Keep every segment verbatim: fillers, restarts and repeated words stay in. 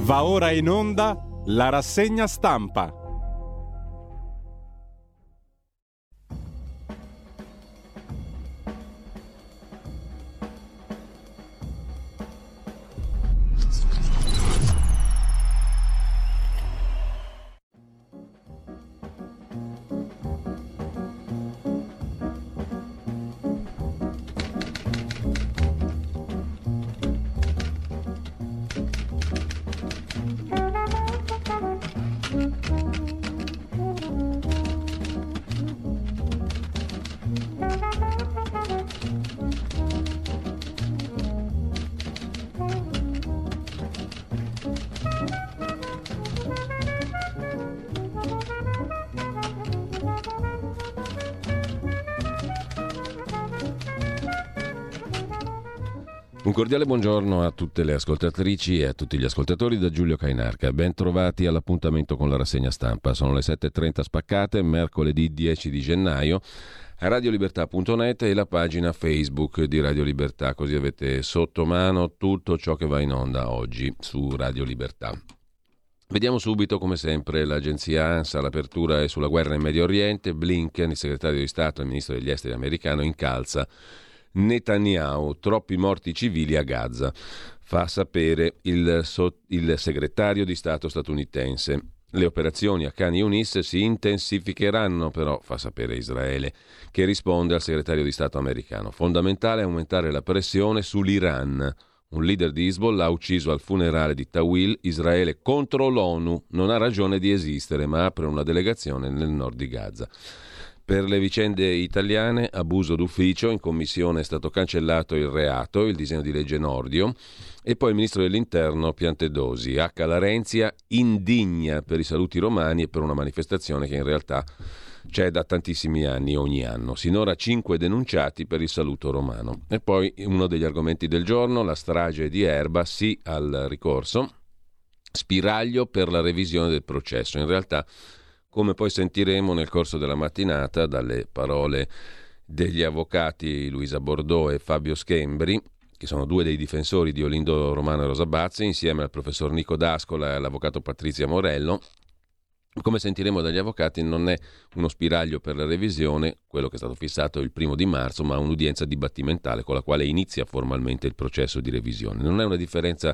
Va ora in onda la rassegna stampa. Un cordiale buongiorno a tutte le ascoltatrici e a tutti gli ascoltatori da Giulio Cainarca. Ben trovati all'appuntamento con la rassegna stampa. Sono le sette e trenta spaccate, mercoledì dieci di gennaio, a radiolibertà punto net e la pagina Facebook di Radio Libertà, così avete sotto mano tutto ciò che va in onda oggi su Radio Libertà. Vediamo subito, come sempre, l'agenzia ANSA. L'apertura è sulla guerra in Medio Oriente. Blinken, il segretario di Stato e il ministro degli esteri americano, incalza Netanyahu, troppi morti civili a Gaza, fa sapere il, so, il segretario di Stato statunitense. Le operazioni a Khan Yunis si intensificheranno, però, fa sapere Israele, che risponde al segretario di Stato americano. Fondamentale aumentare la pressione sull'Iran. Un leader di Hezbollah ucciso al funerale di Tawil. Israele contro l'ONU, non ha ragione di esistere, ma apre una delegazione nel nord di Gaza. Per le vicende italiane, abuso d'ufficio, in commissione è stato cancellato il reato, il disegno di legge Nordio, e poi il ministro dell'Interno Piantedosi. H. Larenzia indigna per i saluti romani e per una manifestazione che in realtà c'è da tantissimi anni, ogni anno. Sinora cinque denunciati per il saluto romano. E poi uno degli argomenti del giorno, la strage di Erba, sì al ricorso, spiraglio per la revisione del processo. In realtà, come poi sentiremo nel corso della mattinata dalle parole degli avvocati Luisa Bordeaux e Fabio Schembri, che sono due dei difensori di Olindo Romano e Rosa Bazzi, insieme al professor Nico D'Ascola e all'avvocato Patrizia Morello, come sentiremo dagli avvocati non è uno spiraglio per la revisione, quello che è stato fissato il primo di marzo, ma un'udienza dibattimentale con la quale inizia formalmente il processo di revisione. Non è una differenza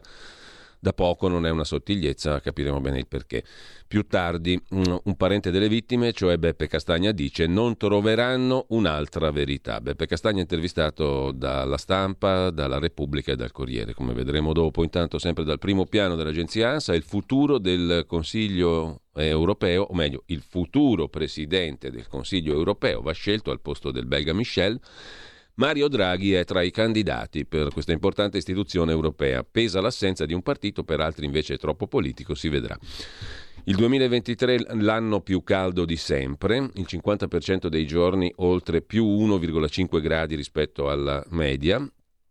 da poco, non è una sottigliezza, capiremo bene il perché. Più tardi un parente delle vittime, cioè Beppe Castagna, dice non troveranno un'altra verità. Beppe Castagna intervistato dalla Stampa, dalla Repubblica e dal Corriere, come vedremo dopo. Intanto, sempre dal primo piano dell'agenzia ANSA, il futuro del Consiglio europeo, o meglio il futuro presidente del Consiglio europeo va scelto al posto del belga Michel. Mario Draghi è tra i candidati per questa importante istituzione europea. Pesa l'assenza di un partito, per altri invece è troppo politico, si vedrà. Il duemilaventitré l'anno più caldo di sempre, il cinquanta per cento dei giorni oltre più uno virgola cinque gradi rispetto alla media.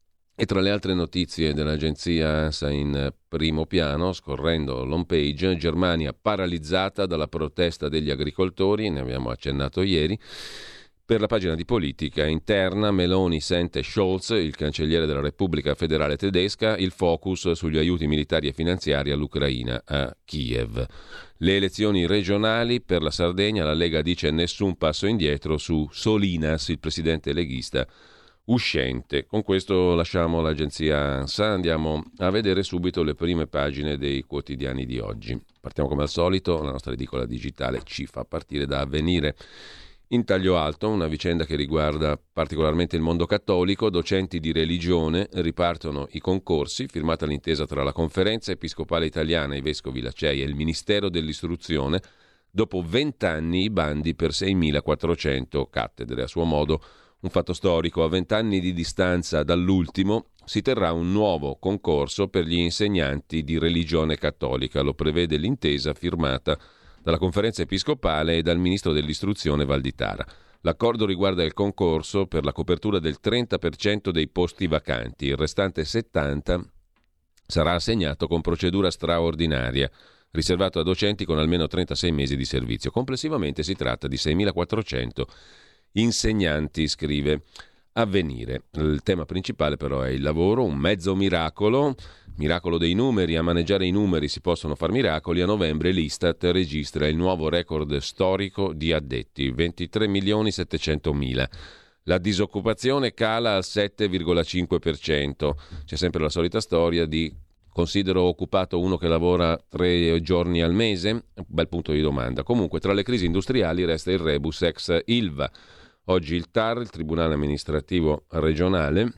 E tra le altre notizie dell'agenzia ANSA in primo piano, scorrendo l'home page, Germania paralizzata dalla protesta degli agricoltori, ne abbiamo accennato ieri. Per la pagina di politica interna, Meloni sente Scholz, il cancelliere della Repubblica Federale Tedesca, il focus sugli aiuti militari e finanziari all'Ucraina a Kiev. Le elezioni regionali per la Sardegna, la Lega dice nessun passo indietro su Solinas, il presidente leghista uscente. Con questo lasciamo l'agenzia ANSA, andiamo a vedere subito le prime pagine dei quotidiani di oggi. Partiamo come al solito, la nostra edicola digitale ci fa partire da Avvenire. In taglio alto, una vicenda che riguarda particolarmente il mondo cattolico. Docenti di religione ripartono i concorsi, firmata l'intesa tra la Conferenza Episcopale Italiana, i Vescovi, la C E I e il Ministero dell'Istruzione. Dopo vent'anni i bandi per seimilaquattrocento cattedre. A suo modo un fatto storico. A vent'anni di distanza dall'ultimo si terrà un nuovo concorso per gli insegnanti di religione cattolica. Lo prevede l'intesa firmata dalla Conferenza Episcopale e dal Ministro dell'Istruzione Valditara. L'accordo riguarda il concorso per la copertura del trenta per cento dei posti vacanti, il restante settanta per cento sarà assegnato con procedura straordinaria, riservato a docenti con almeno trentasei mesi di servizio. Complessivamente si tratta di seimilaquattrocento insegnanti, scrive Avvenire. Il tema principale però è il lavoro, un mezzo miracolo. Miracolo dei numeri, a maneggiare i numeri si possono far miracoli. A novembre l'Istat registra il nuovo record storico di addetti, ventitré milioni settecentomila. La disoccupazione cala al sette virgola cinque per cento. C'è sempre la solita storia di considero occupato uno che lavora tre giorni al mese? Bel punto di domanda. Comunque, tra le crisi industriali resta il rebus ex Ilva. Oggi il T A R, il Tribunale Amministrativo Regionale,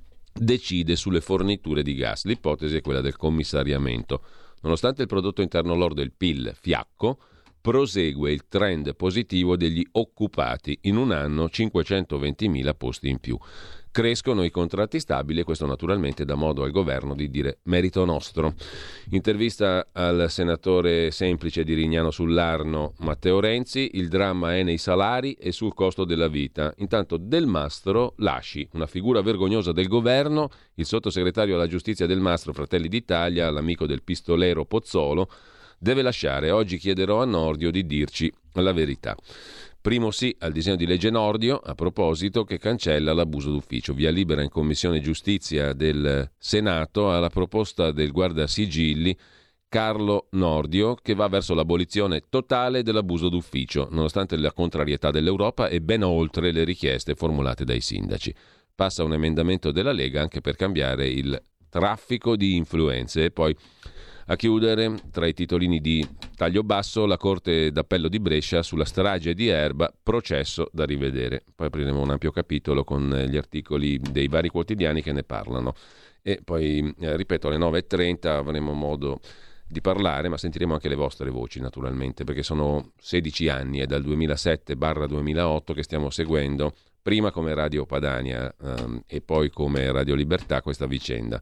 decide sulle forniture di gas. L'ipotesi è quella del commissariamento. Nonostante il prodotto interno lordo e il P I L fiacco, prosegue il trend positivo degli occupati. In un anno cinquecentoventimila posti in più. Crescono i contratti stabili e questo naturalmente dà modo al governo di dire merito nostro. Intervista al senatore semplice di Rignano sull'Arno Matteo Renzi, il dramma è nei salari e sul costo della vita. Intanto Del Mastro lasci, una figura vergognosa del governo, il sottosegretario alla giustizia Del Mastro, Fratelli d'Italia, l'amico del pistolero Pozzolo, deve lasciare. Oggi chiederò a Nordio di dirci la verità. Primo sì al disegno di legge Nordio, a proposito, che cancella l'abuso d'ufficio. Via libera in Commissione Giustizia del Senato alla proposta del guardasigilli Carlo Nordio, che va verso l'abolizione totale dell'abuso d'ufficio, nonostante la contrarietà dell'Europa e ben oltre le richieste formulate dai sindaci. Passa un emendamento della Lega anche per cambiare il traffico di influenze. E poi, a chiudere, tra i titolini di taglio basso, la Corte d'Appello di Brescia sulla strage di Erba, processo da rivedere. Poi apriremo un ampio capitolo con gli articoli dei vari quotidiani che ne parlano. E poi, eh, ripeto, alle nove e trenta avremo modo di parlare, ma sentiremo anche le vostre voci naturalmente, perché sono sedici anni, è dal duemilasette duemilaotto che stiamo seguendo, prima come Radio Padania ehm, e poi come Radio Libertà, questa vicenda.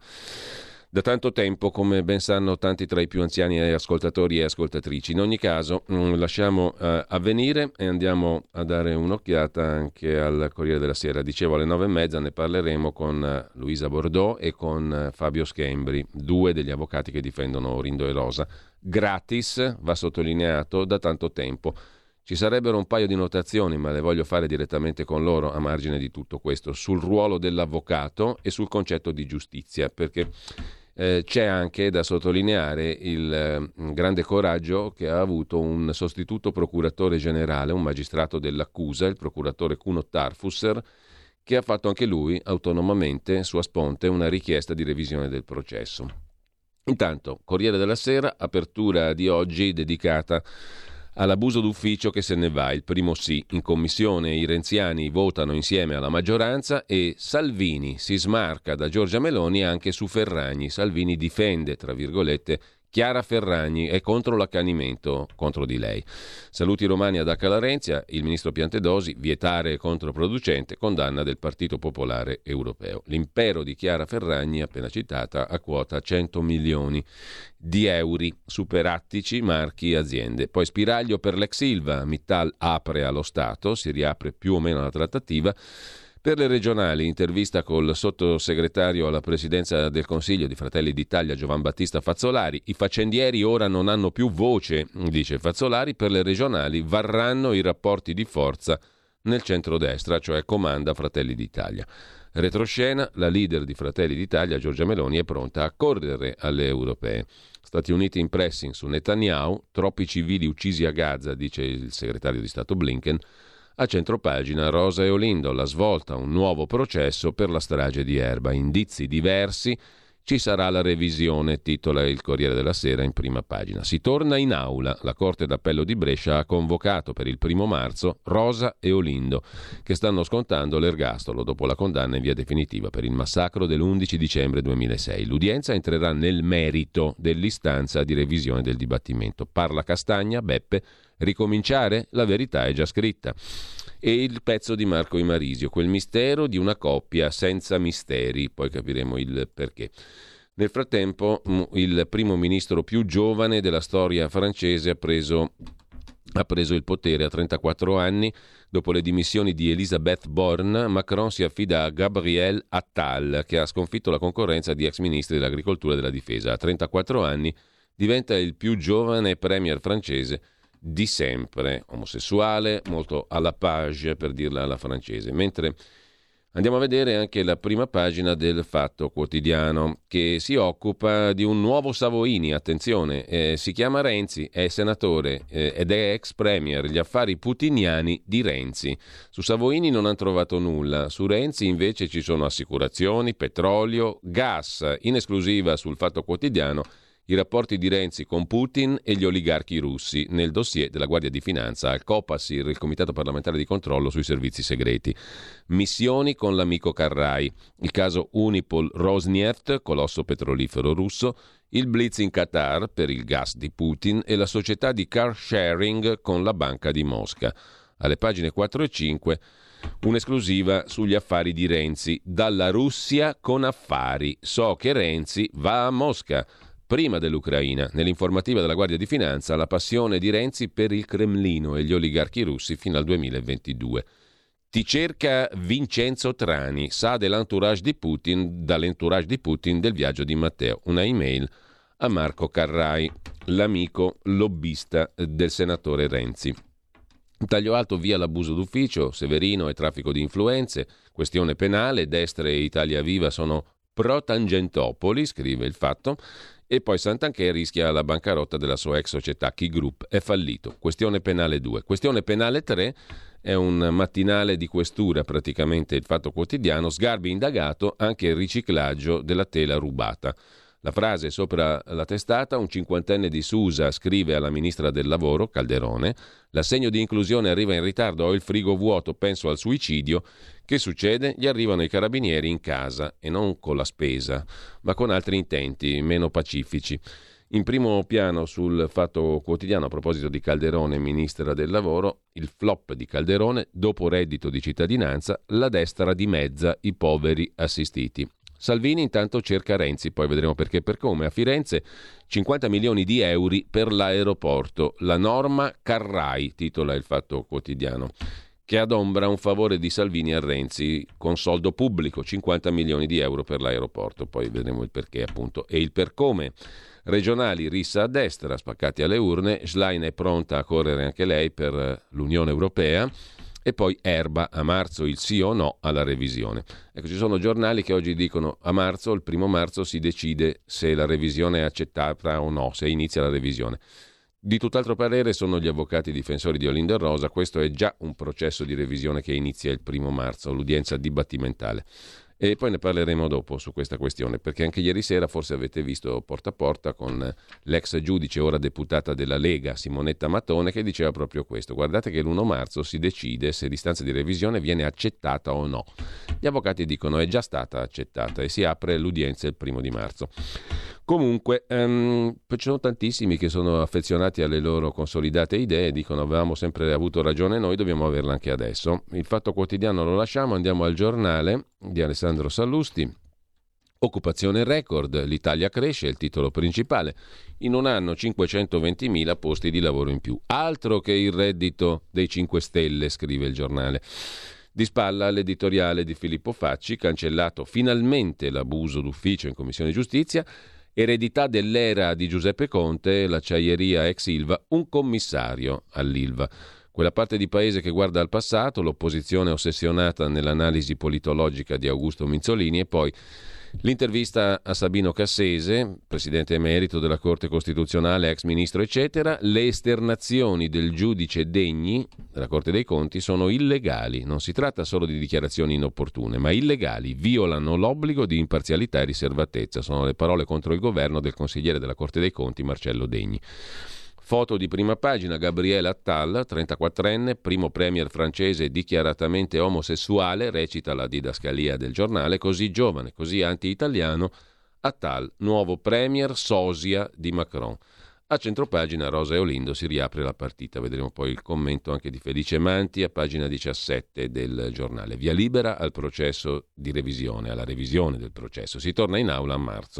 Da tanto tempo, come ben sanno tanti tra i più anziani ascoltatori e ascoltatrici. In ogni caso, mh, lasciamo uh, avvenire e andiamo a dare un'occhiata anche al Corriere della Sera. Dicevo, alle nove e mezza ne parleremo con uh, Luisa Bordeaux e con uh, Fabio Schembri, due degli avvocati che difendono Orindo e Rosa. Gratis, va sottolineato, da tanto tempo. Ci sarebbero un paio di notazioni, ma le voglio fare direttamente con loro a margine di tutto questo, sul ruolo dell'avvocato e sul concetto di giustizia, perché eh, c'è anche da sottolineare il eh, grande coraggio che ha avuto un sostituto procuratore generale, un magistrato dell'accusa, il procuratore Kuno Tarfusser, che ha fatto anche lui autonomamente, sua sponte, una richiesta di revisione del processo. Intanto, Corriere della Sera, apertura di oggi dedicata all'abuso d'ufficio che se ne va, il primo sì. In commissione i renziani votano insieme alla maggioranza e Salvini si smarca da Giorgia Meloni anche su Ferragni. Salvini difende, tra virgolette, Chiara Ferragni, è contro l'accanimento contro di lei. Saluti romani ad Acca Larenzia, il ministro Piantedosi, vietare è controproducente, condanna del Partito Popolare Europeo. L'impero di Chiara Ferragni, appena citata, a quota cento milioni di euro, superattici, marchi, aziende. Poi spiraglio per l'ex Ilva, Mittal apre allo Stato, si riapre più o meno la trattativa. Per le regionali, intervista col sottosegretario alla presidenza del Consiglio di Fratelli d'Italia Giovan Battista Fazzolari. I faccendieri ora non hanno più voce, dice Fazzolari, per le regionali varranno i rapporti di forza nel centrodestra, cioè comanda Fratelli d'Italia. Retroscena, la leader di Fratelli d'Italia, Giorgia Meloni, è pronta a correre alle europee. Stati Uniti in pressing su Netanyahu, troppi civili uccisi a Gaza, dice il segretario di Stato Blinken. A centropagina Rosa e Olindo, la svolta, un nuovo processo per la strage di Erba. Indizi diversi, ci sarà la revisione, titola il Corriere della Sera in prima pagina. Si torna in aula, la Corte d'Appello di Brescia ha convocato per il primo marzo Rosa e Olindo, che stanno scontando l'ergastolo dopo la condanna in via definitiva per il massacro dell'undici dicembre duemilasei. L'udienza entrerà nel merito dell'istanza di revisione del dibattimento. Parla Castagna, Beppe, ricominciare? La verità è già scritta. E il pezzo di Marco Imarisio, quel mistero di una coppia senza misteri, poi capiremo il perché. Nel frattempo il primo ministro più giovane della storia francese ha preso, ha preso il potere a trentaquattro anni. Dopo le dimissioni di Elisabeth Borne, Macron si affida a Gabriel Attal, che ha sconfitto la concorrenza di ex ministri dell'agricoltura e della difesa. A trentaquattro anni diventa il più giovane premier francese di sempre, omosessuale, molto alla page per dirla alla francese, mentre Andiamo a vedere anche la prima pagina del Fatto Quotidiano, che si occupa di un nuovo Savoini, attenzione, eh, si chiama Renzi, è senatore eh, ed è ex premier, gli affari putiniani di Renzi. Su Savoini non hanno trovato nulla, su Renzi invece ci sono assicurazioni, petrolio, gas. In esclusiva sul Fatto Quotidiano i rapporti di Renzi con Putin e gli oligarchi russi nel dossier della Guardia di Finanza al Copasir, il Comitato parlamentare di controllo sui servizi segreti. Missioni con l'amico Carrai, il caso Unipol Rosneft, colosso petrolifero russo, il blitz in Qatar per il gas di Putin e la società di car sharing con la Banca di Mosca. Alle pagine quattro e cinque un'esclusiva sugli affari di Renzi. Dalla Russia con affari. So che Renzi va a Mosca. Prima dell'Ucraina, nell'informativa della Guardia di Finanza, la passione di Renzi per il Cremlino e gli oligarchi russi fino al duemilaventidue. Ti cerca Vincenzo Trani, sa dell'entourage di Putin, dall'entourage di Putin del viaggio di Matteo. Una email a Marco Carrai, l'amico lobbista del senatore Renzi. Taglio alto via l'abuso d'ufficio, Severino e traffico di influenze, questione penale, Destra e Italia Viva sono pro Tangentopoli, scrive il Fatto. E poi Santanchè rischia la bancarotta della sua ex società Ki Group, è fallito. Questione penale due. Questione penale tre è un mattinale di questura, praticamente il Fatto Quotidiano. Sgarbi indagato anche il riciclaggio della tela rubata. La frase sopra la testata, un cinquantenne di Susa scrive alla ministra del lavoro, Calderone, l'assegno di inclusione arriva in ritardo, ho il frigo vuoto, penso al suicidio. Che succede? Gli arrivano i carabinieri in casa e non con la spesa, ma con altri intenti meno pacifici. In primo piano sul Fatto Quotidiano, a proposito di Calderone, ministra del lavoro, il flop di Calderone, dopo reddito di cittadinanza, la destra dimezza i poveri assistiti. Salvini intanto cerca Renzi, poi vedremo perché e per come. A Firenze cinquanta milioni di euro per l'aeroporto, la norma Carrai, titola il Fatto Quotidiano, che adombra un favore di Salvini a Renzi con soldo pubblico, cinquanta milioni di euro per l'aeroporto, poi vedremo il perché appunto e il per come. Regionali rissa a destra, spaccati alle urne, Schlein è pronta a correre anche lei per l'Unione Europea. E poi Erba, a marzo il sì o no alla revisione. Ecco, ci sono giornali che oggi dicono a marzo, il primo marzo si decide se la revisione è accettata o no, se inizia la revisione. Di tutt'altro parere sono gli avvocati difensori di Olindo e Rosa, questo è già un processo di revisione che inizia il primo marzo, l'udienza dibattimentale. E poi ne parleremo dopo su questa questione, perché anche ieri sera forse avete visto Porta a Porta con l'ex giudice, ora deputata della Lega, Simonetta Mattone, che diceva proprio questo. Guardate che l'primo marzo si decide se l'istanza di revisione viene accettata o no. Gli avvocati dicono è già stata accettata e si apre l'udienza il primo di marzo. Comunque, um, ci sono tantissimi che sono affezionati alle loro consolidate idee, dicono avevamo sempre avuto ragione noi, dobbiamo averla anche adesso. Il Fatto Quotidiano lo lasciamo, andiamo al Giornale di Alessandro Sallusti. Occupazione record, l'Italia cresce, è il titolo principale. In un anno cinquecentoventimila posti di lavoro in più. Altro che il reddito dei cinque Stelle, scrive il Giornale. Di spalla l'editoriale di Filippo Facci, cancellato finalmente l'abuso d'ufficio in Commissione Giustizia. Eredità dell'era di Giuseppe Conte, l'acciaieria ex Ilva, un commissario all'Ilva. Quella parte di paese che guarda al passato, l'opposizione ossessionata nell'analisi politologica di Augusto Minzolini e poi l'intervista a Sabino Cassese, presidente emerito della Corte Costituzionale, ex ministro eccetera. Le esternazioni del giudice Degni della Corte dei Conti sono illegali, non si tratta solo di dichiarazioni inopportune, ma illegali, violano l'obbligo di imparzialità e riservatezza, sono le parole contro il governo del consigliere della Corte dei Conti Marcello Degni. Foto di prima pagina, Gabriel Attal, trentaquattrenne, primo premier francese dichiaratamente omosessuale, recita la didascalia del Giornale, così giovane, così anti-italiano, Attal, nuovo premier sosia di Macron. A centropagina Rosa e Olindo si riapre la partita, vedremo poi il commento anche di Felice Manti a pagina diciassette del Giornale. Via libera al processo di revisione, alla revisione del processo, si torna in aula a marzo.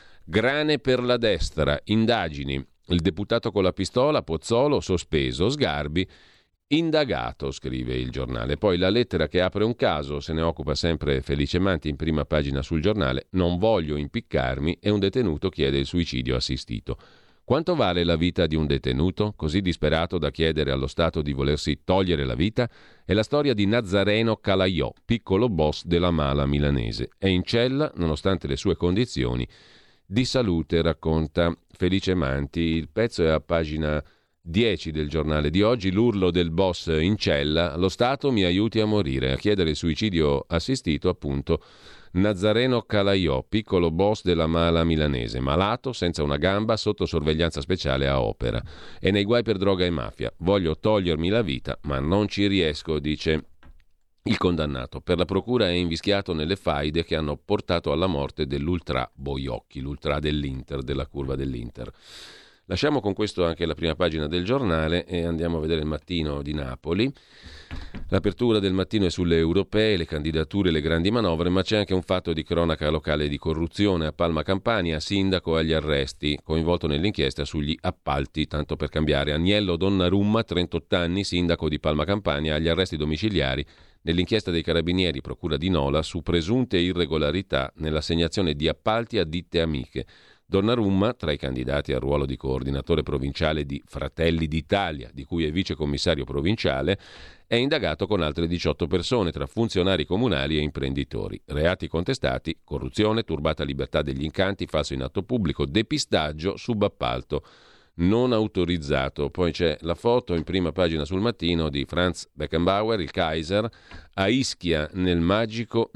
Grane per la destra, indagini. Il deputato con la pistola, Pozzolo, sospeso, Sgarbi, indagato, scrive il Giornale. Poi la lettera che apre un caso, se ne occupa sempre Felice Manti in prima pagina sul Giornale, non voglio impiccarmi e un detenuto chiede il suicidio assistito. Quanto vale la vita di un detenuto, così disperato da chiedere allo Stato di volersi togliere la vita? È la storia di Nazareno Calaiò, piccolo boss della mala milanese. È in cella, nonostante le sue condizioni di salute, racconta Felice Manti. Il pezzo è a pagina dieci del giornale di oggi. L'urlo del boss in cella: lo Stato mi aiuti a morire. A chiedere il suicidio assistito, appunto, Nazareno Calaiò, piccolo boss della mala milanese, malato, senza una gamba, sotto sorveglianza speciale a Opera. È nei guai per droga e mafia. Voglio togliermi la vita, ma non ci riesco, dice il condannato. Per la procura è invischiato nelle faide che hanno portato alla morte dell'ultra Boiocchi, l'ultra dell'Inter, della curva dell'Inter. Lasciamo con questo anche la prima pagina del giornale e andiamo a vedere il Mattino di Napoli. L'apertura del Mattino è sulle europee, le candidature, le grandi manovre, ma c'è anche un fatto di cronaca locale di corruzione. A Palma Campania, sindaco agli arresti, coinvolto nell'inchiesta sugli appalti, tanto per cambiare. Agnello Donnarumma, trentotto anni, sindaco di Palma Campania, agli arresti domiciliari nell'inchiesta dei carabinieri, procura di Nola, su presunte irregolarità nell'assegnazione di appalti a ditte amiche. Donnarumma, tra i candidati al ruolo di coordinatore provinciale di Fratelli d'Italia, di cui è vicecommissario provinciale, è indagato con altre diciotto persone, tra funzionari comunali e imprenditori. Reati contestati: corruzione, turbata libertà degli incanti, falso in atto pubblico, depistaggio, subappalto non autorizzato. Poi c'è la foto in prima pagina sul Mattino di Franz Beckenbauer, il Kaiser, a Ischia nel magico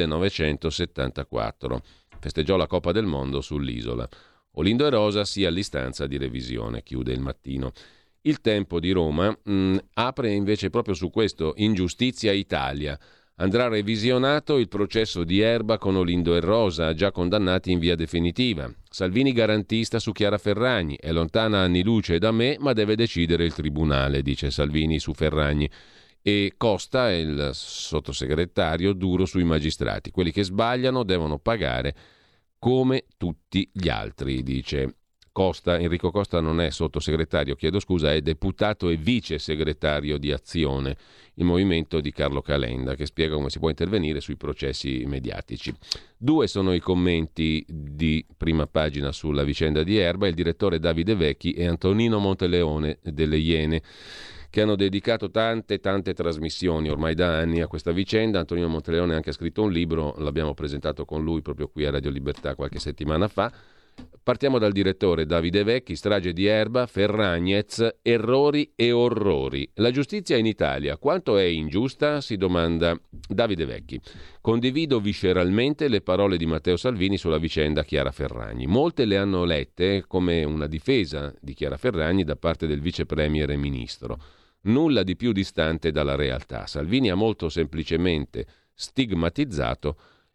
millenovecentosettantaquattro. Festeggiò la Coppa del Mondo sull'isola. Olindo e Rosa sia all'istanza di revisione, chiude il Mattino. Il Tempo di Roma mh, apre invece proprio su questo: Ingiustizia Italia. Andrà revisionato il processo di Erba con Olindo e Rosa, già condannati in via definitiva. Salvini garantista su Chiara Ferragni. È lontana anni luce da me, ma deve decidere il tribunale, dice Salvini su Ferragni. E Costa, il sottosegretario, duro sui magistrati. Quelli che sbagliano devono pagare come tutti gli altri, dice Costa. Enrico Costa non è sottosegretario, chiedo scusa, è deputato e vice segretario di Azione, il movimento di Carlo Calenda, che spiega come si può intervenire sui processi mediatici. Due sono i commenti di prima pagina sulla vicenda di Erba: il direttore Davide Vecchi e Antonino Monteleone delle Iene, che hanno dedicato tante tante trasmissioni ormai da anni a questa vicenda. Antonino Monteleone ha anche scritto un libro, l'abbiamo presentato con lui proprio qui a Radio Libertà qualche settimana fa. Partiamo dal direttore Davide Vecchi: strage di Erba, Ferragnez, errori e orrori. La giustizia in Italia quanto è ingiusta? Si domanda Davide Vecchi. Condivido visceralmente le parole di Matteo Salvini sulla vicenda Chiara Ferragni. Molte le hanno lette come una difesa di Chiara Ferragni da parte del vice premier e ministro. Nulla di più distante dalla realtà. Salvini ha molto semplicemente stigmatizzato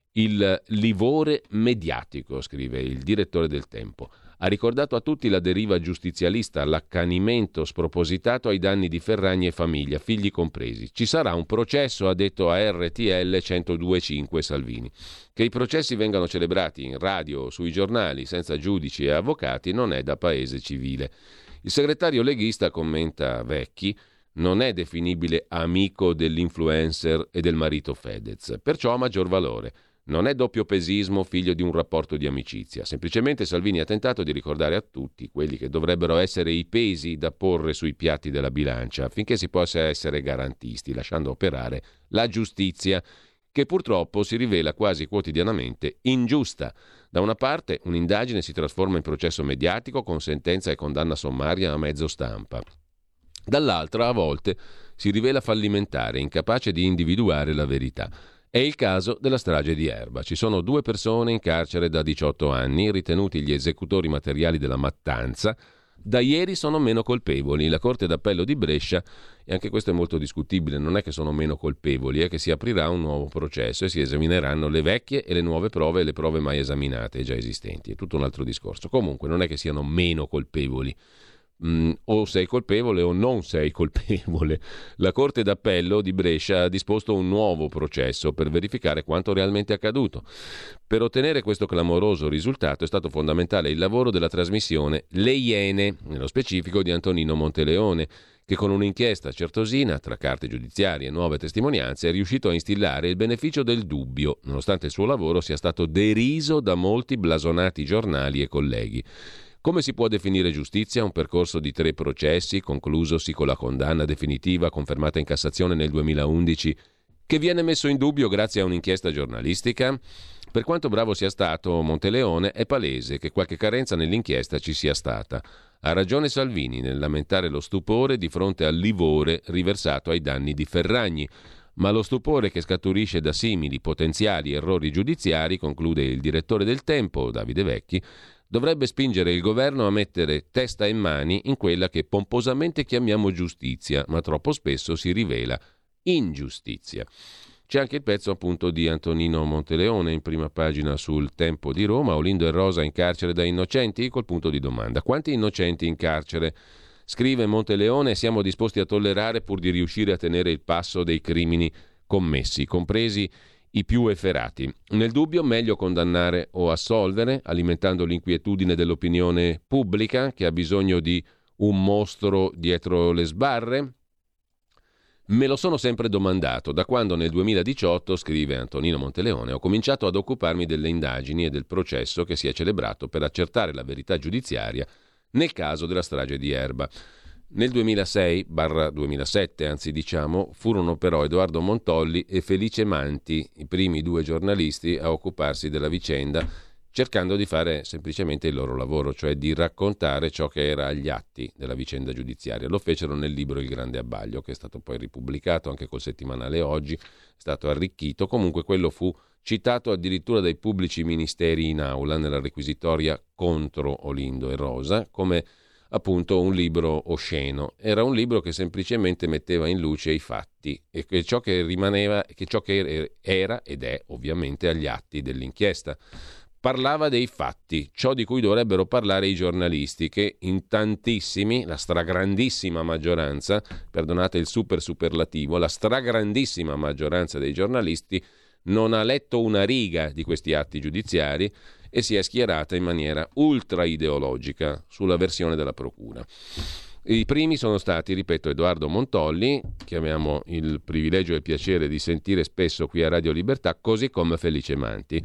il livore mediatico, scrive il direttore del Tempo. Ha ricordato a tutti la deriva giustizialista, l'accanimento spropositato ai danni di Ferragni e famiglia, figli compresi. Ci sarà un processo, ha detto a R T L centodue e cinque Salvini. Che i processi vengano celebrati in radio o sui giornali senza giudici e avvocati non è da paese civile. Il segretario leghista, commenta Vecchi, non è definibile amico dell'influencer e del marito Fedez, perciò ha maggior valore. Non è doppiopesismo figlio di un rapporto di amicizia. Semplicemente Salvini ha tentato di ricordare a tutti quelli che dovrebbero essere i pesi da porre sui piatti della bilancia affinché si possa essere garantisti, lasciando operare la giustizia, che purtroppo si rivela quasi quotidianamente ingiusta. Da una parte un'indagine si trasforma in processo mediatico con sentenza e condanna sommaria a mezzo stampa. Dall'altra, a volte, si rivela fallimentare, incapace di individuare la verità. È il caso della strage di Erba. Ci sono due persone in carcere da diciotto anni, ritenuti gli esecutori materiali della mattanza. Da ieri sono meno colpevoli. La Corte d'Appello di Brescia, e anche questo è molto discutibile, non è che sono meno colpevoli, è che si aprirà un nuovo processo e si esamineranno le vecchie e le nuove prove e le prove mai esaminate e già esistenti. È tutto un altro discorso. Comunque non è che siano meno colpevoli. Mm, o sei colpevole o non sei colpevole. La Corte d'Appello di Brescia ha disposto un nuovo processo per verificare quanto realmente accaduto. Per ottenere questo clamoroso risultato è stato fondamentale il lavoro della trasmissione Le Iene, nello specifico di Antonino Monteleone, che con un'inchiesta certosina tra carte giudiziarie e nuove testimonianze è riuscito a instillare il beneficio del dubbio, nonostante il suo lavoro sia stato deriso da molti blasonati giornali e colleghi. Come si può definire giustizia? Un percorso di tre processi, conclusosi con la condanna definitiva confermata in Cassazione nel duemilaundici, che viene messo in dubbio grazie a un'inchiesta giornalistica? Per quanto bravo sia stato Monteleone, è palese che qualche carenza nell'inchiesta ci sia stata. Ha ragione Salvini nel lamentare lo stupore di fronte al livore riversato ai danni di Ferragni, ma lo stupore che scaturisce da simili potenziali errori giudiziari, conclude il direttore del Tempo, Davide Vecchi, dovrebbe spingere il governo a mettere testa e mani in quella che pomposamente chiamiamo giustizia, ma troppo spesso si rivela ingiustizia. C'è anche il pezzo appunto di Antonino Monteleone in prima pagina sul Tempo di Roma, Olindo e Rosa in carcere da innocenti, col punto di domanda. Quanti innocenti in carcere? Scrive Monteleone, siamo disposti a tollerare pur di riuscire a tenere il passo dei crimini commessi, compresi i più efferati. Nel dubbio meglio condannare o assolvere, alimentando l'inquietudine dell'opinione pubblica che ha bisogno di un mostro dietro le sbarre? Me lo sono sempre domandato, da quando nel duemiladiciotto, scrive Antonino Monteleone, ho cominciato ad occuparmi delle indagini e del processo che si è celebrato per accertare la verità giudiziaria nel caso della strage di Erba. Nel duemilasei duemilasette, anzi diciamo, furono però Edoardo Montolli e Felice Manti i primi due giornalisti a occuparsi della vicenda, cercando di fare semplicemente il loro lavoro, cioè di raccontare ciò che era agli atti della vicenda giudiziaria. Lo fecero nel libro Il Grande Abbaglio, che è stato poi ripubblicato anche col settimanale Oggi, è stato arricchito. Comunque quello fu citato addirittura dai pubblici ministeri in aula nella requisitoria contro Olindo e Rosa come appunto un libro osceno. Era un libro che semplicemente metteva in luce i fatti e che ciò che rimaneva, che ciò che era ed è ovviamente agli atti dell'inchiesta. Parlava dei fatti, ciò di cui dovrebbero parlare i giornalisti, che in tantissimi, la stragrandissima maggioranza, perdonate il super superlativo, la stragrandissima maggioranza dei giornalisti non ha letto una riga di questi atti giudiziari e si è schierata in maniera ultra ideologica sulla versione della procura. I primi sono stati, ripeto, Edoardo Montolli, che abbiamo il privilegio e il piacere di sentire spesso qui a Radio Libertà, così come Felice Manti,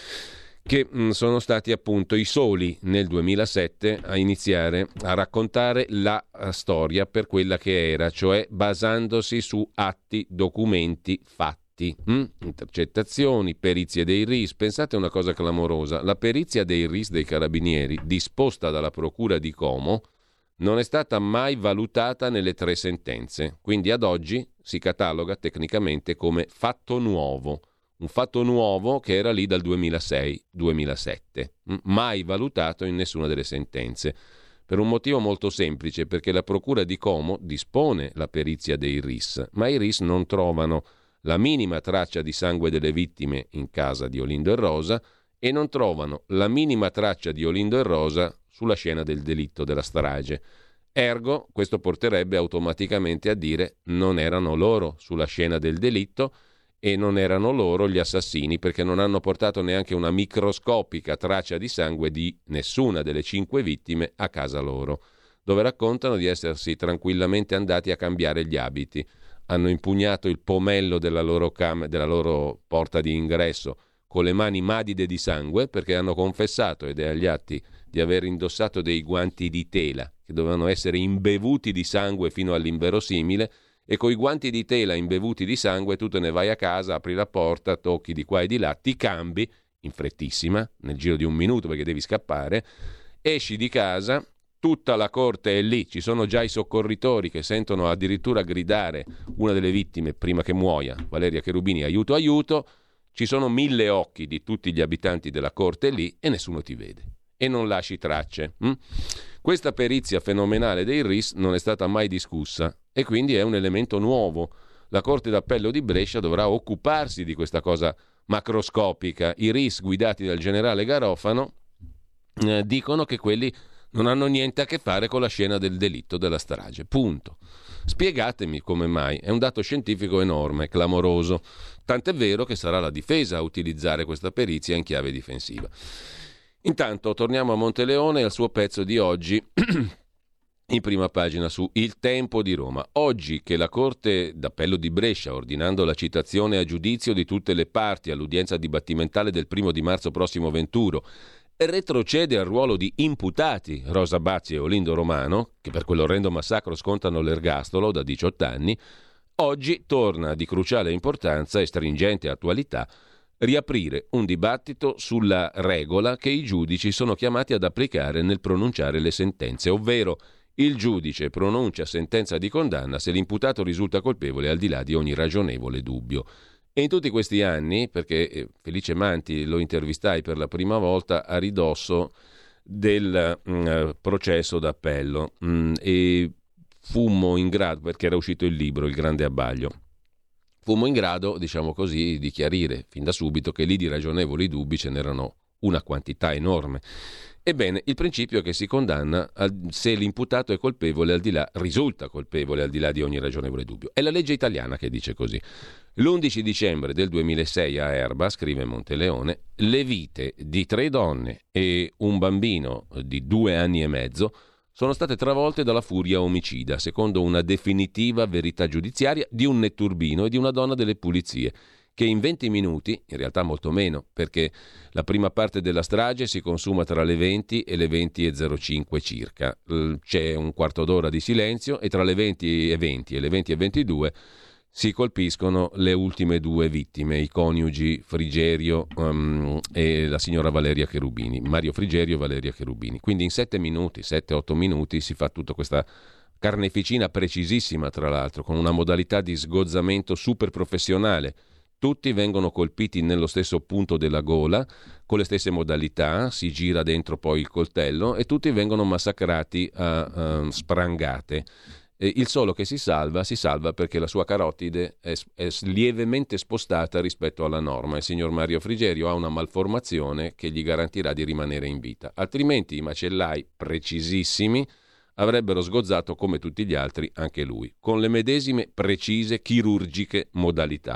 che mh, sono stati appunto i soli nel duemilasette a iniziare a raccontare la storia per quella che era, cioè basandosi su atti, documenti, fatti, mh? intercettazioni, perizie dei R I S. Pensate a una cosa clamorosa, la perizia dei R I S dei Carabinieri, disposta dalla Procura di Como, non è stata mai valutata nelle tre sentenze, quindi ad oggi si cataloga tecnicamente come fatto nuovo. Un fatto nuovo che era lì dal duemilasei duemilasette, mai valutato in nessuna delle sentenze, per un motivo molto semplice, perché la Procura di Como dispone la perizia dei R I S, ma i R I S non trovano la minima traccia di sangue delle vittime in casa di Olindo e Rosa e non trovano la minima traccia di Olindo e Rosa sulla scena del delitto della strage. Ergo, questo porterebbe automaticamente a dire non erano loro sulla scena del delitto e non erano loro gli assassini, perché non hanno portato neanche una microscopica traccia di sangue di nessuna delle cinque vittime a casa loro, dove raccontano di essersi tranquillamente andati a cambiare gli abiti. Hanno impugnato il pomello della loro, cam- della loro porta di ingresso con le mani madide di sangue, perché hanno confessato, ed è agli atti, di aver indossato dei guanti di tela che dovevano essere imbevuti di sangue fino all'inverosimile. E coi guanti di tela imbevuti di sangue tu te ne vai a casa, apri la porta, tocchi di qua e di là, ti cambi in frettissima, nel giro di un minuto perché devi scappare, esci di casa, tutta la corte è lì, ci sono già i soccorritori che sentono addirittura gridare una delle vittime prima che muoia, Valeria Cherubini, aiuto, aiuto, ci sono mille occhi di tutti gli abitanti della corte lì e nessuno ti vede e non lasci tracce. Hm? Questa perizia fenomenale dei R I S non è stata mai discussa e quindi è un elemento nuovo. La Corte d'Appello di Brescia dovrà occuparsi di questa cosa macroscopica. I R I S guidati dal generale Garofano eh, dicono che quelli non hanno niente a che fare con la scena del delitto della strage. Punto. Spiegatemi come mai. È un dato scientifico enorme, clamoroso. Tant'è vero che sarà la difesa a utilizzare questa perizia in chiave difensiva. Intanto torniamo a Monteleone e al suo pezzo di oggi in prima pagina su Il Tempo di Roma. Oggi che la Corte d'Appello di Brescia, ordinando la citazione a giudizio di tutte le parti all'udienza dibattimentale del primo di marzo prossimo venturo, retrocede al ruolo di imputati Rosa Bazzi e Olindo Romano, che per quell'orrendo massacro scontano l'ergastolo da diciotto anni. Oggi torna di cruciale importanza e stringente attualità riaprire un dibattito sulla regola che i giudici sono chiamati ad applicare nel pronunciare le sentenze, ovvero il giudice pronuncia sentenza di condanna se l'imputato risulta colpevole al di là di ogni ragionevole dubbio. E in tutti questi anni, perché Felice Manti lo intervistai per la prima volta a ridosso del mh, processo d'appello mh, e fummo in grado, perché era uscito il libro Il Grande Abbaglio, fummo in grado, diciamo così, di chiarire fin da subito che lì di ragionevoli dubbi ce n'erano una quantità enorme. Ebbene, il principio è che si condanna se l'imputato è colpevole al di là, risulta colpevole al di là di ogni ragionevole dubbio. È la legge italiana che dice così. L'undici dicembre del duemilasei a Erba, scrive Monteleone, le vite di tre donne e un bambino di due anni e mezzo sono state travolte dalla furia omicida, secondo una definitiva verità giudiziaria di un netturbino e di una donna delle pulizie, che in venti minuti, in realtà molto meno, perché la prima parte della strage si consuma tra le venti e le venti e zero cinque circa. C'è un quarto d'ora di silenzio e tra le venti e venti e le venti e ventidue si colpiscono le ultime due vittime, i coniugi Frigerio um, e la signora Valeria Cherubini, Mario Frigerio e Valeria Cherubini. Quindi in sette minuti, sette otto minuti si fa tutta questa carneficina precisissima, tra l'altro, con una modalità di sgozzamento super professionale. Tutti vengono colpiti nello stesso punto della gola, con le stesse modalità, si gira dentro poi il coltello e tutti vengono massacrati a, a sprangate. E il solo che si salva, si salva perché la sua carotide è, è lievemente spostata rispetto alla norma. Il signor Mario Frigerio ha una malformazione che gli garantirà di rimanere in vita. Altrimenti i macellai precisissimi avrebbero sgozzato come tutti gli altri anche lui, con le medesime precise chirurgiche modalità.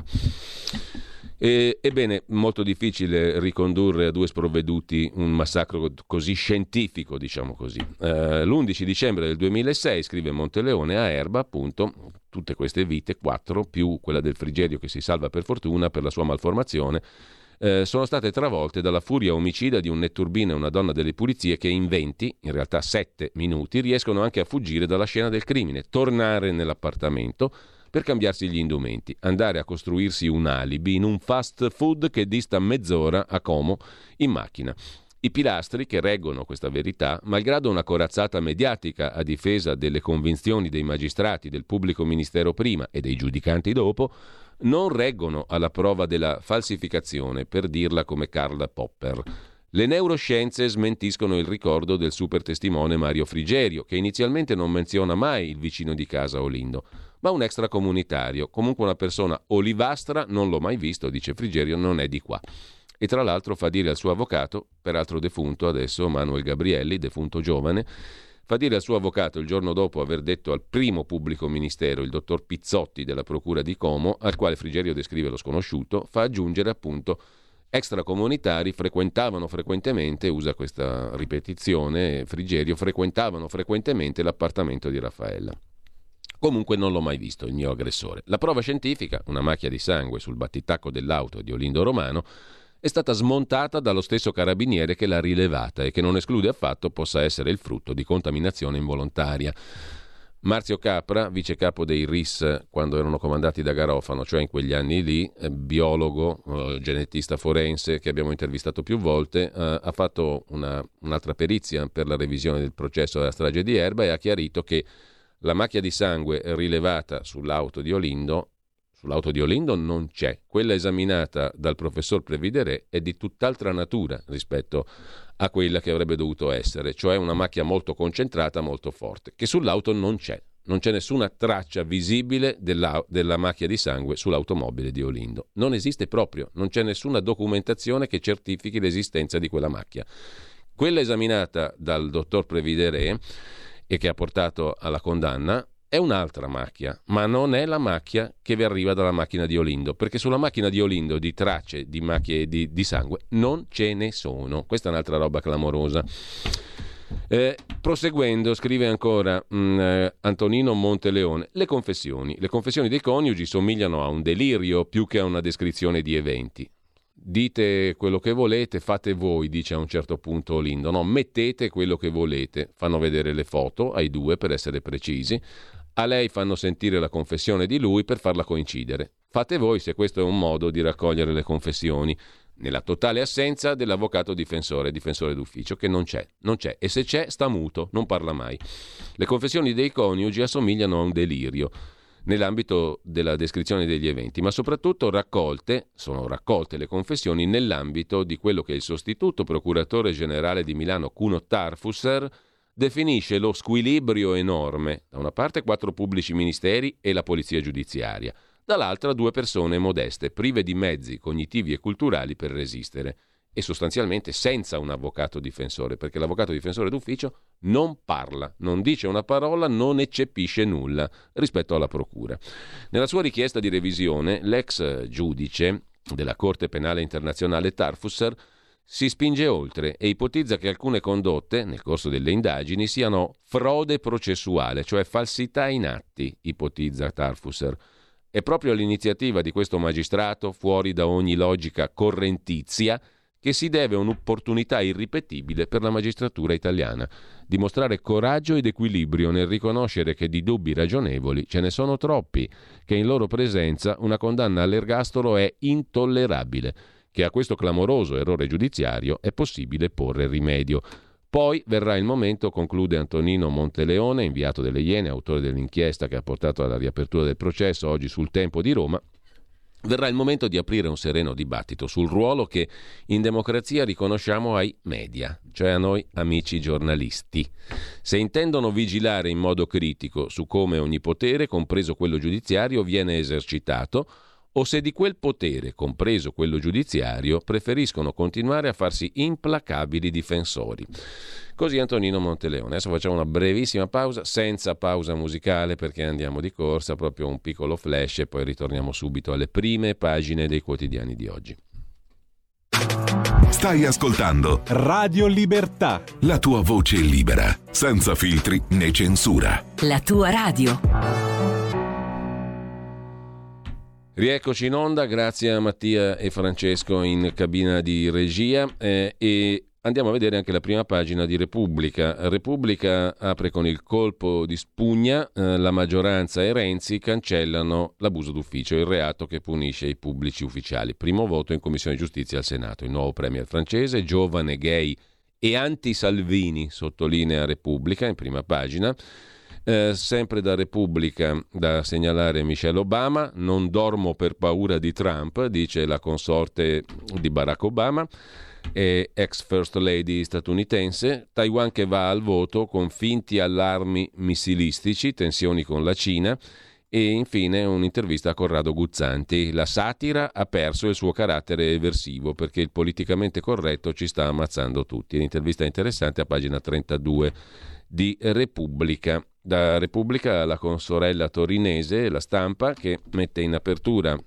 E, ebbene, molto difficile ricondurre a due sprovveduti un massacro così scientifico, diciamo così. Eh, l'undici dicembre del duemilasei, scrive Monteleone, a Erba, appunto, tutte queste vite, quattro, più quella del Frigerio che si salva per fortuna per la sua malformazione, Eh, sono state travolte dalla furia omicida di un netturbino e una donna delle pulizie che in venti, in realtà sette minuti, riescono anche a fuggire dalla scena del crimine, tornare nell'appartamento per cambiarsi gli indumenti, andare a costruirsi un alibi in un fast food che dista mezz'ora a Como in macchina. I pilastri che reggono questa verità, malgrado una corazzata mediatica a difesa delle convinzioni dei magistrati, del pubblico ministero prima e dei giudicanti dopo, non reggono alla prova della falsificazione, per dirla come Karl Popper. Le neuroscienze smentiscono il ricordo del super testimone Mario Frigerio, che inizialmente non menziona mai il vicino di casa Olindo, ma un extracomunitario, comunque una persona olivastra, non l'ho mai visto, dice Frigerio, non è di qua. E tra l'altro fa dire al suo avvocato, peraltro defunto adesso, Manuel Gabrielli, defunto giovane, fa dire al suo avvocato il giorno dopo aver detto al primo pubblico ministero, il dottor Pizzotti della procura di Como, al quale Frigerio descrive lo sconosciuto, fa aggiungere appunto extracomunitari frequentavano frequentemente, usa questa ripetizione, Frigerio, frequentavano frequentemente l'appartamento di Raffaella. Comunque non l'ho mai visto, il mio aggressore. La prova scientifica, una macchia di sangue sul battitacco dell'auto di Olindo Romano, è stata smontata dallo stesso carabiniere che l'ha rilevata e che non esclude affatto possa essere il frutto di contaminazione involontaria. Marzio Capra, vice capo dei R I S quando erano comandati da Garofano, cioè in quegli anni lì, eh, biologo, eh, genetista forense che abbiamo intervistato più volte, eh, ha fatto una, un'altra perizia per la revisione del processo della strage di Erba e ha chiarito che la macchia di sangue rilevata sull'auto di Olindo Sull'auto di Olindo non c'è. Quella esaminata dal professor Previdere è di tutt'altra natura rispetto a quella che avrebbe dovuto essere, cioè una macchia molto concentrata, molto forte, che sull'auto non c'è. Non c'è nessuna traccia visibile della, della macchia di sangue sull'automobile di Olindo. Non esiste proprio, non c'è nessuna documentazione che certifichi l'esistenza di quella macchia. Quella esaminata dal dottor Previdere e che ha portato alla condanna è un'altra macchia, ma non è la macchia che vi arriva dalla macchina di Olindo, perché sulla macchina di Olindo di tracce di macchie di, di sangue non ce ne sono. Questa è un'altra roba clamorosa. Eh, proseguendo, scrive ancora mh, eh, Antonino Monteleone, le confessioni. Le confessioni dei coniugi somigliano a un delirio più che a una descrizione di eventi. dite quello che volete, fate voi, dice a un certo punto Lindo, no, mettete quello che volete, fanno vedere le foto ai due per essere precisi, a lei fanno sentire la confessione di lui per farla coincidere. Fate voi se questo è un modo di raccogliere le confessioni, nella totale assenza dell'avvocato difensore, difensore d'ufficio, che non c'è, non c'è, e se c'è sta muto, non parla mai. Le confessioni dei coniugi assomigliano a un delirio nell'ambito della descrizione degli eventi, ma soprattutto raccolte, sono raccolte le confessioni nell'ambito di quello che il sostituto procuratore generale di Milano Cuno Tarfusser definisce lo squilibrio enorme, da una parte quattro pubblici ministeri e la polizia giudiziaria, dall'altra due persone modeste, prive di mezzi cognitivi e culturali per resistere, e sostanzialmente senza un avvocato difensore, perché l'avvocato difensore d'ufficio non parla, non dice una parola, non eccepisce nulla rispetto alla procura. Nella sua richiesta di revisione, l'ex giudice della Corte Penale Internazionale Tarfusser si spinge oltre e ipotizza che alcune condotte, nel corso delle indagini, siano frode processuale, cioè falsità in atti, ipotizza Tarfusser. È proprio l'iniziativa di questo magistrato, fuori da ogni logica correntizia, che si deve a un'opportunità irripetibile per la magistratura italiana, dimostrare coraggio ed equilibrio nel riconoscere che di dubbi ragionevoli ce ne sono troppi, che in loro presenza una condanna all'ergastolo è intollerabile, che a questo clamoroso errore giudiziario è possibile porre rimedio. Poi verrà il momento, conclude Antonino Monteleone, inviato delle Iene, autore dell'inchiesta che ha portato alla riapertura del processo oggi sul Tempo di Roma, verrà il momento di aprire un sereno dibattito sul ruolo che in democrazia riconosciamo ai media, cioè a noi amici giornalisti. Se intendono vigilare in modo critico su come ogni potere, compreso quello giudiziario, viene esercitato, o se di quel potere, compreso quello giudiziario, preferiscono continuare a farsi implacabili difensori. Così Antonino Monteleone. Adesso facciamo una brevissima pausa, senza pausa musicale perché andiamo di corsa, proprio un piccolo flash e poi ritorniamo subito alle prime pagine dei quotidiani di oggi. Stai ascoltando Radio Libertà, la tua voce libera, senza filtri né censura. La tua radio. Rieccoci in onda, grazie a Mattia e Francesco in cabina di regia eh, e andiamo a vedere anche la prima pagina di Repubblica. Repubblica apre con il colpo di spugna, eh, la maggioranza e Renzi cancellano l'abuso d'ufficio, il reato che punisce i pubblici ufficiali. Primo voto in Commissione Giustizia al Senato. Il nuovo premier francese, giovane, gay e anti-Salvini, sottolinea Repubblica in prima pagina. Eh, sempre da Repubblica da segnalare Michelle Obama, non dormo per paura di Trump, dice la consorte di Barack Obama, eh, ex first lady statunitense. Taiwan che va al voto con finti allarmi missilistici, tensioni con la Cina. E infine un'intervista a Corrado Guzzanti. La satira ha perso il suo carattere eversivo perché il politicamente corretto ci sta ammazzando tutti. L'intervista interessante a pagina trentadue di Repubblica. Da Repubblica la consorella torinese, La Stampa, che mette in apertura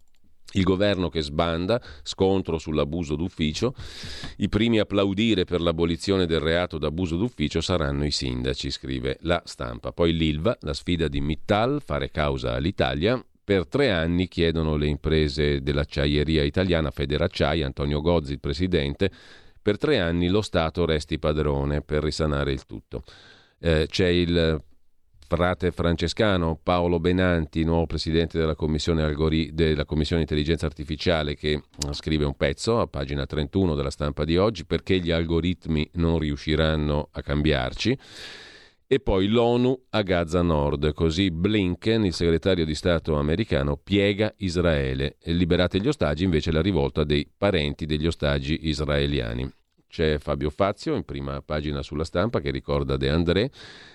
il governo che sbanda, scontro sull'abuso d'ufficio. I primi a applaudire per l'abolizione del reato d'abuso d'ufficio saranno i sindaci, scrive La Stampa. Poi l'Ilva, la sfida di Mittal, fare causa all'Italia. Per tre anni chiedono le imprese dell'acciaieria italiana, Federacciai, Antonio Gozzi, il presidente, per tre anni lo Stato resti padrone per risanare il tutto. Eh, c'è il frate francescano Paolo Benanti, nuovo presidente della commissione, Algori- della commissione Intelligenza Artificiale, che scrive un pezzo a pagina trentuno della Stampa di oggi, perché gli algoritmi non riusciranno a cambiarci. E poi l'ONU a Gaza Nord, così Blinken, il segretario di Stato americano, piega Israele. Liberate gli ostaggi, invece la rivolta dei parenti degli ostaggi israeliani. C'è Fabio Fazio in prima pagina sulla Stampa che ricorda De André.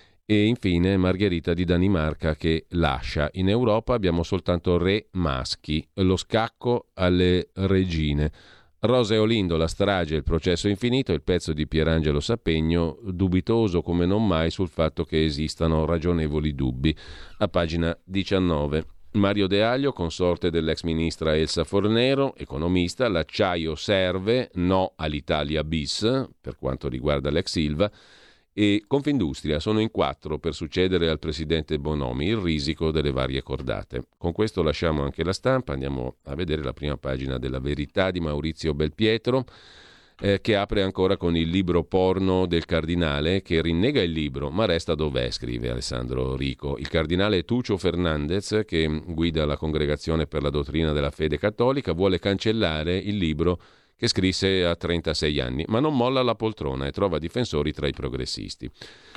E infine Margherita di Danimarca che lascia. In Europa abbiamo soltanto re maschi, lo scacco alle regine. Rosa e Olindo, la strage, il processo infinito, il pezzo di Pierangelo Sapegno, dubitoso come non mai sul fatto che esistano ragionevoli dubbi. A pagina diciannove. Mario De Aglio, consorte dell'ex ministra Elsa Fornero, economista, l'acciaio serve, no all'Italia bis, per quanto riguarda l'ex Ilva, e Confindustria sono in quattro per succedere al presidente Bonomi, il risico delle varie cordate. Con questo lasciamo anche La Stampa, andiamo a vedere la prima pagina della Verità di Maurizio Belpietro, eh, che apre ancora con il libro porno del cardinale, che rinnega il libro ma resta dov'è, scrive Alessandro Rico. Il cardinale Tuccio Fernandez, che guida la Congregazione per la Dottrina della Fede Cattolica, vuole cancellare il libro che scrisse a trentasei anni, ma non molla la poltrona e trova difensori tra i progressisti.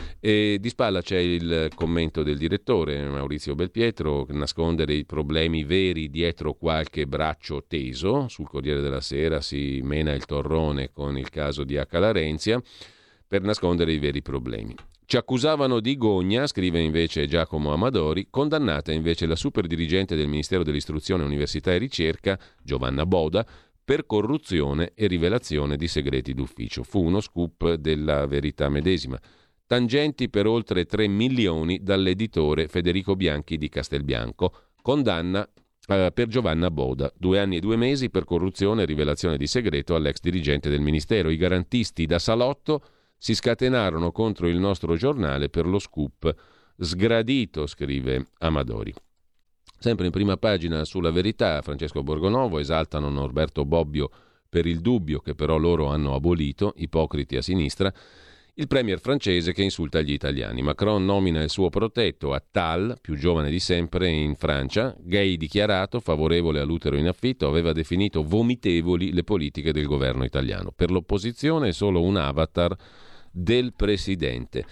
E di spalla c'è il commento del direttore Maurizio Belpietro: nascondere i problemi veri dietro qualche braccio teso. Sul Corriere della Sera si mena il torrone con il caso di Acca Larenzia per nascondere i veri problemi. Ci accusavano di gogna, scrive invece Giacomo Amadori, condannata invece la superdirigente del Ministero dell'Istruzione, Università e Ricerca, Giovanna Boda, per corruzione e rivelazione di segreti d'ufficio. Fu uno scoop della Verità medesima. Tangenti per oltre tre milioni dall'editore Federico Bianchi di Castelbianco. Condanna eh, per Giovanna Boda. Due anni e due mesi per corruzione e rivelazione di segreto all'ex dirigente del Ministero. I garantisti da salotto si scatenarono contro il nostro giornale per lo scoop sgradito, scrive Amadori. Sempre in prima pagina sulla Verità, Francesco Borgonovo esaltano Norberto Bobbio per il dubbio che però loro hanno abolito, ipocriti a sinistra, il premier francese che insulta gli italiani. Macron nomina il suo protetto, Attal, più giovane di sempre in Francia, gay dichiarato, favorevole all'utero in affitto, aveva definito vomitevoli le politiche del governo italiano. Per l'opposizione è solo un avatar del presidente.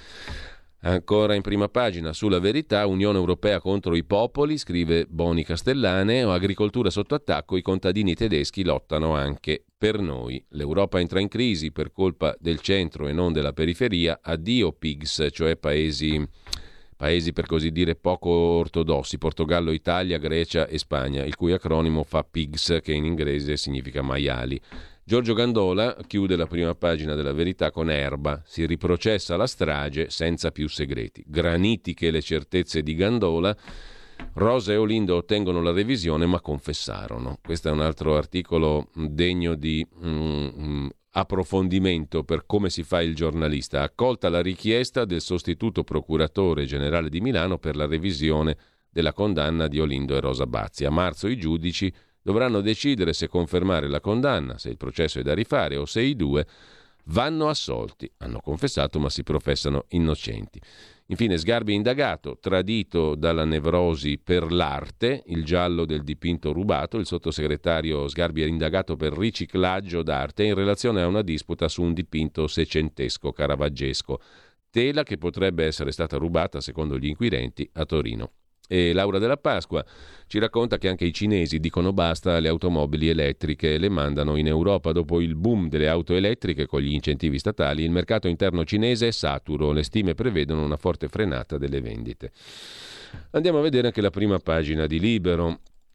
Ancora in prima pagina sulla Verità, Unione Europea contro i popoli, scrive Boni Castellane, o agricoltura sotto attacco, i contadini tedeschi lottano anche per noi. L'Europa entra in crisi per colpa del centro e non della periferia, addio P I G S, cioè paesi, paesi per così dire poco ortodossi, Portogallo, Italia, Grecia e Spagna, il cui acronimo fa P I G S, che in inglese significa maiali. Giorgio Gandola chiude la prima pagina della Verità con Erba. Si riprocessa la strage senza più segreti. Granitiche le certezze di Gandola. Rosa e Olindo ottengono la revisione ma confessarono. Questo è un altro articolo degno di mm, approfondimento per come si fa il giornalista. Accolta la richiesta del sostituto procuratore generale di Milano per la revisione della condanna di Olindo e Rosa Bazzi. A marzo i giudici dovranno decidere se confermare la condanna, se il processo è da rifare o se i due vanno assolti. Hanno confessato ma si professano innocenti. Infine Sgarbi indagato, tradito dalla nevrosi per l'arte, il giallo del dipinto rubato. Il sottosegretario Sgarbi è indagato per riciclaggio d'arte in relazione a una disputa su un dipinto secentesco caravaggesco, tela che potrebbe essere stata rubata, secondo gli inquirenti, a Torino. E Laura Della Pasqua ci racconta che anche i cinesi dicono basta alle automobili elettriche e le mandano in Europa. Dopo il boom delle auto elettriche con gli incentivi statali, il mercato interno cinese è saturo. Le stime prevedono una forte frenata delle vendite. Andiamo a vedere anche la prima pagina di Libero.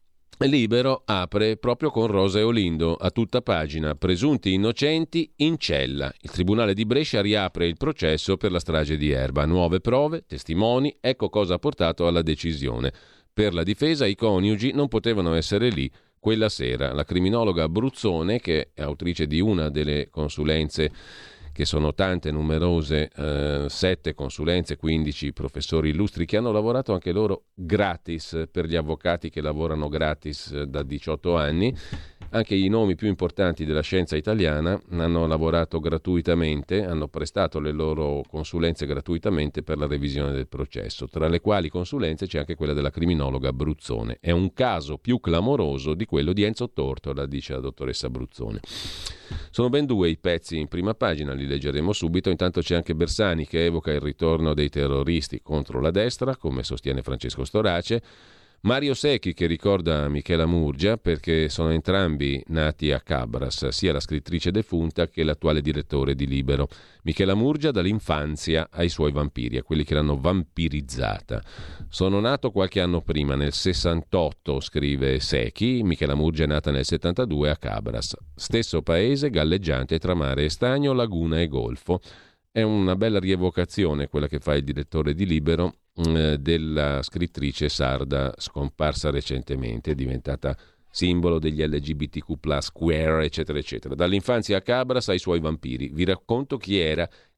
Libero apre proprio con Rosa e Olindo, a tutta pagina, presunti innocenti in cella. Il Tribunale di Brescia riapre il processo per la strage di Erba. Nuove prove, testimoni, ecco cosa ha portato alla decisione. Per la difesa i coniugi non potevano essere lì quella sera. La criminologa Abruzzone, che è autrice di una delle consulenze che sono tante, numerose, eh, sette consulenze, quindici professori illustri che hanno lavorato anche loro gratis per gli avvocati che lavorano gratis da diciotto anni. Anche i nomi più importanti della scienza italiana hanno lavorato gratuitamente, hanno prestato le loro consulenze gratuitamente per la revisione del processo, tra le quali consulenze c'è anche quella della criminologa Abruzzone. È un caso più clamoroso di quello di Enzo Tortora, dice la dottoressa Abruzzone. Sono ben due i pezzi in prima pagina, li leggeremo subito. Intanto c'è anche Bersani che evoca il ritorno dei terroristi contro la destra, come sostiene Francesco Storace. Mario Secchi che ricorda Michela Murgia perché sono entrambi nati a Cabras, sia la scrittrice defunta che l'attuale direttore di Libero. Michela Murgia dall'infanzia ai suoi vampiri, a quelli che l'hanno vampirizzata. Sono nato qualche anno prima, nel sessantotto, scrive Secchi. Michela Murgia è nata nel settantadue a Cabras. Stesso paese, galleggiante tra mare e stagno, laguna e golfo. È una bella rievocazione quella che fa il direttore di Libero eh, della scrittrice sarda scomparsa recentemente, diventata simbolo degli L G B T Q plus, queer, eccetera, eccetera. Dall'infanzia a Cabras ai suoi vampiri. Vi racconto chi era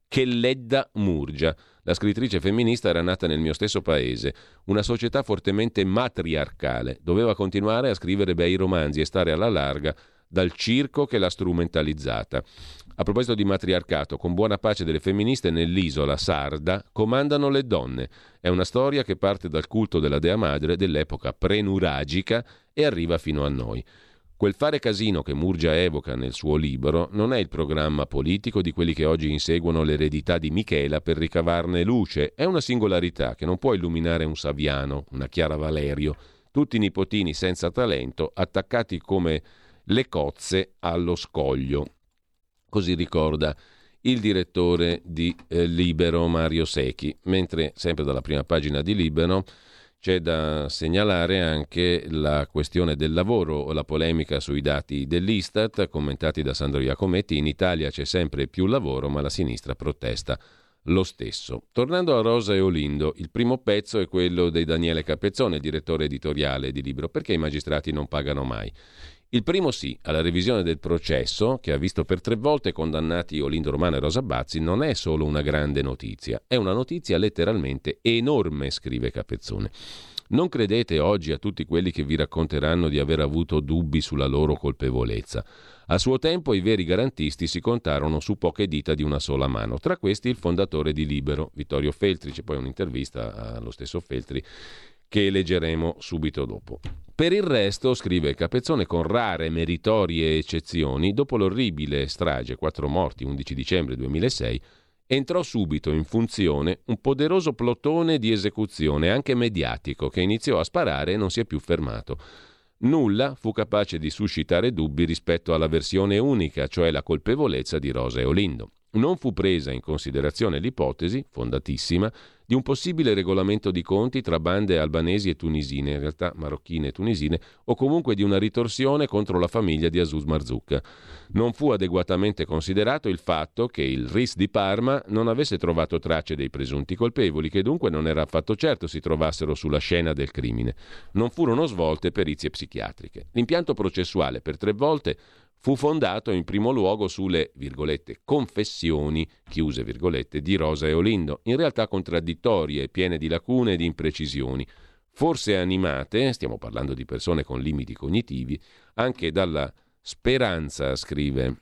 Chelledda Murgia. La scrittrice femminista era nata nel mio stesso paese, una società fortemente matriarcale. Doveva continuare a scrivere bei romanzi e stare alla larga dal circo che l'ha strumentalizzata. A proposito di matriarcato, con buona pace delle femministe, nell'isola sarda comandano le donne. È una storia che parte dal culto della Dea Madre dell'epoca prenuragica e arriva fino a noi. Quel fare casino che Murgia evoca nel suo libro non è il programma politico di quelli che oggi inseguono l'eredità di Michela per ricavarne luce, è una singolarità che non può illuminare un Saviano, una Chiara Valerio, tutti nipotini senza talento, attaccati come le cozze allo scoglio. Così ricorda il direttore di eh, Libero, Mario Secchi, mentre sempre dalla prima pagina di Libero c'è da segnalare anche la questione del lavoro o la polemica sui dati dell'Istat, commentati da Sandro Iacometti. In Italia c'è sempre più lavoro, ma la sinistra protesta lo stesso. Tornando a Rosa e Olindo, il primo pezzo è quello di Daniele Capezzone, direttore editoriale di Libero. Perché i magistrati non pagano mai? Il primo sì, alla revisione del processo, che ha visto per tre volte condannati Olindo Romano e Rosa Bazzi, non è solo una grande notizia, è una notizia letteralmente enorme, scrive Capezzone. Non credete oggi a tutti quelli che vi racconteranno di aver avuto dubbi sulla loro colpevolezza. A suo tempo i veri garantisti si contarono su poche dita di una sola mano, tra questi il fondatore di Libero, Vittorio Feltri. C'è poi un'intervista allo stesso Feltri che leggeremo subito dopo. Per il resto, scrive Capezzone, con rare meritorie eccezioni, dopo l'orribile strage, quattro morti, undici dicembre duemilasei, entrò subito in funzione un poderoso plotone di esecuzione, anche mediatico, che iniziò a sparare e non si è più fermato. Nulla fu capace di suscitare dubbi rispetto alla versione unica, cioè la colpevolezza di Rosa e Olindo. Non fu presa in considerazione l'ipotesi, fondatissima, di un possibile regolamento di conti tra bande albanesi e tunisine, in realtà marocchine e tunisine, o comunque di una ritorsione contro la famiglia di Asus Marzucca. Non fu adeguatamente considerato il fatto che il R I S di Parma non avesse trovato tracce dei presunti colpevoli, che dunque non era affatto certo si trovassero sulla scena del crimine. Non furono svolte perizie psichiatriche. L'impianto processuale per tre volte fu fondato in primo luogo sulle, virgolette, confessioni, chiuse virgolette, di Rosa e Olindo, in realtà contraddittorie, piene di lacune e di imprecisioni, forse animate, stiamo parlando di persone con limiti cognitivi, anche dalla speranza, scrive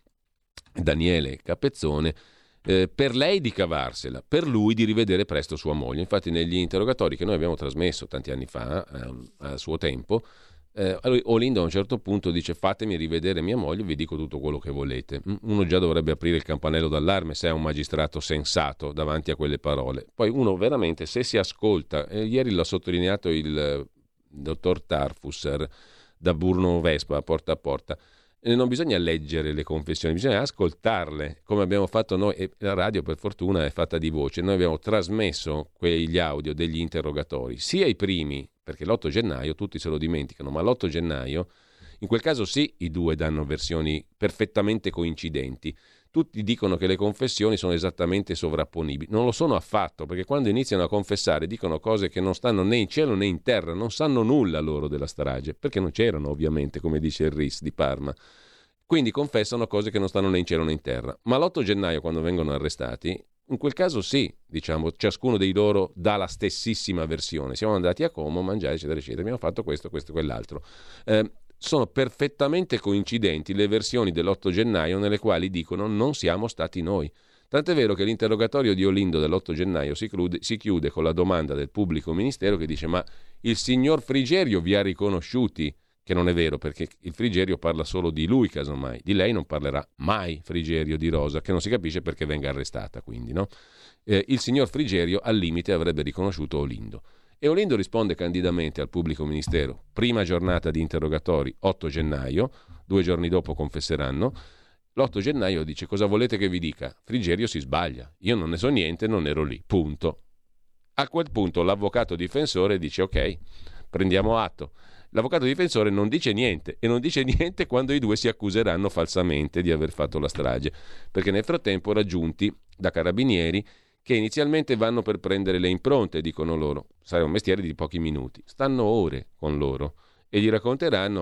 Daniele Capezzone, eh, per lei di cavarsela, per lui di rivedere presto sua moglie. Infatti negli interrogatori che noi abbiamo trasmesso tanti anni fa, eh, a suo tempo, Eh, Olindo a un certo punto dice: fatemi rivedere mia moglie, vi dico tutto quello che volete. Uno già dovrebbe aprire il campanello d'allarme se è un magistrato sensato davanti a quelle parole. Poi uno veramente, se si ascolta, eh, ieri l'ha sottolineato il eh, dottor Tarfusser da Burno Vespa, porta a porta, eh, non bisogna leggere le confessioni, bisogna ascoltarle, come abbiamo fatto noi, e la radio per fortuna è fatta di voce. Noi abbiamo trasmesso quegli audio degli interrogatori, sia i primi, perché l'otto gennaio tutti se lo dimenticano, ma l'otto gennaio, in quel caso sì, i due danno versioni perfettamente coincidenti. Tutti dicono che le confessioni sono esattamente sovrapponibili. Non lo sono affatto, perché quando iniziano a confessare dicono cose che non stanno né in cielo né in terra, non sanno nulla loro della strage, perché non c'erano ovviamente, come dice il R I S di Parma. Quindi confessano cose che non stanno né in cielo né in terra. Ma l'otto gennaio, quando vengono arrestati, in quel caso sì, diciamo, ciascuno dei loro dà la stessissima versione. Siamo andati a Como a mangiare, eccetera, eccetera. Abbiamo fatto questo, questo e quell'altro. Eh, sono perfettamente coincidenti le versioni dell'otto gennaio nelle quali dicono non siamo stati noi. Tant'è vero che l'interrogatorio di Olindo dell'otto gennaio si chiude, si chiude con la domanda del pubblico ministero che dice: ma il signor Frigerio vi ha riconosciuti? Che non è vero, perché il Frigerio parla solo di lui, casomai. Di lei non parlerà mai Frigerio di Rosa, che non si capisce perché venga arrestata, quindi, no? Eh, il signor Frigerio al limite avrebbe riconosciuto Olindo. E Olindo risponde candidamente al pubblico ministero. Prima giornata di interrogatori, otto gennaio, due giorni dopo confesseranno. L'otto gennaio dice: cosa volete che vi dica? Frigerio si sbaglia, io non ne so niente, non ero lì, punto. A quel punto l'avvocato difensore dice: ok, prendiamo atto. L'avvocato difensore non dice niente, e non dice niente quando i due si accuseranno falsamente di aver fatto la strage, perché nel frattempo raggiunti da carabinieri che inizialmente vanno per prendere le impronte, dicono loro. Sarà un mestiere di pochi minuti. Stanno ore con loro e gli racconteranno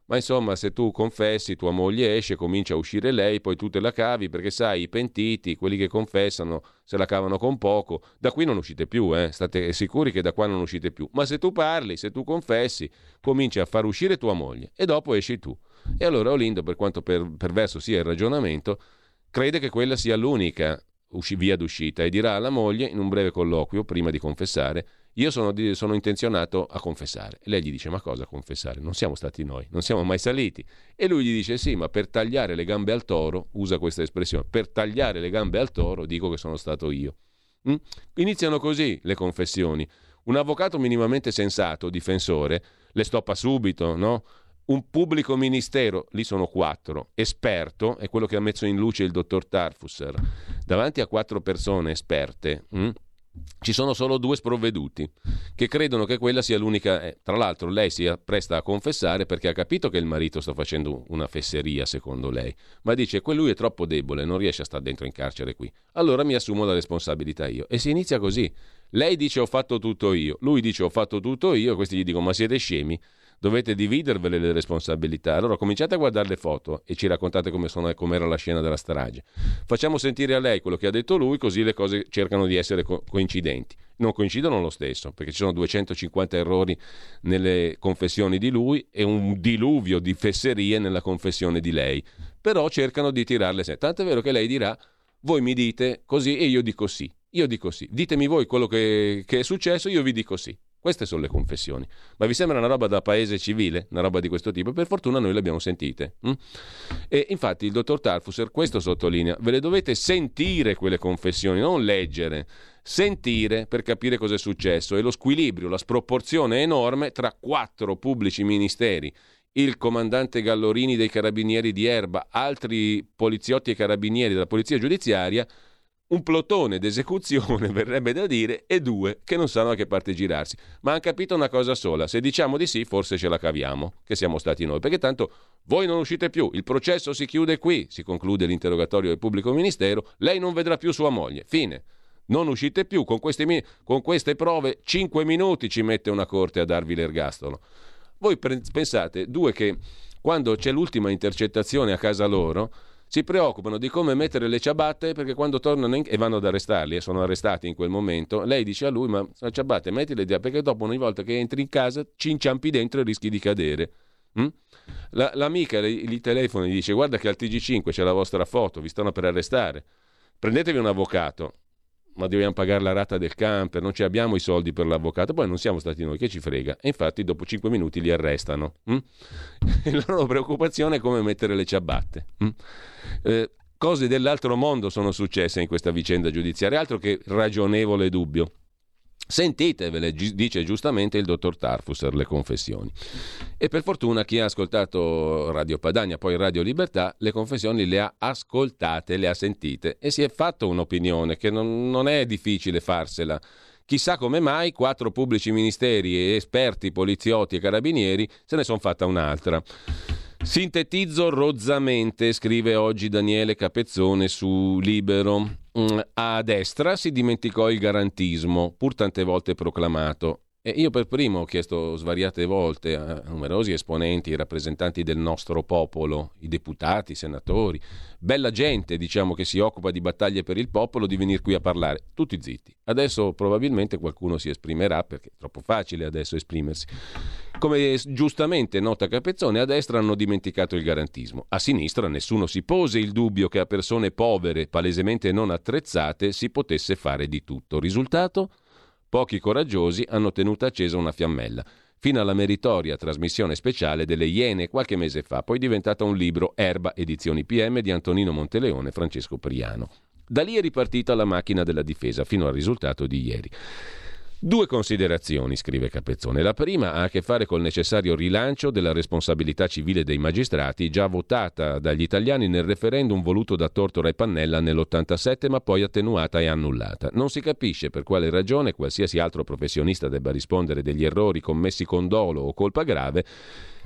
ma insomma se tu confessi, tua moglie esce, comincia a uscire lei, poi tu te la cavi, perché sai, i pentiti, quelli che confessano, se la cavano con poco, da qui non uscite più, eh? State sicuri che da qua non uscite più, ma se tu parli, se tu confessi, cominci a far uscire tua moglie e dopo esci tu. E allora Olindo, per quanto per, perverso sia il ragionamento, crede che quella sia l'unica usci- via d'uscita e dirà alla moglie in un breve colloquio, prima di confessare: io sono, di, sono intenzionato a confessare. E lei gli dice: ma cosa confessare? Non siamo stati noi, non siamo mai saliti. E lui gli dice: sì, ma per tagliare le gambe al toro, usa questa espressione, per tagliare le gambe al toro dico che sono stato io. Mm? Iniziano così le confessioni. Un avvocato minimamente sensato, difensore, le stoppa subito, no? Un pubblico ministero, lì sono quattro, esperto, è quello che ha messo in luce il dottor Tarfusser, davanti a quattro persone esperte, mh? Ci sono solo due sprovveduti che credono che quella sia l'unica. Eh, tra l'altro lei si appresta a confessare perché ha capito che il marito sta facendo una fesseria, secondo lei, ma dice che lui è troppo debole, non riesce a stare dentro in carcere qui, allora mi assumo la responsabilità io. E si inizia così. Lei dice ho fatto tutto io, lui dice ho fatto tutto io, questi gli dicono ma siete scemi? Dovete dividervele le responsabilità. Allora cominciate a guardare le foto e ci raccontate come sono, com'era la scena della strage. Facciamo sentire a lei quello che ha detto lui, così le cose cercano di essere co- coincidenti. Non coincidono lo stesso, perché ci sono duecentocinquanta errori nelle confessioni di lui e un diluvio di fesserie nella confessione di lei. Però cercano di tirarle sempre. Tanto è vero che lei dirà: voi mi dite così e io dico sì. Io dico sì. Ditemi voi quello che, che è successo, io vi dico sì. Queste sono le confessioni. Ma vi sembra una roba da paese civile? Una roba di questo tipo? Per fortuna noi le abbiamo sentite. Hm? E infatti il dottor Tarfusser questo sottolinea: ve le dovete sentire quelle confessioni, non leggere. Sentire per capire cosa è successo. E lo squilibrio, la sproporzione enorme tra quattro pubblici ministeri, il comandante Gallorini dei Carabinieri di Erba, altri poliziotti e carabinieri della Polizia Giudiziaria, un plotone d'esecuzione, verrebbe da dire, e due che non sanno a che parte girarsi. Ma hanno capito una cosa sola: se diciamo di sì, forse ce la caviamo, che siamo stati noi, perché tanto voi non uscite più, il processo si chiude qui, si conclude l'interrogatorio del pubblico ministero, lei non vedrà più sua moglie, fine. Non uscite più, con queste, con queste prove cinque minuti ci mette una corte a darvi l'ergastolo. Voi pensate, due che quando c'è l'ultima intercettazione a casa loro si preoccupano di come mettere le ciabatte, perché quando tornano in... e vanno ad arrestarli e sono arrestati in quel momento, lei dice a lui: ma le ciabatte mettile, perché dopo ogni volta che entri in casa ci inciampi dentro e rischi di cadere. mm? La, l'amica gli telefona e gli dice: guarda che al T G cinque c'è la vostra foto, vi stanno per arrestare, prendetevi un avvocato. Ma dobbiamo pagare la rata del camper, non ci abbiamo i soldi per l'avvocato, poi non siamo stati noi, che ci frega. E infatti dopo cinque minuti li arrestano. Mm? La loro preoccupazione è come mettere le ciabatte. Mm? Eh, cose dell'altro mondo sono successe in questa vicenda giudiziaria, altro che ragionevole dubbio. Sentitevele, dice giustamente il dottor Tarfusser, le confessioni. E per fortuna chi ha ascoltato Radio Padania, poi Radio Libertà, le confessioni le ha ascoltate, le ha sentite e si è fatto un'opinione che non, non è difficile farsela. Chissà come mai quattro pubblici ministeri e esperti, poliziotti e carabinieri se ne sono fatta un'altra. Sintetizzo rozzamente, scrive oggi Daniele Capezzone su Libero. A destra si dimenticò il garantismo, pur tante volte proclamato. E io per primo ho chiesto svariate volte a numerosi esponenti, i rappresentanti del nostro popolo, i deputati, i senatori, bella gente, diciamo, che si occupa di battaglie per il popolo, di venire qui a parlare. Tutti zitti. Adesso probabilmente qualcuno si esprimerà, perché è troppo facile adesso esprimersi. Come giustamente nota Capezzone, a destra hanno dimenticato il garantismo. A sinistra nessuno si pose il dubbio che a persone povere, palesemente non attrezzate, si potesse fare di tutto. Risultato? Pochi coraggiosi hanno tenuto accesa una fiammella, fino alla meritoria trasmissione speciale delle Iene qualche mese fa, poi diventata un libro, Erba, edizioni P M, di Antonino Monteleone e Francesco Priano. Da lì è ripartita la macchina della difesa, fino al risultato di ieri. Due considerazioni, scrive Capezzone. La prima ha a che fare col necessario rilancio della responsabilità civile dei magistrati, già votata dagli italiani nel referendum voluto da Tortora e Pannella nell'ottantasette, ma poi attenuata e annullata. Non si capisce per quale ragione qualsiasi altro professionista debba rispondere degli errori commessi con dolo o colpa grave,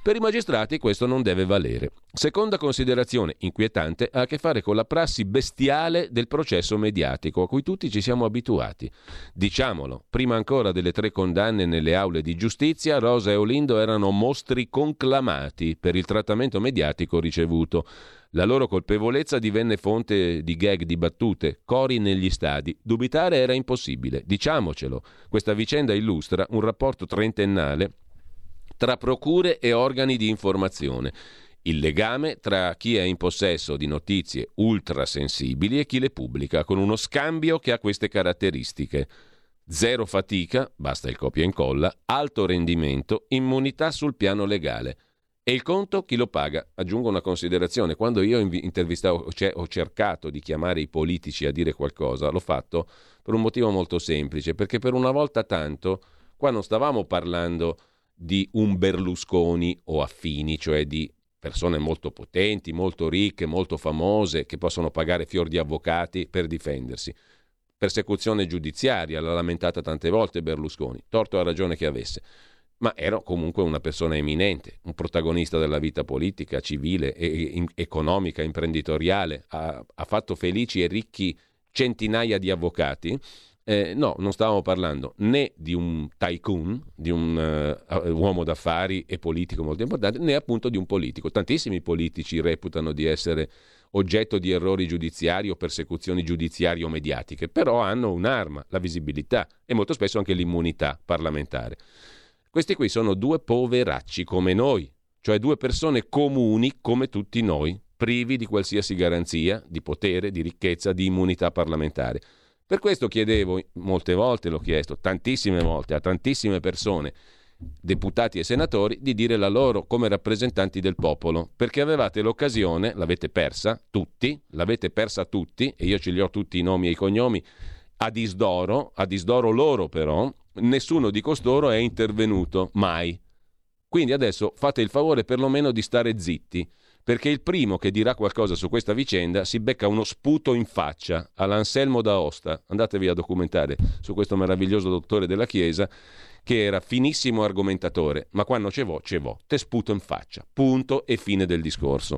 Per i magistrati questo non deve valere. Seconda considerazione inquietante ha a che fare con la prassi bestiale del processo mediatico a cui tutti ci siamo abituati. Diciamolo, prima ancora delle tre condanne nelle aule di giustizia, Rosa e Olindo erano mostri conclamati per il trattamento mediatico ricevuto. La loro colpevolezza divenne fonte di gag, di battute, cori negli stadi. Dubitare era impossibile, diciamocelo. Questa vicenda illustra un rapporto trentennale tra procure e organi di informazione. Il legame tra chi è in possesso di notizie ultrasensibili e chi le pubblica, con uno scambio che ha queste caratteristiche. Zero fatica, basta il copia e incolla, alto rendimento, immunità sul piano legale. E il conto chi lo paga? Aggiungo una considerazione. Quando io intervistavo, cioè, ho cercato di chiamare i politici a dire qualcosa, l'ho fatto per un motivo molto semplice, perché per una volta tanto qua non stavamo parlando di un Berlusconi o affini, cioè di persone molto potenti, molto ricche, molto famose, che possono pagare fior di avvocati per difendersi. Persecuzione giudiziaria, l'ha lamentata tante volte Berlusconi, torto a ragione che avesse. Ma ero comunque una persona eminente, un protagonista della vita politica, civile, e, economica, imprenditoriale, ha, ha fatto felici e ricchi centinaia di avvocati. Eh, no, non stavamo parlando né di un tycoon, di un uh, uomo d'affari e politico molto importante, né appunto di un politico. Tantissimi politici reputano di essere oggetto di errori giudiziari o persecuzioni giudiziarie o mediatiche, però hanno un'arma, la visibilità e molto spesso anche l'immunità parlamentare. Questi qui sono due poveracci come noi, cioè due persone comuni come tutti noi, privi di qualsiasi garanzia, di potere, di ricchezza, di immunità parlamentare. Per questo chiedevo, molte volte l'ho chiesto, tantissime volte, a tantissime persone, deputati e senatori, di dire la loro come rappresentanti del popolo, perché avevate l'occasione, l'avete persa tutti, l'avete persa tutti, e io ce li ho tutti i nomi e i cognomi, a disdoro, a disdoro loro però, nessuno di costoro è intervenuto, mai. Quindi adesso fate il favore perlomeno di stare zitti, perché il primo che dirà qualcosa su questa vicenda si becca uno sputo in faccia all'Anselmo d'Aosta. Andatevi a documentare su questo meraviglioso dottore della Chiesa, che era finissimo argomentatore, ma quando ce vo, ce vo, te sputo in faccia. Punto e fine del discorso.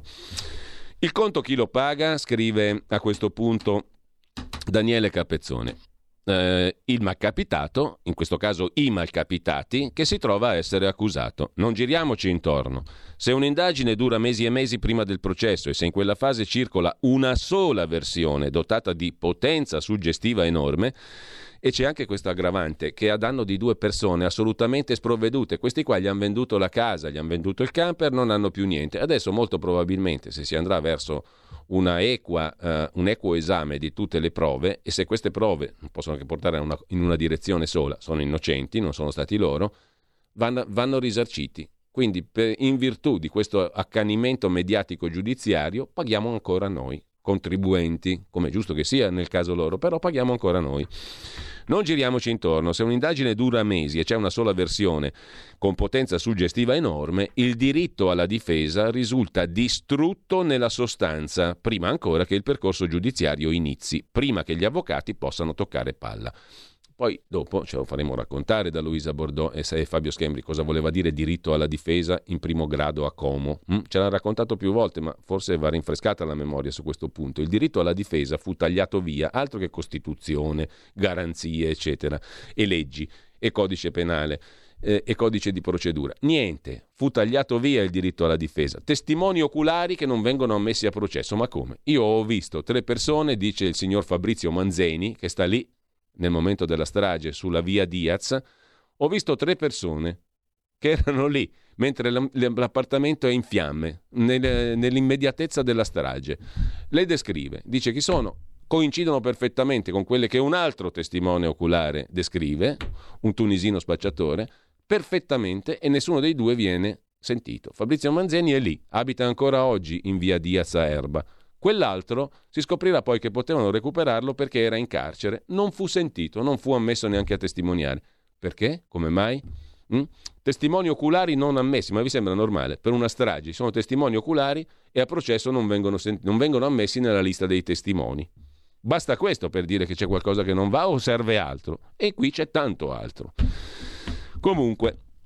Il conto chi lo paga? Scrive a questo punto Daniele Capezzone. Eh, il malcapitato, in questo caso i malcapitati, che si trova a essere accusato. Non giriamoci intorno. Se un'indagine dura mesi e mesi prima del processo e se in quella fase circola una sola versione dotata di potenza suggestiva enorme, e c'è anche questo aggravante che a danno di due persone assolutamente sprovvedute, questi qua gli hanno venduto la casa, gli hanno venduto il camper, non hanno più niente. Adesso molto probabilmente, se si andrà verso una equa, uh, un equo esame di tutte le prove, e se queste prove non possono che portare una, in una direzione sola, sono innocenti, non sono stati loro, vanno, vanno risarciti. Quindi per, in virtù di questo accanimento mediatico giudiziario paghiamo ancora noi, contribuenti, come è giusto che sia nel caso loro, però paghiamo ancora noi. Non giriamoci intorno. Se un'indagine dura mesi e c'è una sola versione con potenza suggestiva enorme, il diritto alla difesa risulta distrutto nella sostanza, prima ancora che il percorso giudiziario inizi, prima che gli avvocati possano toccare palla. Poi dopo ce lo faremo raccontare da Luisa Bordò e Fabio Schembri cosa voleva dire diritto alla difesa in primo grado a Como. Mm? Ce l'ha raccontato più volte, ma forse va rinfrescata la memoria su questo punto. Il diritto alla difesa fu tagliato via, altro che Costituzione, garanzie, eccetera, e leggi, e codice penale, eh, e codice di procedura. Niente, fu tagliato via il diritto alla difesa. Testimoni oculari che non vengono ammessi a processo. Ma come? Io ho visto tre persone, dice il signor Fabrizio Manzeni, che sta lì nel momento della strage sulla via Diaz, ho visto tre persone che erano lì mentre l'appartamento è in fiamme, nell'immediatezza della strage. Le descrive, dice chi sono, coincidono perfettamente con quelle che un altro testimone oculare descrive, un tunisino spacciatore, perfettamente, e nessuno dei due viene sentito. Fabrizio Manzeni è lì, abita ancora oggi in via Diaz a Erba. Quell'altro si scoprirà poi che potevano recuperarlo perché era in carcere, non fu sentito, non fu ammesso neanche a testimoniare. Perché? Come mai? Mm? Testimoni oculari non ammessi, ma vi sembra normale? Per una strage sono testimoni oculari e a processo non vengono, sent- non vengono ammessi nella lista dei testimoni. Basta questo per dire che c'è qualcosa che non va o serve altro? E qui c'è tanto altro. Comunque,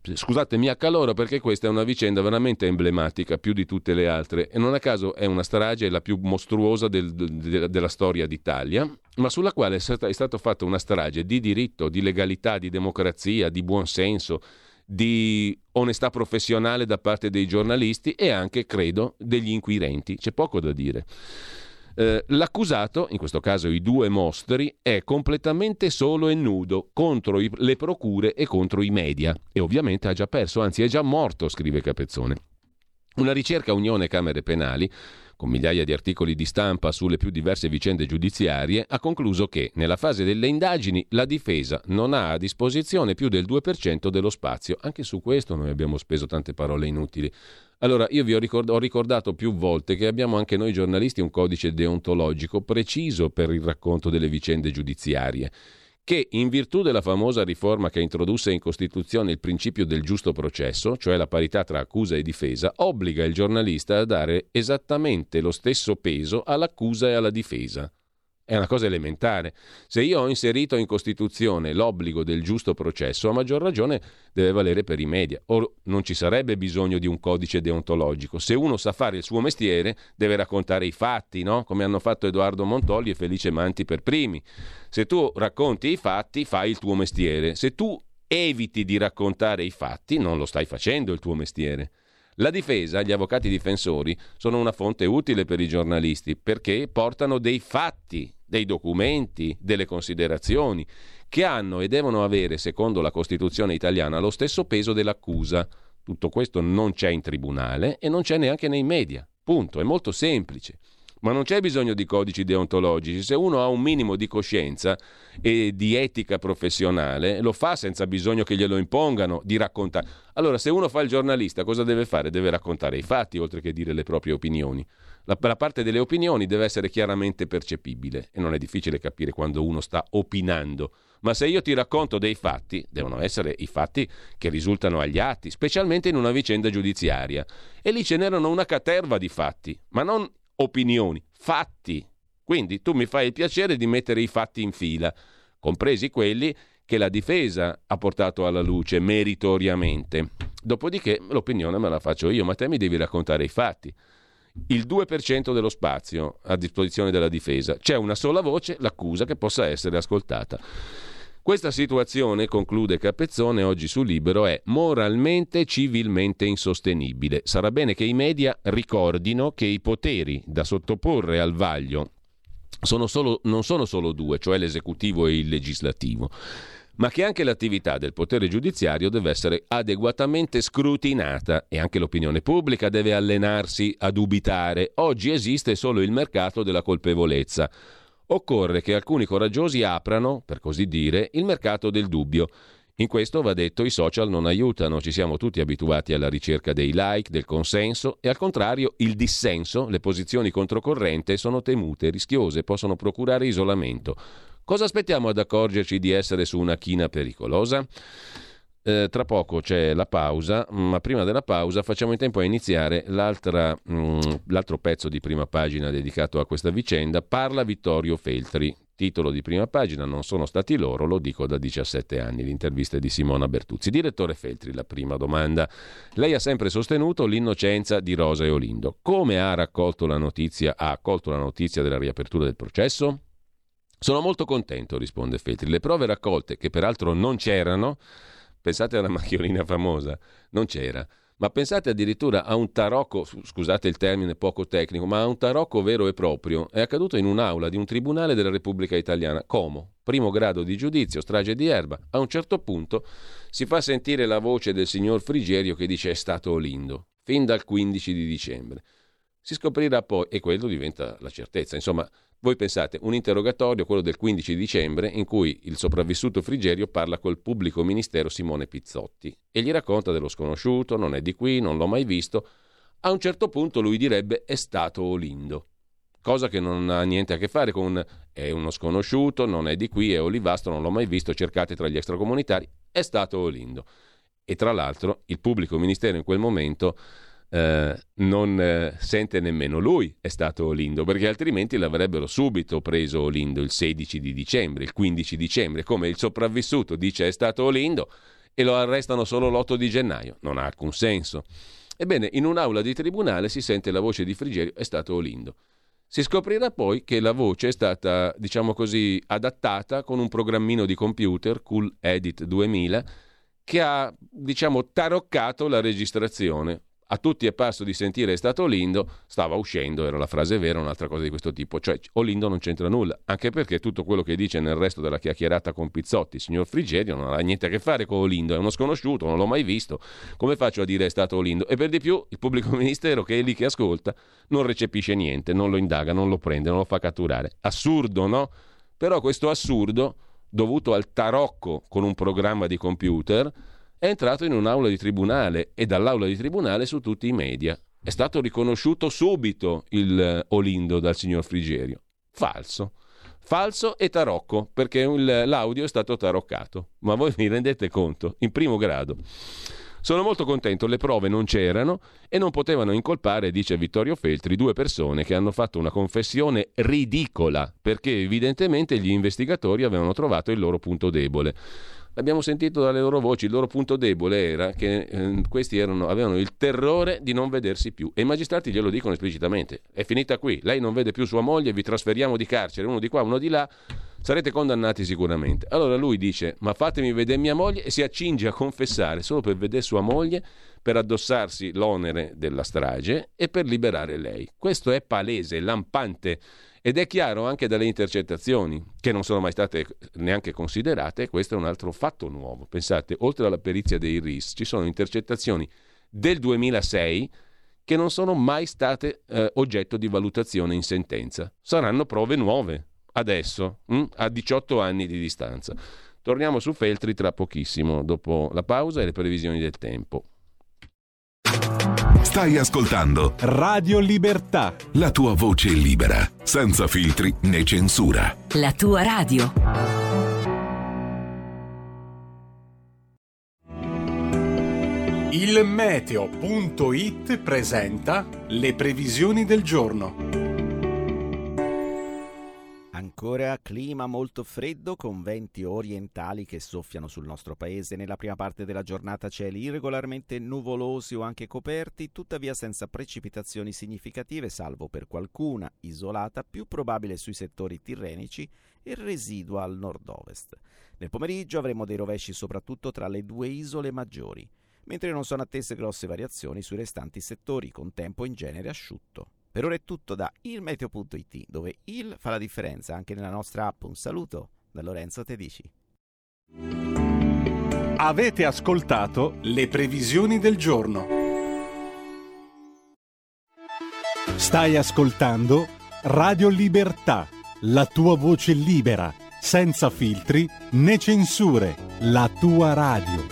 Scusate, mi accaloro perché questa è una vicenda veramente emblematica, più di tutte le altre, e non a caso è una strage la più mostruosa del, de, della storia d'Italia, ma sulla quale è stata, è stata fatta una strage di diritto, di legalità, di democrazia, di buonsenso, di onestà professionale da parte dei giornalisti e anche, credo, degli inquirenti. C'è poco da dire. Eh, l'accusato, in questo caso i due mostri, è completamente solo e nudo contro i, le procure e contro i media, e ovviamente ha già perso, anzi è già morto, scrive Capezzone. Una ricerca Unione Camere Penali, con migliaia di articoli di stampa sulle più diverse vicende giudiziarie, ha concluso che nella fase delle indagini la difesa non ha a disposizione più del due per cento dello spazio. Anche su questo noi abbiamo speso tante parole inutili. Allora, io vi ho, ricord- ho ricordato più volte che abbiamo anche noi giornalisti un codice deontologico preciso per il racconto delle vicende giudiziarie, che in virtù della famosa riforma che introdusse in Costituzione il principio del giusto processo, cioè la parità tra accusa e difesa, obbliga il giornalista a dare esattamente lo stesso peso all'accusa e alla difesa. È una cosa elementare. Se io ho inserito in Costituzione l'obbligo del giusto processo, a maggior ragione deve valere per i media. Or non ci sarebbe bisogno di un codice deontologico. Se uno sa fare il suo mestiere, deve raccontare i fatti, no? Come hanno fatto Edoardo Montolli e Felice Manti per primi. Se tu racconti i fatti, fai il tuo mestiere. Se tu eviti di raccontare i fatti, non lo stai facendo il tuo mestiere. La difesa, gli avvocati difensori, sono una fonte utile per i giornalisti perché portano dei fatti, dei documenti, delle considerazioni che hanno e devono avere, secondo la Costituzione italiana, lo stesso peso dell'accusa. Tutto questo non c'è in tribunale e non c'è neanche nei media. Punto, è molto semplice. Ma non c'è bisogno di codici deontologici. Se uno ha un minimo di coscienza e di etica professionale, lo fa senza bisogno che glielo impongano di raccontare. Allora, se uno fa il giornalista, cosa deve fare? Deve raccontare i fatti, oltre che dire le proprie opinioni. La, la parte delle opinioni deve essere chiaramente percepibile e non è difficile capire quando uno sta opinando. Ma se io ti racconto dei fatti, devono essere i fatti che risultano agli atti, specialmente in una vicenda giudiziaria. E lì ce n'erano una caterva di fatti, ma non opinioni, fatti. Quindi tu mi fai il piacere di mettere i fatti in fila, compresi quelli che la difesa ha portato alla luce meritoriamente. Dopodiché l'opinione me la faccio io, ma te mi devi raccontare i fatti. Il due per cento dello spazio a disposizione della difesa. C'è una sola voce, l'accusa, che possa essere ascoltata. Questa situazione, conclude Capezzone oggi su Libero, è moralmente e civilmente insostenibile. Sarà bene che i media ricordino che i poteri da sottoporre al vaglio sono solo, non sono solo due, cioè l'esecutivo e il legislativo, ma che anche l'attività del potere giudiziario deve essere adeguatamente scrutinata e anche l'opinione pubblica deve allenarsi a dubitare. Oggi esiste solo il mercato della colpevolezza. Occorre che alcuni coraggiosi aprano, per così dire, il mercato del dubbio. In questo, va detto, i social non aiutano, ci siamo tutti abituati alla ricerca dei like, del consenso e al contrario il dissenso, le posizioni controcorrente sono temute, rischiose, possono procurare isolamento. Cosa aspettiamo ad accorgerci di essere su una china pericolosa? Eh, tra poco c'è la pausa, ma prima della pausa facciamo in tempo a iniziare l'altra, mh, l'altro pezzo di prima pagina dedicato a questa vicenda. Parla Vittorio Feltri, titolo di prima pagina: non sono stati loro, lo dico da diciassette anni, l'intervista di Simona Bertuzzi. Direttore Feltri, la prima domanda: lei ha sempre sostenuto l'innocenza di Rosa e Olindo. Come ha raccolto la notizia, ha accolto la notizia della riapertura del processo? Sono molto contento, risponde Feltri. Le prove raccolte, che peraltro non c'erano, pensate alla macchiolina famosa, non c'era, ma pensate addirittura a un tarocco, scusate il termine poco tecnico, ma a un tarocco vero e proprio. È accaduto in un'aula di un tribunale della Repubblica Italiana, Como, primo grado di giudizio, strage di Erba. A un certo punto si fa sentire la voce del signor Frigerio che dice: è stato Olindo, fin dal quindici di dicembre. Si scoprirà poi, e quello diventa la certezza, insomma. Voi pensate, un interrogatorio, quello del quindici dicembre, in cui il sopravvissuto Frigerio parla col pubblico ministero Simone Pizzotti e gli racconta dello sconosciuto, non è di qui, non l'ho mai visto. A un certo punto lui direbbe: è stato Olindo, cosa che non ha niente a che fare con è uno sconosciuto, non è di qui, è olivastro, non l'ho mai visto, cercate tra gli extracomunitari, è stato Olindo. E tra l'altro il pubblico ministero in quel momento Uh, non uh, sente nemmeno lui è stato Olindo, perché altrimenti l'avrebbero subito preso Olindo il sedici di dicembre, il quindici dicembre, come il sopravvissuto dice è stato Olindo e lo arrestano solo l'otto di gennaio. Non ha alcun senso. Ebbene, in un'aula di tribunale si sente la voce di Frigerio, è stato Olindo. Si scoprirà poi che la voce è stata, diciamo così, adattata con un programmino di computer, Cool Edit duemila, che ha, diciamo, taroccato la registrazione. A tutti è parso di sentire è stato Olindo, stava uscendo, era la frase vera, un'altra cosa di questo tipo, cioè Olindo non c'entra nulla, anche perché tutto quello che dice nel resto della chiacchierata con Pizzotti, signor Frigerio, non ha niente a che fare con Olindo, è uno sconosciuto, non l'ho mai visto, come faccio a dire è stato Olindo? E per di più il pubblico ministero che è lì che ascolta non recepisce niente, non lo indaga, non lo prende, non lo fa catturare. Assurdo, no? Però questo assurdo, dovuto al tarocco con un programma di computer, è entrato in un'aula di tribunale e dall'aula di tribunale su tutti i media. È stato riconosciuto subito il Olindo dal signor Frigerio. Falso. Falso e tarocco, perché il, l'audio è stato taroccato. Ma voi vi rendete conto? In primo grado. Sono molto contento, le prove non c'erano e non potevano incolpare, dice Vittorio Feltri, due persone che hanno fatto una confessione ridicola, perché evidentemente gli investigatori avevano trovato il loro punto debole. Abbiamo sentito dalle loro voci, il loro punto debole era che eh, questi erano, avevano il terrore di non vedersi più e i magistrati glielo dicono esplicitamente: è finita qui, lei non vede più sua moglie, vi trasferiamo di carcere, uno di qua, uno di là, sarete condannati sicuramente. Allora lui dice: ma fatemi vedere mia moglie, e si accinge a confessare solo per vedere sua moglie, per addossarsi l'onere della strage e per liberare lei. Questo è palese, lampante. Ed è chiaro anche dalle intercettazioni, che non sono mai state neanche considerate, questo è un altro fatto nuovo. Pensate, oltre alla perizia dei R I S, ci sono intercettazioni del duemilasei che non sono mai state eh, oggetto di valutazione in sentenza. Saranno prove nuove, adesso, mh? a diciotto anni di distanza. Torniamo su Feltri tra pochissimo, dopo la pausa e le previsioni del tempo. Stai ascoltando Radio Libertà, la tua voce libera, senza filtri né censura. La tua radio. il meteo punto it presenta le previsioni del giorno. Ancora clima molto freddo con venti orientali che soffiano sul nostro paese. Nella prima parte della giornata cieli irregolarmente nuvolosi o anche coperti, tuttavia senza precipitazioni significative, salvo per qualcuna isolata più probabile sui settori tirrenici e residua al nord-ovest. Nel pomeriggio avremo dei rovesci soprattutto tra le due isole maggiori, mentre non sono attese grosse variazioni sui restanti settori, con tempo in genere asciutto. Per ora è tutto da il meteo punto it, dove il fa la differenza anche nella nostra app. Un saluto da Lorenzo Tedici. Avete ascoltato le previsioni del giorno. Stai ascoltando Radio Libertà, la tua voce libera, senza filtri né censure, la tua radio.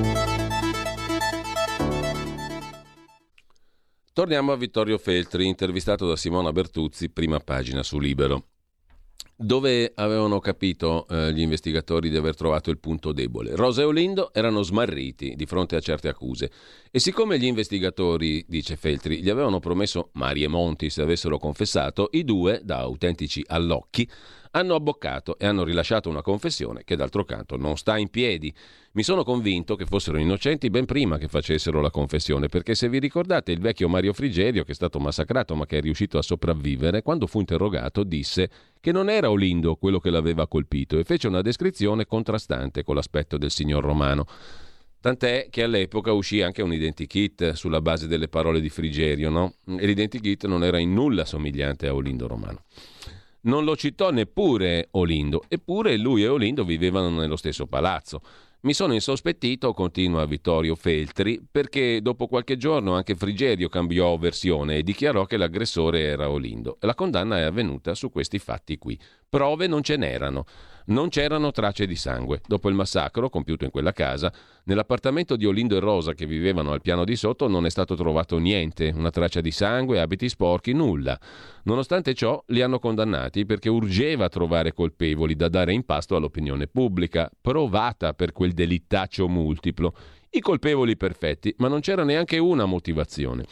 Torniamo a Vittorio Feltri, intervistato da Simona Bertuzzi, prima pagina su Libero, dove avevano capito eh, gli investigatori di aver trovato il punto debole. Rosa e Olindo erano smarriti di fronte a certe accuse e siccome gli investigatori, dice Feltri, gli avevano promesso mari e monti se avessero confessato, i due, da autentici allocchi, hanno abboccato e hanno rilasciato una confessione che d'altro canto non sta in piedi. Mi sono convinto che fossero innocenti ben prima che facessero la confessione, perché se vi ricordate il vecchio Mario Frigerio, che è stato massacrato ma che è riuscito a sopravvivere, quando fu interrogato disse che non era Olindo quello che l'aveva colpito e fece una descrizione contrastante con l'aspetto del signor Romano. Tant'è che all'epoca uscì anche un identikit sulla base delle parole di Frigerio, no? E l'identikit non era in nulla somigliante a Olindo Romano. Non lo citò neppure Olindo, eppure lui e Olindo vivevano nello stesso palazzo. Mi sono insospettito, continua Vittorio Feltri, perché dopo qualche giorno anche Frigerio cambiò versione e dichiarò che l'aggressore era Olindo. La condanna è avvenuta su questi fatti qui. Prove non ce n'erano. Non c'erano tracce di sangue. Dopo il massacro compiuto in quella casa, nell'appartamento di Olindo e Rosa che vivevano al piano di sotto non è stato trovato niente, una traccia di sangue, abiti sporchi, nulla. Nonostante ciò li hanno condannati perché urgeva trovare colpevoli da dare in pasto all'opinione pubblica, provata per quel delittaccio multiplo. I colpevoli perfetti, ma non c'era neanche una motivazione.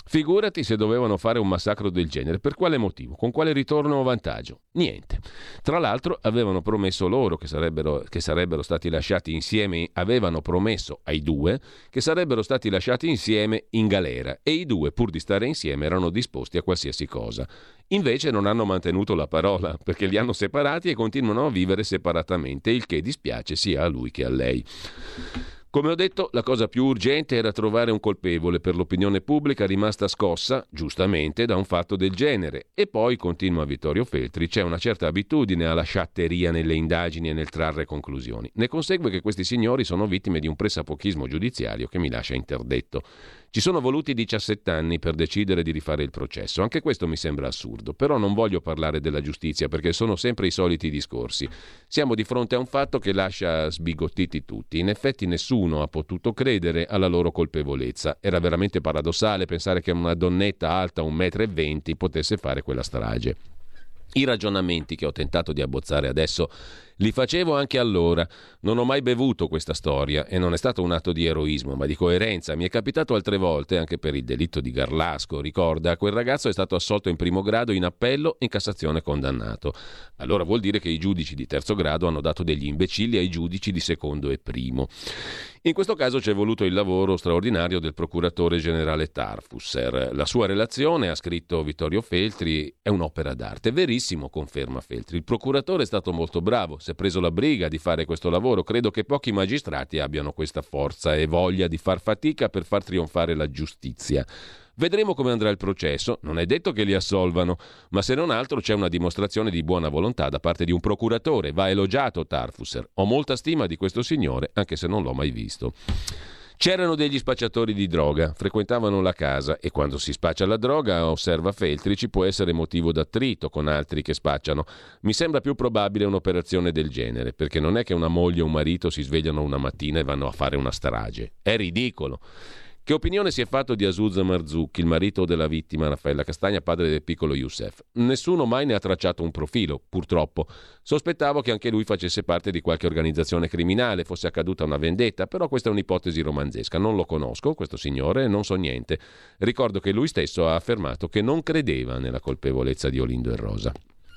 Figurati se dovevano fare un massacro del genere. Per quale motivo? Con quale ritorno o vantaggio? Niente. Tra l'altro avevano promesso loro che sarebbero, che sarebbero stati lasciati insieme, avevano promesso ai due che sarebbero stati lasciati insieme in galera e i due, pur di stare insieme, erano disposti a qualsiasi cosa. Invece non hanno mantenuto la parola, perché li hanno separati e continuano a vivere separatamente, il che dispiace sia a lui che a lei. Come ho detto, la cosa più urgente era trovare un colpevole per l'opinione pubblica rimasta scossa, giustamente, da un fatto del genere. E poi, continua Vittorio Feltri, c'è una certa abitudine alla sciatteria nelle indagini e nel trarre conclusioni. Ne consegue che questi signori sono vittime di un pressapochismo giudiziario che mi lascia interdetto. Ci sono voluti diciassette anni per decidere di rifare il processo. Anche questo mi sembra assurdo, però non voglio parlare della giustizia perché sono sempre i soliti discorsi. Siamo di fronte a un fatto che lascia sbigottiti tutti. In effetti nessuno ha potuto credere alla loro colpevolezza. Era veramente paradossale pensare che una donnetta alta un metro e venti potesse fare quella strage. I ragionamenti che ho tentato di abbozzare adesso li facevo anche allora. Non ho mai bevuto questa storia e non è stato un atto di eroismo, ma di coerenza. Mi è capitato altre volte, anche per il delitto di Garlasco, ricorda, quel ragazzo è stato assolto in primo grado, in appello, in Cassazione condannato. Allora vuol dire che i giudici di terzo grado hanno dato degli imbecilli ai giudici di secondo e primo. In questo caso c'è voluto il lavoro straordinario del procuratore generale Tarfusser. La sua relazione, ha scritto Vittorio Feltri, è un'opera d'arte. Verissimo, conferma Feltri. Il procuratore è stato molto bravo, si è preso la briga di fare questo lavoro. Credo che pochi magistrati abbiano questa forza e voglia di far fatica per far trionfare la giustizia. Vedremo come andrà il processo, non è detto che li assolvano, ma se non altro c'è una dimostrazione di buona volontà da parte di un procuratore. Va elogiato Tarfusser. Ho molta stima di questo signore, anche se non l'ho mai visto. C'erano degli spacciatori di droga, frequentavano la casa e quando si spaccia la droga, osserva Feltri, ci può essere motivo d'attrito con altri che spacciano. Mi sembra più probabile un'operazione del genere, perché non è che una moglie o un marito si svegliano una mattina e vanno a fare una strage. È ridicolo. Che opinione si è fatto di Azuz Marzucchi, il marito della vittima Raffaella Castagna, padre del piccolo Youssef? Nessuno mai ne ha tracciato un profilo, purtroppo. Sospettavo che anche lui facesse parte di qualche organizzazione criminale, fosse accaduta una vendetta, però questa è un'ipotesi romanzesca. Non lo conosco, questo signore, non so niente. Ricordo che lui stesso ha affermato che non credeva nella colpevolezza di Olindo e Rosa.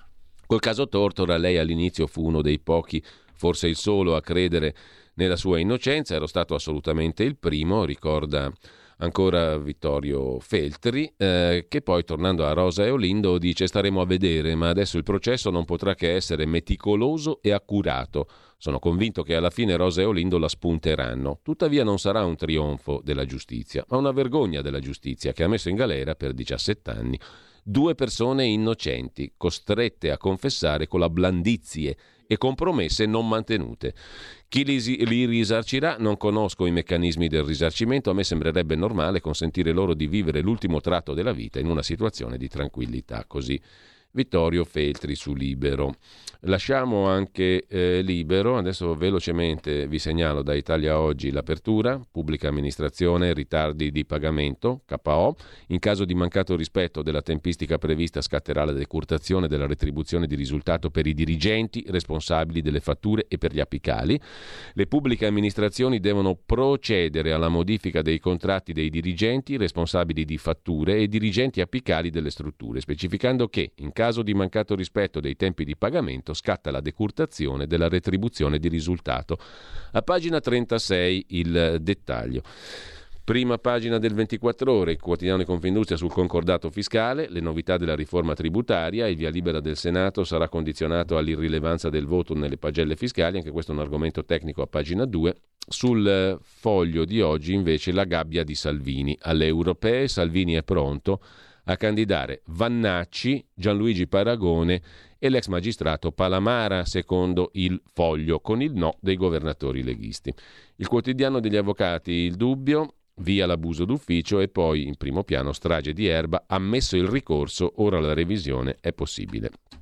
Col caso Tortora, lei all'inizio fu uno dei pochi, forse il solo, a credere nella sua innocenza. Ero stato assolutamente il primo, ricorda ancora Vittorio Feltri, eh, che poi, tornando a Rosa e Olindo, dice: staremo a vedere, ma adesso il processo non potrà che essere meticoloso e accurato. Sono convinto che alla fine Rosa e Olindo la spunteranno. Tuttavia non sarà un trionfo della giustizia, ma una vergogna della giustizia che ha messo in galera per diciassette anni due persone innocenti, costrette a confessare con la blandizie e con promesse non mantenute. Chi li, li risarcirà? Non conosco i meccanismi del risarcimento, a me sembrerebbe normale consentire loro di vivere l'ultimo tratto della vita in una situazione di tranquillità. Così Vittorio Feltri su Libero. Lasciamo anche eh, Libero, adesso velocemente vi segnalo da Italia Oggi l'apertura, pubblica amministrazione, ritardi di pagamento, K O, in caso di mancato rispetto della tempistica prevista scatterà la decurtazione della retribuzione di risultato per i dirigenti responsabili delle fatture e per gli apicali. Le pubbliche amministrazioni devono procedere alla modifica dei contratti dei dirigenti responsabili di fatture e dirigenti apicali delle strutture, specificando che in caso di mancato rispetto dei tempi di pagamento scatta la decurtazione della retribuzione di risultato. A pagina trentasei il dettaglio. Prima pagina del ventiquattro ore, il quotidiano Confindustria sul concordato fiscale, le novità della riforma tributaria, il via libera del Senato sarà condizionato all'irrilevanza del voto nelle pagelle fiscali, anche questo è un argomento tecnico a pagina due. Sul Foglio di oggi invece la gabbia di Salvini. Alle europee Salvini è pronto a candidare Vannacci, Gianluigi Paragone e l'ex magistrato Palamara, secondo il Foglio, con il no dei governatori leghisti. Il quotidiano degli avvocati, il dubbio, via l'abuso d'ufficio e poi in primo piano strage di Erba, ammesso il ricorso, ora la revisione è possibile.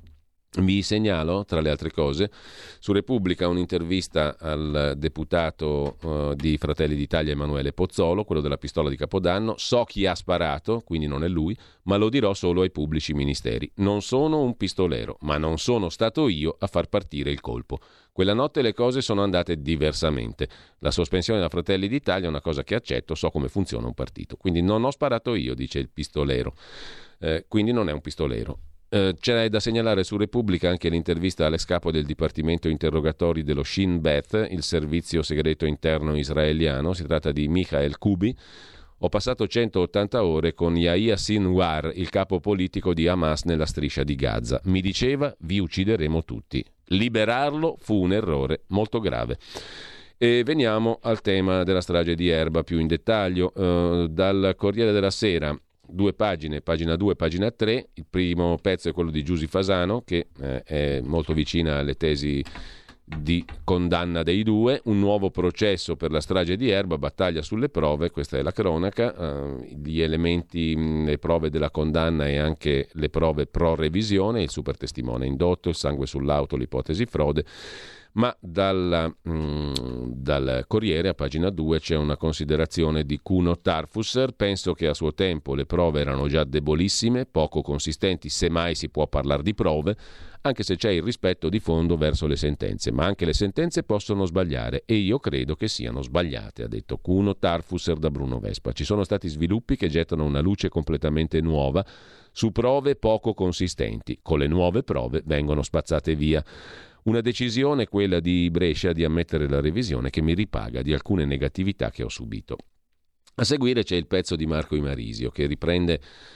Vi segnalo, tra le altre cose, su Repubblica un'intervista al deputato uh, di Fratelli d'Italia Emanuele Pozzolo, quello della pistola di Capodanno. So chi ha sparato, quindi non è lui, ma lo dirò solo ai pubblici ministeri. Non sono un pistolero, ma non sono stato io a far partire il colpo. Quella notte le cose sono andate diversamente. La sospensione da Fratelli d'Italia è una cosa che accetto, so come funziona un partito. Quindi non ho sparato io, dice il pistolero. Eh, quindi non è un pistolero. Eh, c'è da segnalare su Repubblica anche l'intervista all'ex capo del Dipartimento Interrogatori dello Shin Bet, il servizio segreto interno israeliano. Si tratta di Michael Kubi. Ho passato centottanta ore con Yahya Sinwar, il capo politico di Hamas nella striscia di Gaza. Mi diceva: vi uccideremo tutti. Liberarlo fu un errore molto grave. E veniamo al tema della strage di Erba più in dettaglio. Eh, dal Corriere della Sera, due pagine, pagina due, pagina tre. Il primo pezzo è quello di Giusy Fasano, che eh, è molto vicina alle tesi di condanna dei due. Un nuovo processo per la strage di Erba, battaglia sulle prove, questa è la cronaca. Uh, gli elementi, mh, le prove della condanna e anche le prove pro revisione, il super testimone indotto, il sangue sull'auto, l'ipotesi frode. Ma dalla, mh, dal Corriere a pagina due c'è una considerazione di Kuno Tarfusser. Penso che a suo tempo le prove erano già debolissime, poco consistenti, se mai si può parlare di prove, anche se c'è il rispetto di fondo verso le sentenze, ma anche le sentenze possono sbagliare e io credo che siano sbagliate, ha detto Kuno Tarfusser da Bruno Vespa. Ci sono stati sviluppi che gettano una luce completamente nuova su prove poco consistenti. Con le nuove prove vengono spazzate via. Una decisione, quella di Brescia, di ammettere la revisione, che mi ripaga di alcune negatività che ho subito. A seguire c'è il pezzo di Marco Imarisio, che riprende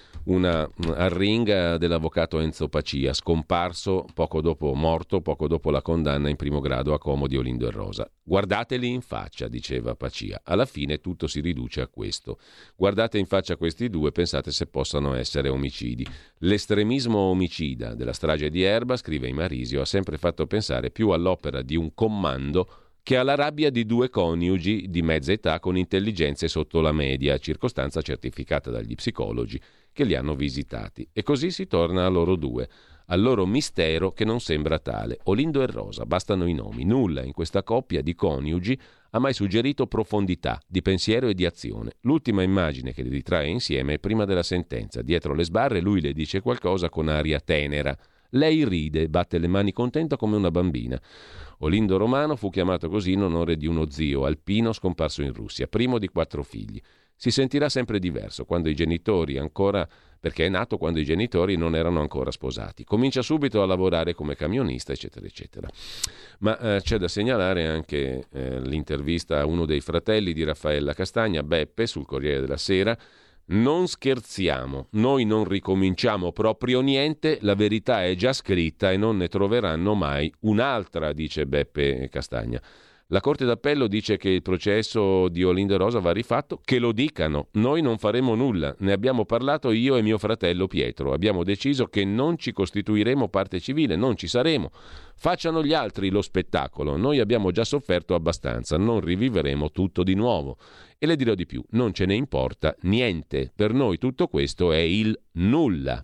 una arringa dell'avvocato Enzo Pacia, scomparso poco dopo, morto poco dopo la condanna in primo grado a Como di Olindo e Rosa. Guardateli in faccia, diceva Pacia. Alla fine tutto si riduce a questo. Guardate in faccia questi due, pensate se possano essere omicidi. L'estremismo omicida della strage di Erba, scrive Imarisio, ha sempre fatto pensare più all'opera di un commando che alla rabbia di due coniugi di mezza età con intelligenze sotto la media, circostanza certificata dagli psicologi che li hanno visitati. E così si torna a loro due, al loro mistero che non sembra tale. Olindo e Rosa, bastano i nomi. Nulla in questa coppia di coniugi ha mai suggerito profondità di pensiero e di azione. L'ultima immagine che li ritrae insieme è prima della sentenza. Dietro le sbarre lui le dice qualcosa con aria tenera. Lei ride, batte le mani contenta come una bambina. Olindo Romano fu chiamato così in onore di uno zio alpino scomparso in Russia, primo di quattro figli. Si sentirà sempre diverso quando i genitori ancora, perché è nato quando i genitori non erano ancora sposati. Comincia subito a lavorare come camionista, eccetera, eccetera. Ma eh, c'è da segnalare anche eh, l'intervista a uno dei fratelli di Raffaella Castagna, Beppe, sul Corriere della Sera. Non scherziamo, noi non ricominciamo proprio niente, la verità è già scritta e non ne troveranno mai un'altra, dice Beppe Castagna. La Corte d'Appello dice che il processo di Olindo e Rosa va rifatto, che lo dicano, noi non faremo nulla, ne abbiamo parlato io e mio fratello Pietro, abbiamo deciso che non ci costituiremo parte civile, non ci saremo, facciano gli altri lo spettacolo, noi abbiamo già sofferto abbastanza, non riviveremo tutto di nuovo. E le dirò di più, non ce ne importa niente, per noi tutto questo è il nulla.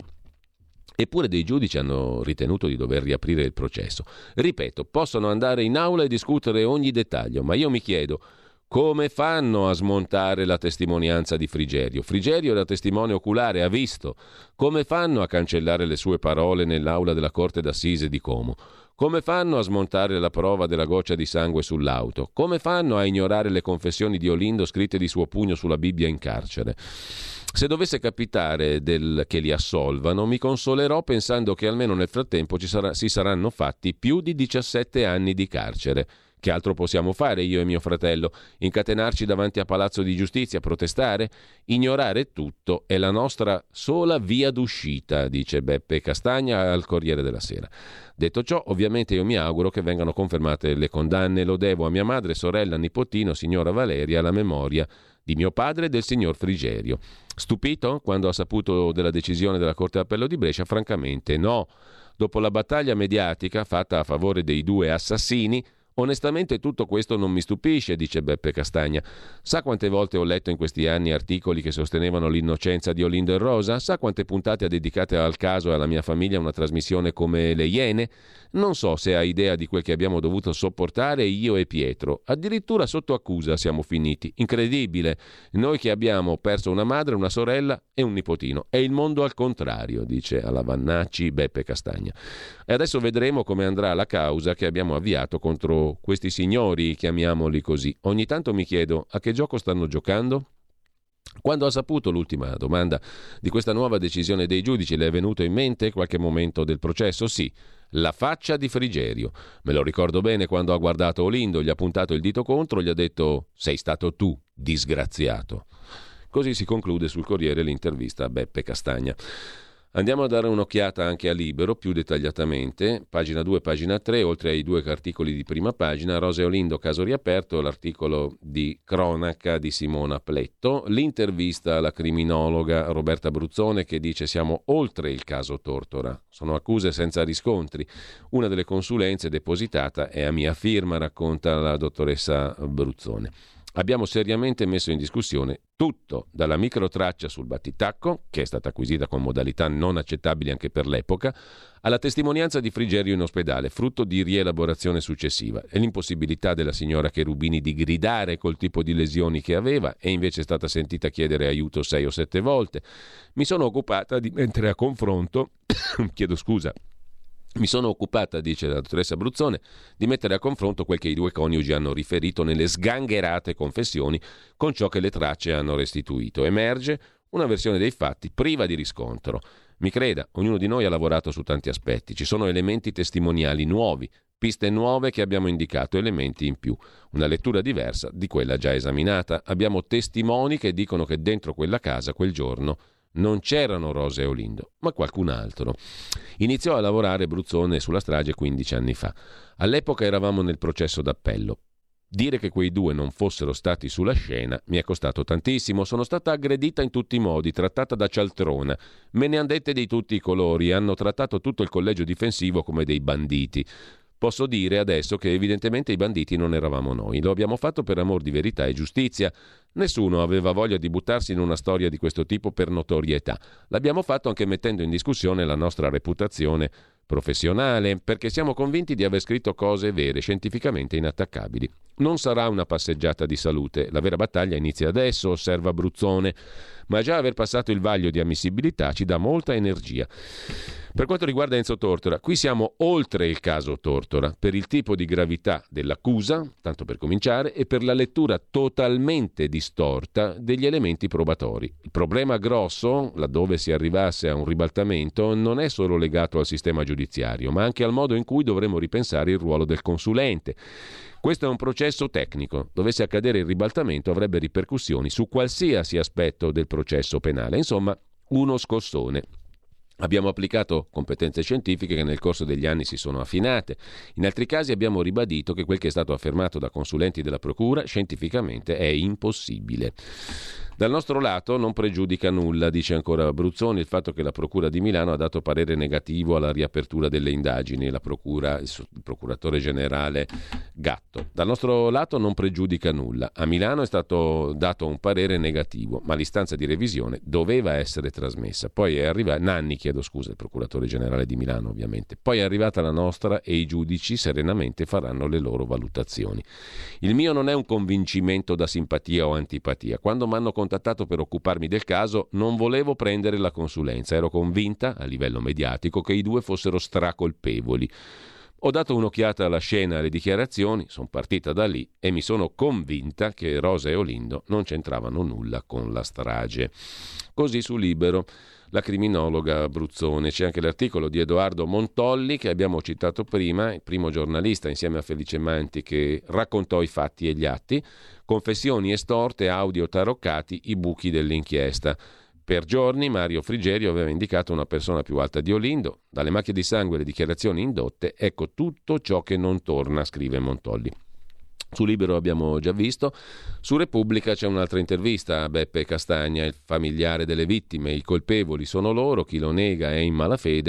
Eppure dei giudici hanno ritenuto di dover riaprire il processo. Ripeto, possono andare in aula e discutere ogni dettaglio, ma io mi chiedo come fanno a smontare la testimonianza di Frigerio? Frigerio era testimone oculare, ha visto. Come fanno a cancellare le sue parole nell'aula della Corte d'Assise di Como? Come fanno a smontare la prova della goccia di sangue sull'auto? Come fanno a ignorare le confessioni di Olindo scritte di suo pugno sulla Bibbia in carcere? Se dovesse capitare del che li assolvano, mi consolerò pensando che almeno nel frattempo ci sarà, si saranno fatti più di diciassette anni di carcere. Che altro possiamo fare io e mio fratello? Incatenarci davanti a Palazzo di Giustizia, protestare? Ignorare tutto è la nostra sola via d'uscita, dice Beppe Castagna al Corriere della Sera. Detto ciò, ovviamente io mi auguro che vengano confermate le condanne. Lo devo a mia madre, sorella, nipotino, signora Valeria, alla memoria di mio padre e del signor Frigerio. Stupito quando ha saputo della decisione della Corte d'Appello di Brescia? Francamente no. Dopo la battaglia mediatica fatta a favore dei due assassini, Onestamente tutto questo non mi stupisce, dice Beppe Castagna. Sa quante volte ho letto in questi anni articoli che sostenevano l'innocenza di Olindo e Rosa? Sa quante puntate ha dedicate al caso e alla mia famiglia una trasmissione come Le Iene? Non so se ha idea di quel che abbiamo dovuto sopportare io e Pietro. Addirittura sotto accusa siamo finiti. Incredibile. Noi che abbiamo perso una madre, una sorella e un nipotino. È il mondo al contrario, dice alla Vannacci Beppe Castagna. E adesso vedremo come andrà la causa che abbiamo avviato contro questi signori, chiamiamoli così. Ogni tanto mi chiedo a che gioco stanno giocando? Quando ha saputo l'ultima domanda di questa nuova decisione dei giudici, le è venuto in mente qualche momento del processo? Sì, la faccia di Frigerio. Me lo ricordo bene quando ha guardato Olindo, gli ha puntato il dito contro, gli ha detto sei stato tu, disgraziato. Così si conclude sul Corriere l'intervista a Beppe Castagna. Andiamo a dare un'occhiata anche a Libero, più dettagliatamente, pagina due, pagina tre, oltre ai due articoli di prima pagina, Rosa e Olindo, caso riaperto, l'articolo di cronaca di Simona Pletto, l'intervista alla criminologa Roberta Bruzzone che dice siamo oltre il caso Tortora, sono accuse senza riscontri, una delle consulenze depositata è a mia firma, racconta la dottoressa Bruzzone. Abbiamo seriamente messo in discussione tutto, dalla microtraccia sul battitacco, che è stata acquisita con modalità non accettabili anche per l'epoca, alla testimonianza di Frigerio in ospedale, frutto di rielaborazione successiva, e l'impossibilità della signora Cherubini di gridare col tipo di lesioni che aveva e invece è stata sentita chiedere aiuto sei o sette volte. Mi sono occupata di mettere a confronto, chiedo scusa, Mi sono occupata, dice la dottoressa Bruzzone, di mettere a confronto quel che i due coniugi hanno riferito nelle sgangherate confessioni con ciò che le tracce hanno restituito. Emerge una versione dei fatti priva di riscontro. Mi creda, ognuno di noi ha lavorato su tanti aspetti. Ci sono elementi testimoniali nuovi, piste nuove che abbiamo indicato, elementi in più. Una lettura diversa di quella già esaminata. Abbiamo testimoni che dicono che dentro quella casa quel giorno non c'erano Rosa e Olindo, ma qualcun altro. Iniziò a lavorare Bruzzone sulla strage quindici anni fa. All'epoca eravamo nel processo d'appello. Dire che quei due non fossero stati sulla scena mi è costato tantissimo. Sono stata aggredita in tutti i modi, trattata da cialtrona. Me ne han dette di tutti i colori. Hanno trattato tutto il collegio difensivo come dei banditi. Posso dire adesso che evidentemente i banditi non eravamo noi. Lo abbiamo fatto per amor di verità e giustizia. Nessuno aveva voglia di buttarsi in una storia di questo tipo per notorietà. L'abbiamo fatto anche mettendo in discussione la nostra reputazione professionale, perché siamo convinti di aver scritto cose vere, scientificamente inattaccabili. Non sarà una passeggiata di salute. La vera battaglia inizia adesso, osserva Bruzzone, ma già aver passato il vaglio di ammissibilità ci dà molta energia. Per quanto riguarda Enzo Tortora, qui siamo oltre il caso Tortora, per il tipo di gravità dell'accusa, tanto per cominciare, e per la lettura totalmente distorta degli elementi probatori. Il problema grosso, laddove si arrivasse a un ribaltamento, non è solo legato al sistema giudiziario, ma anche al modo in cui dovremo ripensare il ruolo del consulente. Questo è un processo tecnico. Dovesse accadere il ribaltamento avrebbe ripercussioni su qualsiasi aspetto del processo penale. Insomma, uno scossone. Abbiamo applicato competenze scientifiche che nel corso degli anni si sono affinate. In altri casi abbiamo ribadito che quel che è stato affermato da consulenti della Procura scientificamente è impossibile. Dal nostro lato non pregiudica nulla, dice ancora Bruzzoni, il fatto che la Procura di Milano ha dato parere negativo alla riapertura delle indagini, la procura, il procuratore generale Gatto. Dal nostro lato non pregiudica nulla. A Milano è stato dato un parere negativo, ma l'istanza di revisione doveva essere trasmessa. Poi è arrivata, Nanni, chiedo scusa, il procuratore generale di Milano ovviamente. Poi è arrivata la nostra e i giudici serenamente faranno le loro valutazioni. Il mio non è un convincimento da simpatia o antipatia. Quando mi hanno contattato per occuparmi del caso non volevo prendere la consulenza, ero convinta a livello mediatico che i due fossero stracolpevoli. Ho dato un'occhiata alla scena e alle dichiarazioni, sono partita da lì e mi sono convinta che Rosa e Olindo non c'entravano nulla con la strage. Così su Libero la criminologa Bruzzone. C'è anche l'articolo di Edoardo Montolli che abbiamo citato prima, il primo giornalista insieme a Felice Manti che raccontò i fatti e gli atti, confessioni estorte, audio taroccati, i buchi dell'inchiesta. Per giorni Mario Frigerio aveva indicato una persona più alta di Olindo, dalle macchie di sangue e le dichiarazioni indotte, ecco tutto ciò che non torna, scrive Montolli. Su Libero abbiamo già visto, su Repubblica c'è un'altra intervista a Beppe Castagna, il familiare delle vittime, i colpevoli sono loro, chi lo nega è in malafede,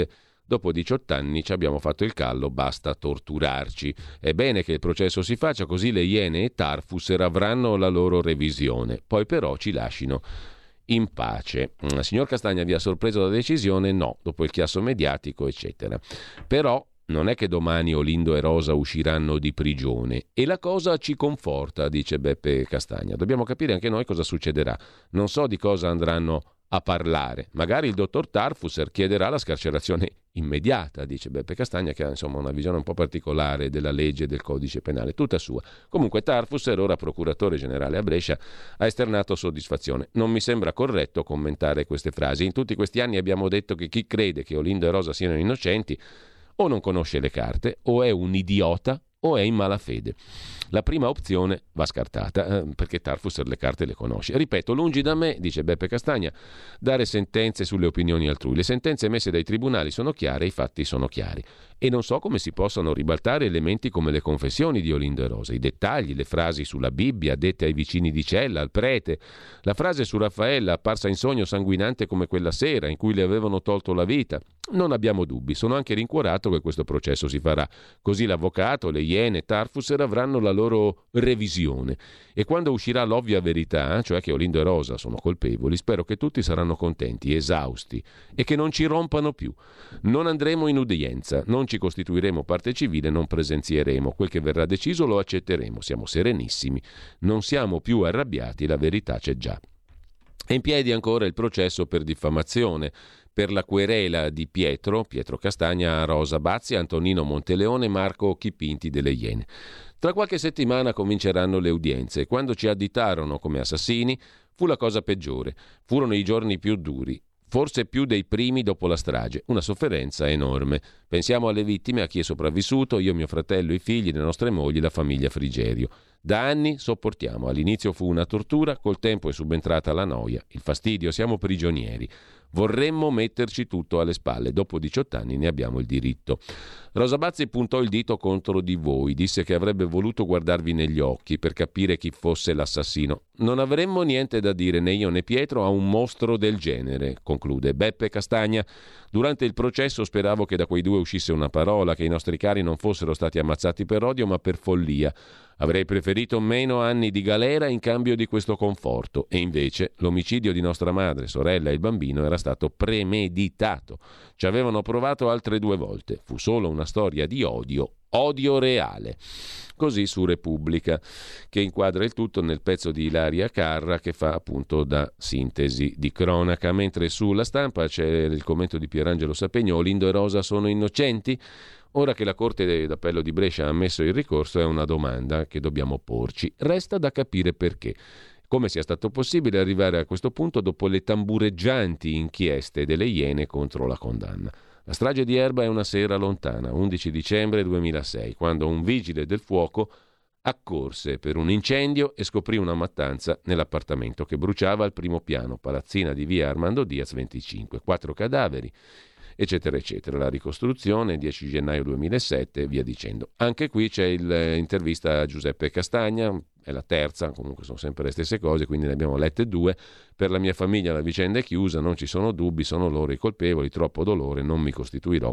Dopo diciotto anni ci abbiamo fatto il callo, basta torturarci. È bene che il processo si faccia, così le Iene e Tarfusser avranno la loro revisione. Poi però ci lascino in pace. Signor Castagna, vi ha sorpreso la decisione? No, dopo il chiasso mediatico, eccetera. Però non è che domani Olindo e Rosa usciranno di prigione e la cosa ci conforta, dice Beppe Castagna. Dobbiamo capire anche noi cosa succederà. Non so di cosa andranno a parlare. Magari il dottor Tarfusser chiederà la scarcerazione immediata, dice Beppe Castagna, che ha insomma una visione un po' particolare della legge e del codice penale, tutta sua. Comunque Tarfusser, ora procuratore generale a Brescia, ha esternato soddisfazione. Non mi sembra corretto commentare queste frasi. In tutti questi anni abbiamo detto che chi crede che Olindo e Rosa siano innocenti o non conosce le carte, o è un idiota, o è in malafede. La prima opzione va scartata, eh, perché Tarfusser le carte le conosce. Ripeto, lungi da me, dice Beppe Castagna, dare sentenze sulle opinioni altrui. Le sentenze emesse dai tribunali sono chiare, i fatti sono chiari. E non so come si possano ribaltare elementi come le confessioni di Olindo e Rosa, i dettagli, le frasi sulla Bibbia dette ai vicini di cella, al prete, la frase su Raffaella apparsa in sogno sanguinante come quella sera in cui le avevano tolto la vita. Non abbiamo dubbi, sono anche rincuorato che questo processo si farà. Così l'avvocato, le Iene e Tarfusser avranno la loro revisione. E quando uscirà l'ovvia verità, cioè che Olindo e Rosa sono colpevoli, spero che tutti saranno contenti, esausti e che non ci rompano più. Non andremo in udienza, non ci costituiremo parte civile, non presenzieremo. Quel che verrà deciso lo accetteremo. Siamo serenissimi, non siamo più arrabbiati, la verità c'è già. È in piedi ancora il processo per diffamazione per la querela di Pietro, Pietro Castagna, Rosa Bazzi, Antonino Monteleone e Marco Chipinti delle Iene. Tra qualche settimana cominceranno le udienze e quando ci additarono come assassini fu la cosa peggiore. Furono i giorni più duri, forse più dei primi dopo la strage, una sofferenza enorme. Pensiamo alle vittime, a chi è sopravvissuto, io, mio fratello, i figli, le nostre mogli, la famiglia Frigerio. Da anni sopportiamo, all'inizio fu una tortura, col tempo è subentrata la noia, il fastidio, siamo prigionieri. Vorremmo metterci tutto alle spalle, dopo diciotto anni ne abbiamo il diritto. Rosa Bazzi puntò il dito contro di voi, disse che avrebbe voluto guardarvi negli occhi per capire chi fosse l'assassino. Non avremmo niente da dire né io né Pietro a un mostro del genere, conclude Beppe Castagna. Durante il processo speravo che da quei due uscisse una parola, che i nostri cari non fossero stati ammazzati per odio ma per follia. Avrei preferito meno anni di galera in cambio di questo conforto e invece l'omicidio di nostra madre, sorella e il bambino era stato premeditato. Ci avevano provato altre due volte. Fu solo una storia di odio, odio reale. Così su Repubblica, che inquadra il tutto nel pezzo di Ilaria Carra che fa appunto da sintesi di cronaca, mentre sulla Stampa c'è il commento di Pierangelo Sapegno: Olindo e Rosa sono innocenti? Ora che la Corte d'Appello di Brescia ha ammesso il ricorso è una domanda che dobbiamo porci. Resta da capire perché. Come sia stato possibile arrivare a questo punto dopo le tambureggianti inchieste delle Iene contro la condanna. La strage di Erba è una sera lontana, undici dicembre duemilasei, quando un vigile del fuoco accorse per un incendio e scoprì una mattanza nell'appartamento che bruciava al primo piano, palazzina di via Armando Diaz venticinque. Quattro cadaveri, eccetera eccetera. La ricostruzione dieci gennaio duemilasette e via dicendo. Anche qui c'è l'intervista a Giuseppe Castagna, è la terza, comunque sono sempre le stesse cose, quindi ne abbiamo lette due. Per la mia famiglia la vicenda è chiusa, non ci sono dubbi, sono loro i colpevoli, troppo dolore, non mi costituirò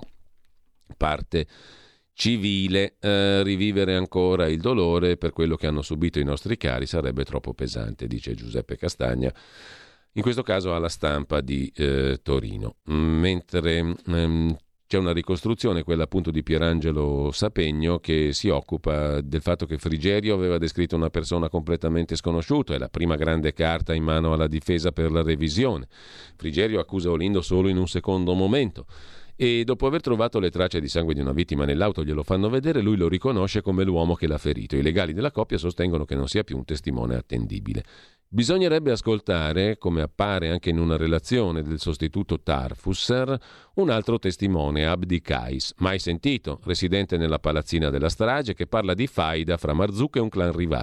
parte civile. Eh, rivivere ancora il dolore per quello che hanno subito i nostri cari sarebbe troppo pesante, dice Giuseppe Castagna, in questo caso alla Stampa di eh, Torino. Mentre ehm, c'è una ricostruzione, quella appunto di Pierangelo Sapegno, che si occupa del fatto che Frigerio aveva descritto una persona completamente sconosciuta, è la prima grande carta in mano alla difesa per la revisione. Frigerio accusa Olindo solo in un secondo momento e dopo aver trovato le tracce di sangue di una vittima nell'auto, glielo fanno vedere, lui lo riconosce come l'uomo che l'ha ferito. I legali della coppia sostengono che non sia più un testimone attendibile. Bisognerebbe ascoltare, come appare anche in una relazione del sostituto Tarfusser, un altro testimone, Abdi Kais, mai sentito, residente nella palazzina della strage, che parla di faida fra Marzucco e un clan rivale.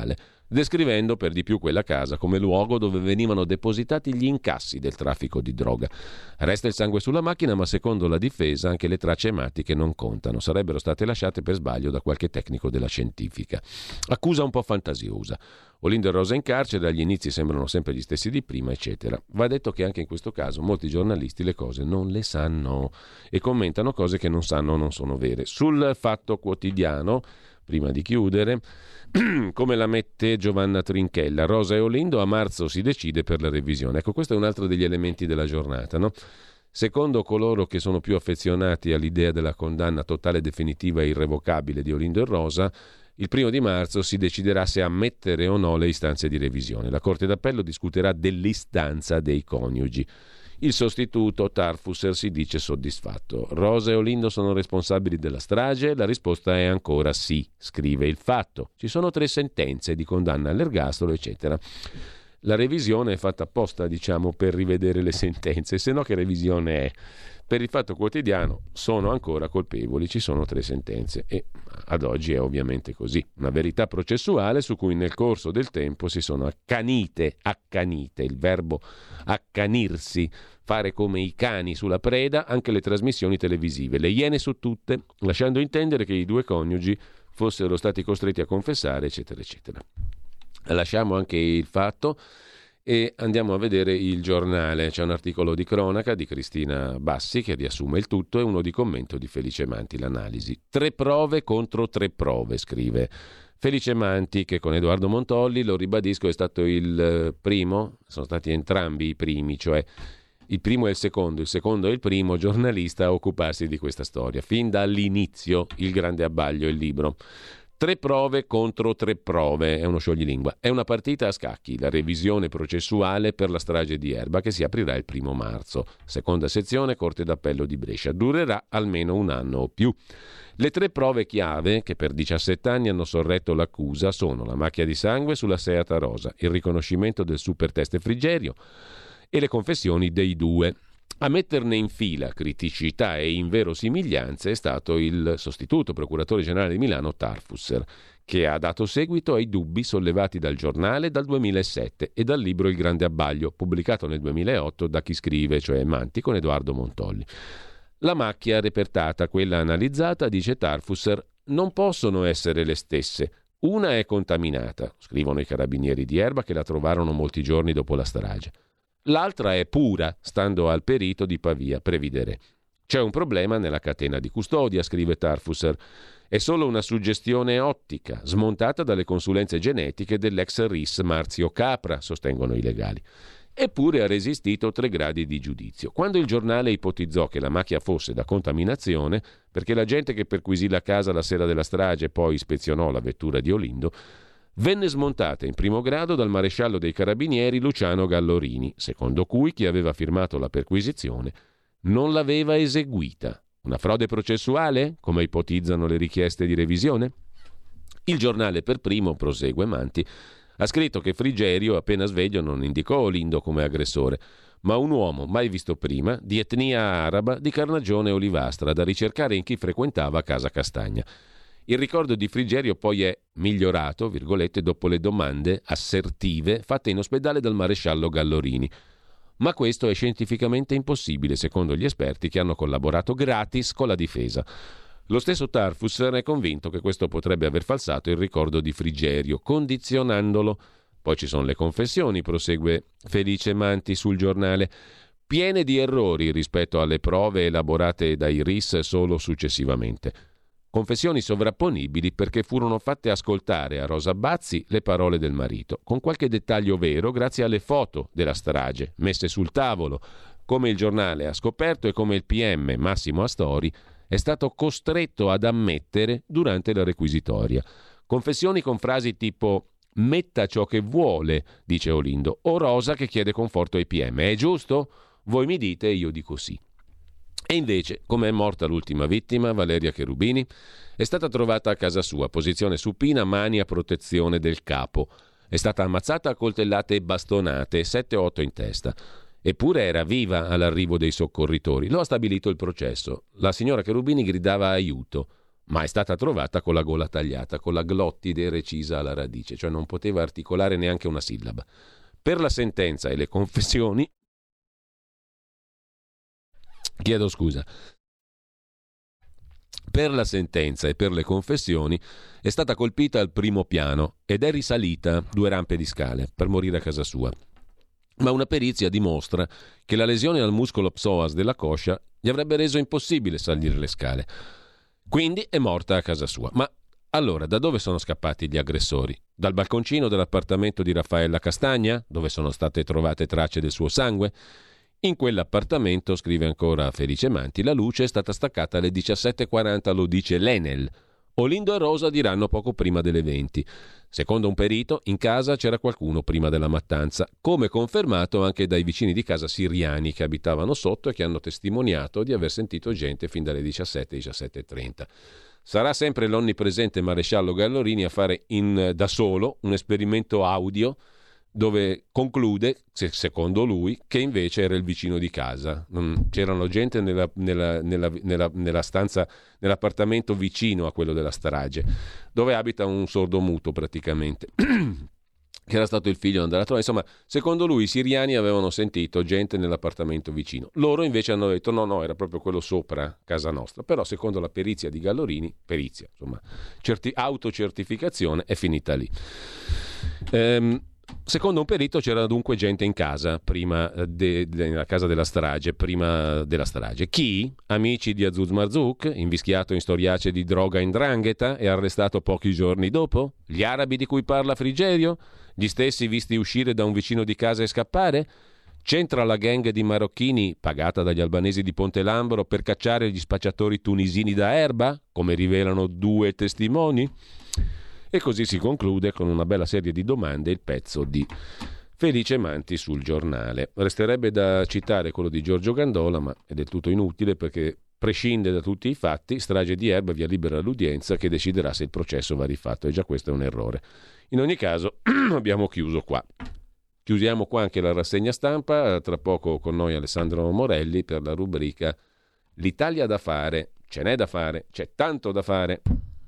descrivendo per di più quella casa come luogo dove venivano depositati gli incassi del traffico di droga. Resta il sangue sulla macchina, ma secondo la difesa anche le tracce ematiche non contano, sarebbero state lasciate per sbaglio da qualche tecnico della scientifica. Accusa un po' fantasiosa. Olindo e Rosa in carcere, agli inizi sembrano sempre gli stessi di prima, eccetera. Va detto che anche in questo caso molti giornalisti le cose non le sanno e commentano cose che non sanno o non sono vere. Sul Fatto Quotidiano, prima di chiudere, come la mette Giovanna Trinchella, Rosa e Olindo, a marzo si decide per la revisione. Ecco, questo è un altro degli elementi della giornata, no? Secondo coloro che sono più affezionati all'idea della condanna totale, definitiva e irrevocabile di Olindo e Rosa, il primo di marzo si deciderà se ammettere o no le istanze di revisione. La Corte d'Appello discuterà dell'istanza dei coniugi. Il sostituto Tarfusser si dice soddisfatto. Rosa e Olindo sono responsabili della strage? La risposta è ancora sì, scrive Il Fatto. Ci sono tre sentenze di condanna all'ergastolo, eccetera. La revisione è fatta apposta, diciamo, per rivedere le sentenze, se no che revisione è? Per Il Fatto Quotidiano sono ancora colpevoli, ci sono tre sentenze e ad oggi è ovviamente così. Una verità processuale su cui nel corso del tempo si sono accanite, accanite, il verbo accanirsi, fare come i cani sulla preda, anche le trasmissioni televisive, le iene su tutte, lasciando intendere che i due coniugi fossero stati costretti a confessare, eccetera, eccetera. Lasciamo anche Il Fatto e andiamo a vedere Il Giornale. C'è un articolo di cronaca di Cristina Bassi che riassume il tutto e uno di commento di Felice Manti, l'analisi. Tre prove contro tre prove, scrive Felice Manti, che con Edoardo Montolli, lo ribadisco, è stato il primo, sono stati entrambi i primi, cioè il primo e il secondo, il secondo e il primo giornalista a occuparsi di questa storia, fin dall'inizio, Il grande abbaglio, il libro. Tre prove contro tre prove, è uno scioglilingua. È una partita a scacchi, la revisione processuale per la strage di Erba che si aprirà il primo marzo. Seconda sezione, Corte d'Appello di Brescia. Durerà almeno un anno o più. Le tre prove chiave che per diciassette anni hanno sorretto l'accusa sono la macchia di sangue sulla Seat Rosa, il riconoscimento del superteste Frigerio e le confessioni dei due. A metterne in fila criticità e inverosimiglianze è stato il sostituto procuratore generale di Milano Tarfusser, che ha dato seguito ai dubbi sollevati dal giornale dal duemilasette e dal libro Il grande abbaglio, pubblicato nel duemilaotto da chi scrive, cioè Manti, con Edoardo Montolli. La macchia repertata, quella analizzata, dice Tarfusser, non possono essere le stesse. Una è contaminata, scrivono i carabinieri di Erba che la trovarono molti giorni dopo la strage. L'altra è pura, stando al perito di Pavia, Previdere. C'è un problema nella catena di custodia, scrive Tarfusser. È solo una suggestione ottica, smontata dalle consulenze genetiche dell'ex R I S Marzio Capra, sostengono i legali. Eppure ha resistito tre gradi di giudizio. Quando il giornale ipotizzò che la macchia fosse da contaminazione, perché la gente che perquisì la casa la sera della strage poi ispezionò la vettura di Olindo, venne smontata in primo grado dal maresciallo dei carabinieri Luciano Gallorini, secondo cui chi aveva firmato la perquisizione non l'aveva eseguita. Una frode processuale, come ipotizzano le richieste di revisione? Il giornale per primo, prosegue Manti, ha scritto che Frigerio, appena sveglio, non indicò Olindo come aggressore, ma un uomo mai visto prima, di etnia araba, di carnagione olivastra, da ricercare in chi frequentava Casa Castagna. Il ricordo di Frigerio poi è migliorato, virgolette, dopo le domande assertive fatte in ospedale dal maresciallo Gallorini. Ma questo è scientificamente impossibile, secondo gli esperti che hanno collaborato gratis con la difesa. Lo stesso Tarfusser è convinto che questo potrebbe aver falsato il ricordo di Frigerio, condizionandolo. Poi ci sono le confessioni, prosegue Felice Manti sul giornale, piene di errori rispetto alle prove elaborate dai R I S solo successivamente. Confessioni sovrapponibili perché furono fatte ascoltare a Rosa Bazzi le parole del marito, con qualche dettaglio vero grazie alle foto della strage messe sul tavolo, come il giornale ha scoperto e come il P M Massimo Astori è stato costretto ad ammettere durante la requisitoria. Confessioni con frasi tipo «metta ciò che vuole», dice Olindo, o Rosa che chiede conforto ai P M. È giusto? Voi mi dite e io dico sì. E invece, come è morta l'ultima vittima, Valeria Cherubini, è stata trovata a casa sua, posizione supina, mani a protezione del capo. È stata ammazzata a coltellate e bastonate, sette otto in testa. Eppure era viva all'arrivo dei soccorritori. Lo ha stabilito il processo. La signora Cherubini gridava aiuto. ma è stata trovata con la gola tagliata, con la glottide recisa alla radice, cioè non poteva articolare neanche una sillaba. Per la sentenza e le confessioni, chiedo scusa, per la sentenza e per le confessioni è stata colpita al primo piano ed è risalita due rampe di scale per morire a casa sua. Ma una perizia dimostra che la lesione al muscolo psoas della coscia gli avrebbe reso impossibile salire le scale. Quindi è morta a casa sua. Ma allora, da dove sono scappati gli aggressori? Dal balconcino dell'appartamento di Raffaella Castagna, dove sono state trovate tracce del suo sangue? In quell'appartamento, scrive ancora Felice Manti, la luce è stata staccata alle diciassette e quaranta, lo dice l'Enel. Olindo e Rosa diranno poco prima delle venti. Secondo un perito, in casa c'era qualcuno prima della mattanza, come confermato anche dai vicini di casa siriani che abitavano sotto e che hanno testimoniato di aver sentito gente fin dalle diciassette, diciassette e trenta. Sarà sempre l'onnipresente maresciallo Gallorini a fare in, da solo un esperimento audio dove conclude, se, secondo lui, che invece era il vicino di casa. C'erano gente nella, nella, nella, nella, nella stanza, nell'appartamento vicino a quello della strage, dove abita un sordomuto praticamente, che era stato il figlio di andare a trovare. Insomma, secondo lui i siriani avevano sentito gente nell'appartamento vicino. Loro invece hanno detto no, no, era proprio quello sopra casa nostra. Però secondo la perizia di Gallorini, perizia, insomma, certi, autocertificazione, è finita lì. Ehm... Secondo un perito c'era dunque gente in casa prima de, de, nella casa della strage, prima della strage. Chi? Amici di Azuz Marzouk, invischiato in storiacce di droga in 'ndrangheta e arrestato pochi giorni dopo? Gli arabi di cui parla Frigerio? Gli stessi visti uscire da un vicino di casa e scappare? C'entra la gang di marocchini pagata dagli albanesi di Ponte Lambro per cacciare gli spacciatori tunisini da Erba, come rivelano due testimoni? E così si conclude con una bella serie di domande il pezzo di Felice Manti sul Giornale. Resterebbe da citare quello di Giorgio Gandola, ma è del tutto inutile perché prescinde da tutti i fatti. Strage di Erba, via libera all'udienza che deciderà se il processo va rifatto, e già questo è un errore. In ogni caso abbiamo chiuso qua. Chiusiamo qua anche la rassegna stampa. Tra poco con noi Alessandro Morelli per la rubrica L'Italia da fare. Ce n'è da fare, c'è tanto da fare.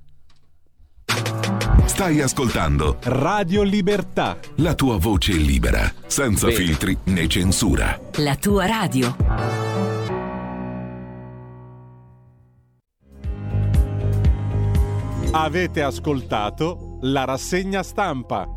Stai ascoltando Radio Libertà, la tua voce libera, senza Bene. filtri né censura. La tua radio. avete ascoltato la rassegna stampa.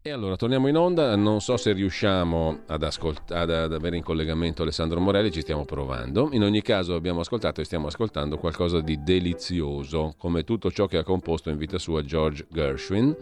E allora torniamo in onda, non so se riusciamo ad, ascolt- ad, ad avere in collegamento Alessandro Morelli, ci stiamo provando. In ogni caso abbiamo ascoltato e stiamo ascoltando qualcosa di delizioso, come tutto ciò che ha composto in vita sua George Gershwin,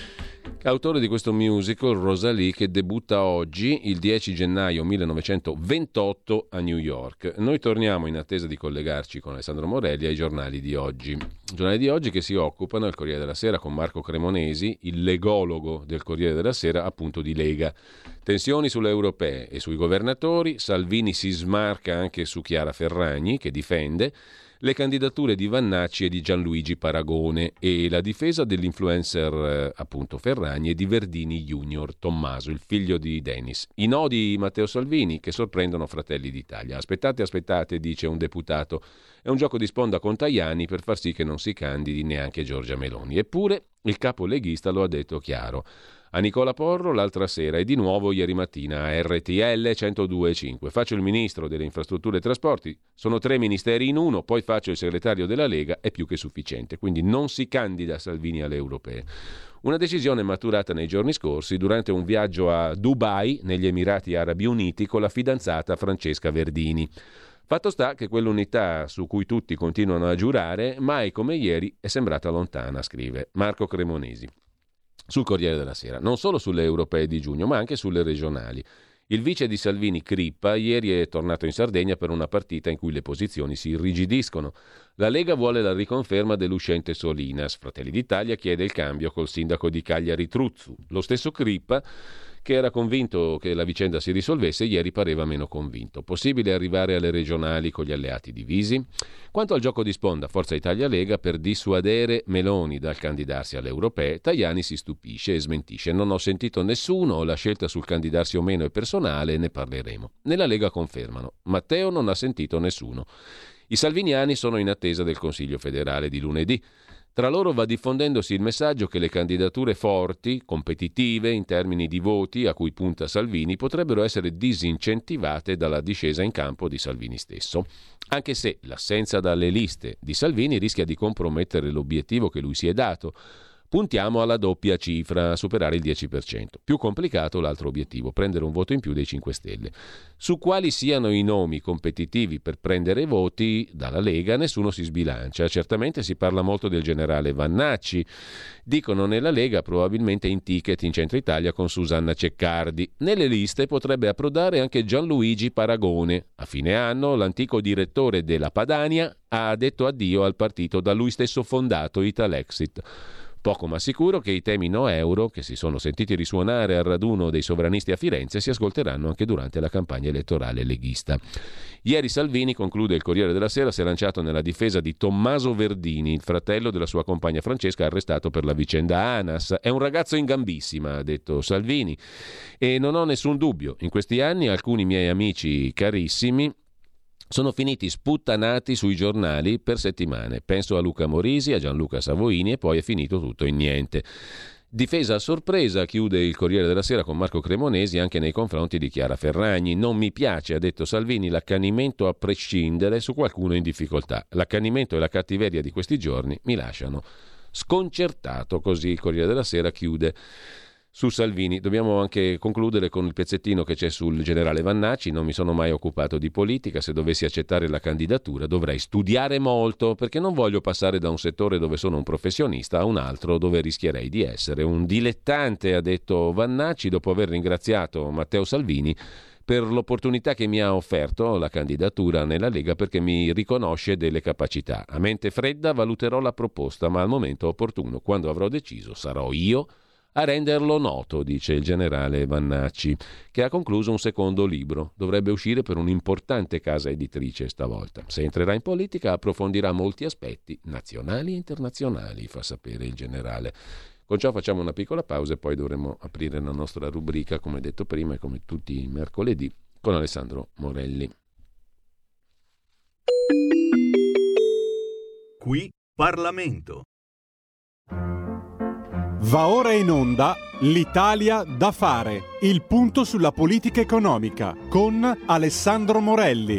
autore di questo musical Rosalie, che debutta oggi il dieci gennaio millenovecentoventotto a New York. Noi torniamo in attesa di collegarci con Alessandro Morelli ai giornali di oggi. I giornali di oggi che si occupano, il Corriere della Sera con Marco Cremonesi, il legologo del Corriere della Sera, appunto di Lega. Tensioni sulle europee e sui governatori, Salvini si smarca anche su Chiara Ferragni che difende, le candidature di Vannacci e di Gianluigi Paragone e la difesa dell'influencer eh, appunto Ferragni e di Verdini Junior Tommaso, il figlio di Denis. I nodi di Matteo Salvini che sorprendono Fratelli d'Italia. Aspettate, aspettate, dice un deputato. È un gioco di sponda con Tajani per far sì che non si candidi neanche Giorgia Meloni. Eppure il capo leghista lo ha detto chiaro. A Nicola Porro l'altra sera e di nuovo ieri mattina a R T L centodue e cinque. Faccio il ministro delle infrastrutture e trasporti, sono tre ministeri in uno, poi faccio il segretario della Lega, è più che sufficiente. Quindi non si candida Salvini alle europee. Una decisione maturata nei giorni scorsi durante un viaggio a Dubai, negli Emirati Arabi Uniti, con la fidanzata Francesca Verdini. Fatto sta che quell'unità su cui tutti continuano a giurare, mai come ieri è sembrata lontana, scrive Marco Cremonesi sul Corriere della Sera, non solo sulle europee di giugno, ma anche sulle regionali. Il vice di Salvini, Crippa, ieri è tornato in Sardegna per una partita in cui le posizioni si irrigidiscono. La Lega vuole la riconferma dell'uscente Solinas. Fratelli d'Italia chiede il cambio col sindaco di Cagliari Truzzu. Lo stesso Crippa, che era convinto che la vicenda si risolvesse, ieri pareva meno convinto. Possibile arrivare alle regionali con gli alleati divisi? Quanto al gioco di sponda Forza Italia-Lega per dissuadere Meloni dal candidarsi alle europee, Tajani si stupisce e smentisce. Non ho sentito nessuno, la scelta sul candidarsi o meno è personale, ne parleremo. Nella Lega confermano. Matteo non ha sentito nessuno. I salviniani sono in attesa del Consiglio federale di lunedì. Tra loro va diffondendosi il messaggio che le candidature forti, competitive in termini di voti a cui punta Salvini, potrebbero essere disincentivate dalla discesa in campo di Salvini stesso, anche se l'assenza dalle liste di Salvini rischia di compromettere l'obiettivo che lui si è dato. Puntiamo alla doppia cifra, superare il dieci per cento. Più complicato l'altro obiettivo, prendere un voto in più dei cinque Stelle. Su quali siano i nomi competitivi per prendere voti dalla Lega nessuno si sbilancia. Certamente si parla molto del generale Vannacci. Dicono nella Lega probabilmente in ticket in centro Italia con Susanna Ceccardi. Nelle liste potrebbe approdare anche Gianluigi Paragone. A fine anno l'antico direttore della Padania ha detto addio al partito da lui stesso fondato, Italexit. Poco ma sicuro che i temi no euro, che si sono sentiti risuonare al raduno dei sovranisti a Firenze, si ascolteranno anche durante la campagna elettorale leghista. Ieri Salvini, conclude il Corriere della Sera, si è lanciato nella difesa di Tommaso Verdini, il fratello della sua compagna Francesca, arrestato per la vicenda ANAS. È un ragazzo in gambissima, ha detto Salvini, e non ho nessun dubbio. In questi anni alcuni miei amici carissimi sono finiti sputtanati sui giornali per settimane. Penso a Luca Morisi, a Gianluca Savoini e poi è finito tutto in niente. Difesa a sorpresa, chiude il Corriere della Sera con Marco Cremonesi, anche nei confronti di Chiara Ferragni. Non mi piace, ha detto Salvini, l'accanimento a prescindere su qualcuno in difficoltà. L'accanimento e la cattiveria di questi giorni mi lasciano sconcertato, così il Corriere della Sera chiude su Salvini. Dobbiamo anche concludere con il pezzettino che c'è sul generale Vannacci. Non mi sono mai occupato di politica, se dovessi accettare la candidatura dovrei studiare molto, perché non voglio passare da un settore dove sono un professionista a un altro dove rischierei di essere un dilettante, ha detto Vannacci dopo aver ringraziato Matteo Salvini per l'opportunità che mi ha offerto la candidatura nella Lega, perché mi riconosce delle capacità. A mente fredda valuterò la proposta, ma al momento opportuno, quando avrò deciso, sarò io a renderlo noto, dice il generale Vannacci, che ha concluso un secondo libro. Dovrebbe uscire per un'importante casa editrice stavolta. Se entrerà in politica approfondirà molti aspetti nazionali e internazionali, fa sapere il generale. Con ciò facciamo una piccola pausa e poi dovremo aprire la nostra rubrica, come detto prima e come tutti i mercoledì, con Alessandro Morelli. Qui Parlamento. Va ora in onda L'Italia da fare, il punto sulla politica economica con Alessandro Morelli.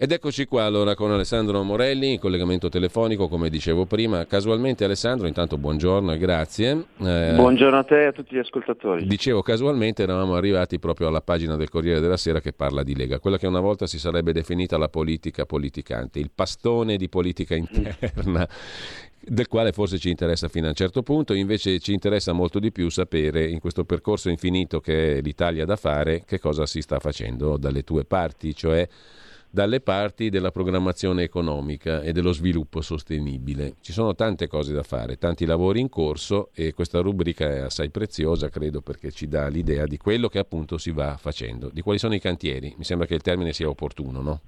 Ed eccoci qua allora con Alessandro Morelli in collegamento telefonico, come dicevo prima. Casualmente Alessandro, intanto buongiorno e grazie. Eh, buongiorno a te e a tutti gli ascoltatori. Dicevo casualmente eravamo arrivati proprio alla pagina del Corriere della Sera che parla di Lega, quella che una volta si sarebbe definita la politica politicante, il pastone di politica interna. Del quale forse ci interessa fino a un certo punto, invece ci interessa molto di più sapere in questo percorso infinito che è l'Italia da fare che cosa si sta facendo dalle tue parti, cioè dalle parti della programmazione economica e dello sviluppo sostenibile. Ci sono tante cose da fare, tanti lavori in corso e questa rubrica è assai preziosa, credo, perché ci dà l'idea di quello che appunto si va facendo, di quali sono i cantieri. Mi sembra che il termine sia opportuno, no?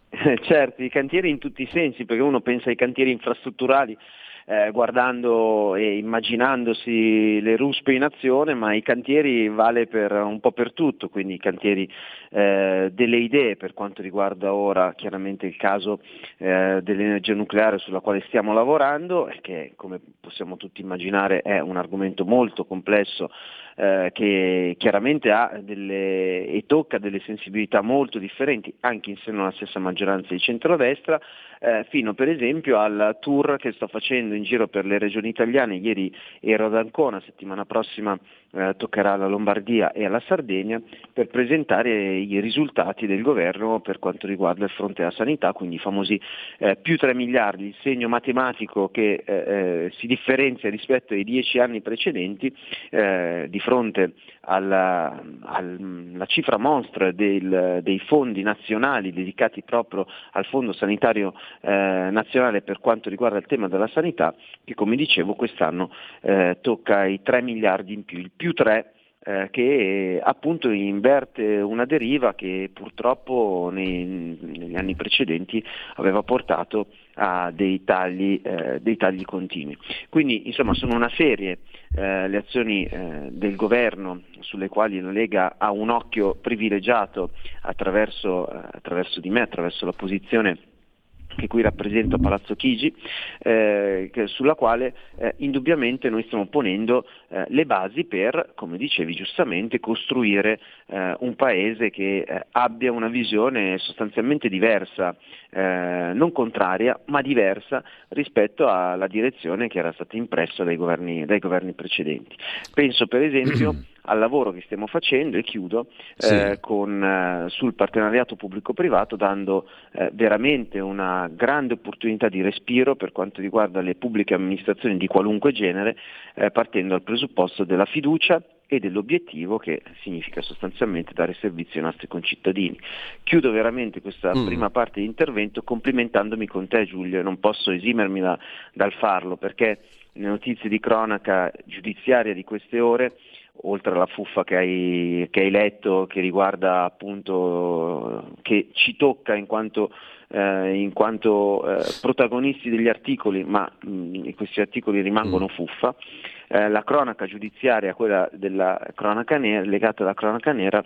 Certo, i cantieri in tutti i sensi, perché uno pensa ai cantieri infrastrutturali eh, guardando e immaginandosi le ruspe in azione, ma i cantieri vale per un po' per tutto, quindi i cantieri eh, delle idee per quanto riguarda ora chiaramente il caso eh, dell'energia nucleare sulla quale stiamo lavorando e che, come possiamo tutti immaginare, è un argomento molto complesso eh, che chiaramente ha delle e tocca delle sensibilità molto differenti anche in seno alla stessa maggioranza di centrodestra, eh, fino per esempio al tour che sto facendo in giro per le regioni italiane. Ieri ero ad Ancona, settimana prossima eh, toccherà alla Lombardia e alla Sardegna per presentare i risultati del governo per quanto riguarda il fronte della sanità, quindi i famosi eh, più tre miliardi, il segno matematico che eh, eh, si differenzia rispetto ai dieci anni precedenti eh, di fronte alla, alla cifra monstra del, dei fondi nazionali dedicati proprio al Fondo Sanitario eh, Nazionale per quanto riguarda il tema della sanità, che come dicevo quest'anno eh, tocca i tre miliardi in più, il più tre eh, che appunto inverte una deriva che purtroppo nei, negli anni precedenti aveva portato a dei tagli, eh, dei tagli continui. Quindi insomma sono una serie eh, le azioni eh, del governo sulle quali la Lega ha un occhio privilegiato attraverso, eh, attraverso di me, attraverso la posizione che qui rappresento a Palazzo Chigi, eh, che, sulla quale eh, indubbiamente noi stiamo ponendo eh, le basi per, come dicevi giustamente, costruire eh, un paese che eh, abbia una visione sostanzialmente diversa, eh, non contraria, ma diversa rispetto alla direzione che era stata impressa dai governi, dai governi precedenti. Penso per esempio al lavoro che stiamo facendo, e chiudo, sì. eh, con, eh, sul partenariato pubblico-privato, dando eh, veramente una grande opportunità di respiro per quanto riguarda le pubbliche amministrazioni di qualunque genere, eh, partendo dal presupposto della fiducia e dell'obiettivo che significa sostanzialmente dare servizio ai nostri concittadini. Chiudo veramente questa mm. prima parte di intervento complimentandomi con te, Giulio, e non posso esimermi da, dal farlo, perché le notizie di cronaca giudiziaria di queste ore, oltre alla fuffa che hai, che hai letto, che riguarda appunto, che ci tocca in quanto, eh, in quanto eh, protagonisti degli articoli, ma mh, questi articoli rimangono mm. fuffa, eh, la cronaca giudiziaria, quella della cronaca nera, legata alla cronaca nera,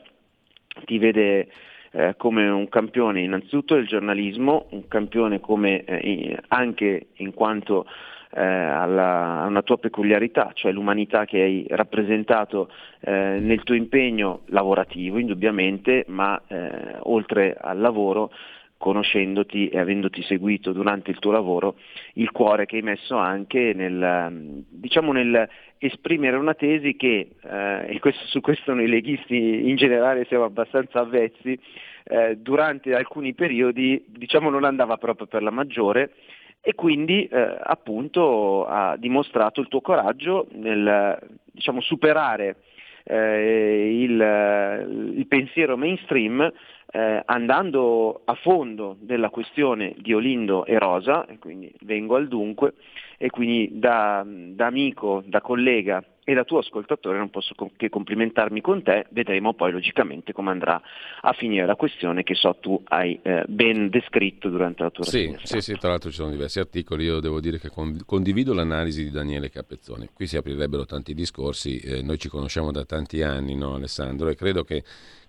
ti vede eh, come un campione innanzitutto del giornalismo, un campione come eh, anche in quanto Eh, alla, a una tua peculiarità, cioè l'umanità che hai rappresentato eh, nel tuo impegno lavorativo indubbiamente, ma eh, oltre al lavoro, conoscendoti e avendoti seguito durante il tuo lavoro, il cuore che hai messo anche nel, diciamo, nel esprimere una tesi che, eh, e questo, su questo noi leghisti in generale siamo abbastanza avvezzi, eh, durante alcuni periodi diciamo non andava proprio per la maggiore, e quindi eh, appunto ha dimostrato il tuo coraggio nel, diciamo, superare eh, il, il pensiero mainstream, eh, andando a fondo della questione di Olindo e Rosa, e quindi vengo al dunque, e quindi da, da amico, da collega e da tuo ascoltatore non posso che complimentarmi con te. Vedremo poi logicamente come andrà a finire la questione che so tu hai eh, ben descritto durante la tua sì, sì, sì, tra l'altro ci sono diversi articoli. Io devo dire che condivido l'analisi di Daniele Capezzone. Qui si aprirebbero tanti discorsi, eh, noi ci conosciamo da tanti anni, no Alessandro, e credo che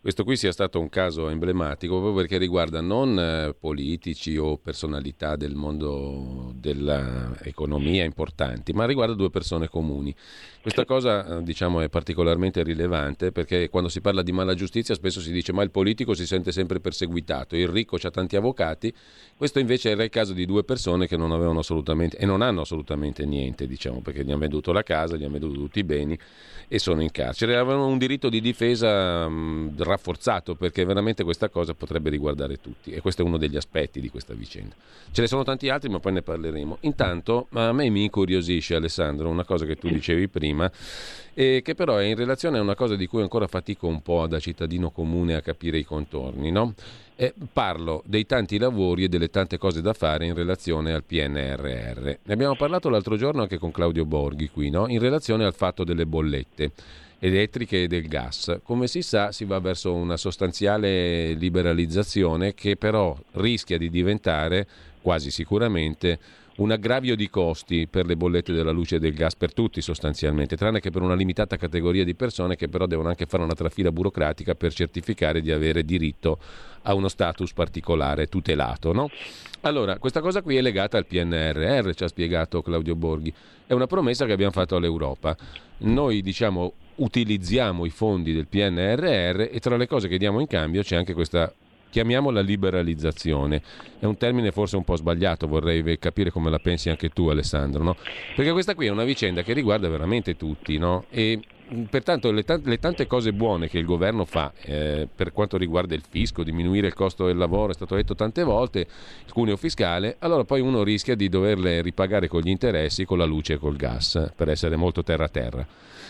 questo qui sia stato un caso emblematico proprio perché riguarda non eh, politici o personalità del mondo dell'economia importanti, ma riguarda due persone comuni. Questa cosa eh, diciamo è particolarmente rilevante perché quando si parla di mala giustizia spesso si dice ma il politico si sente sempre perseguitato, il ricco ha tanti avvocati. Questo invece era il caso di due persone che non avevano assolutamente e non hanno assolutamente niente, diciamo, perché gli hanno venduto la casa, gli hanno venduto tutti i beni e sono in carcere. Avevano un diritto di difesa mh, rafforzato perché veramente questa cosa potrebbe riguardare tutti e questo è uno degli aspetti di questa vicenda. Ce ne sono tanti altri ma poi ne parleremo. Intanto a me mi incuriosisce, Alessandro, una cosa che tu dicevi prima e che però è in relazione a una cosa di cui ancora fatico un po' da cittadino comune a capire i contorni, no? Eh, parlo dei tanti lavori e delle tante cose da fare in relazione al P N R R. Ne abbiamo parlato l'altro giorno anche con Claudio Borghi qui, no? In relazione al fatto delle bollette elettriche e del gas. Come si sa si va verso una sostanziale liberalizzazione che però rischia di diventare quasi sicuramente un aggravio di costi per le bollette della luce e del gas per tutti sostanzialmente, tranne che per una limitata categoria di persone che però devono anche fare una trafila burocratica per certificare di avere diritto a uno status particolare tutelato, no? Allora, questa cosa qui è legata al P N R R, ci ha spiegato Claudio Borghi, è una promessa che abbiamo fatto all'Europa. Noi diciamo utilizziamo i fondi del P N R R e tra le cose che diamo in cambio c'è anche questa, chiamiamola liberalizzazione, è un termine forse un po' sbagliato, vorrei capire come la pensi anche tu Alessandro, no? Perché questa qui è una vicenda che riguarda veramente tutti, no? E pertanto le, t- le tante cose buone che il governo fa eh, per quanto riguarda il fisco, diminuire il costo del lavoro, è stato detto tante volte, il cuneo fiscale, allora poi uno rischia di doverle ripagare con gli interessi, con la luce e col gas, per essere molto terra-terra.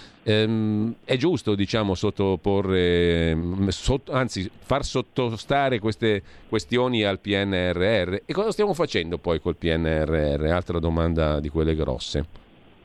Ehm, è giusto, diciamo, sottoporre, sott- anzi, far sottostare queste questioni al P N R R. E cosa stiamo facendo poi col P N R R? Altra domanda di quelle grosse.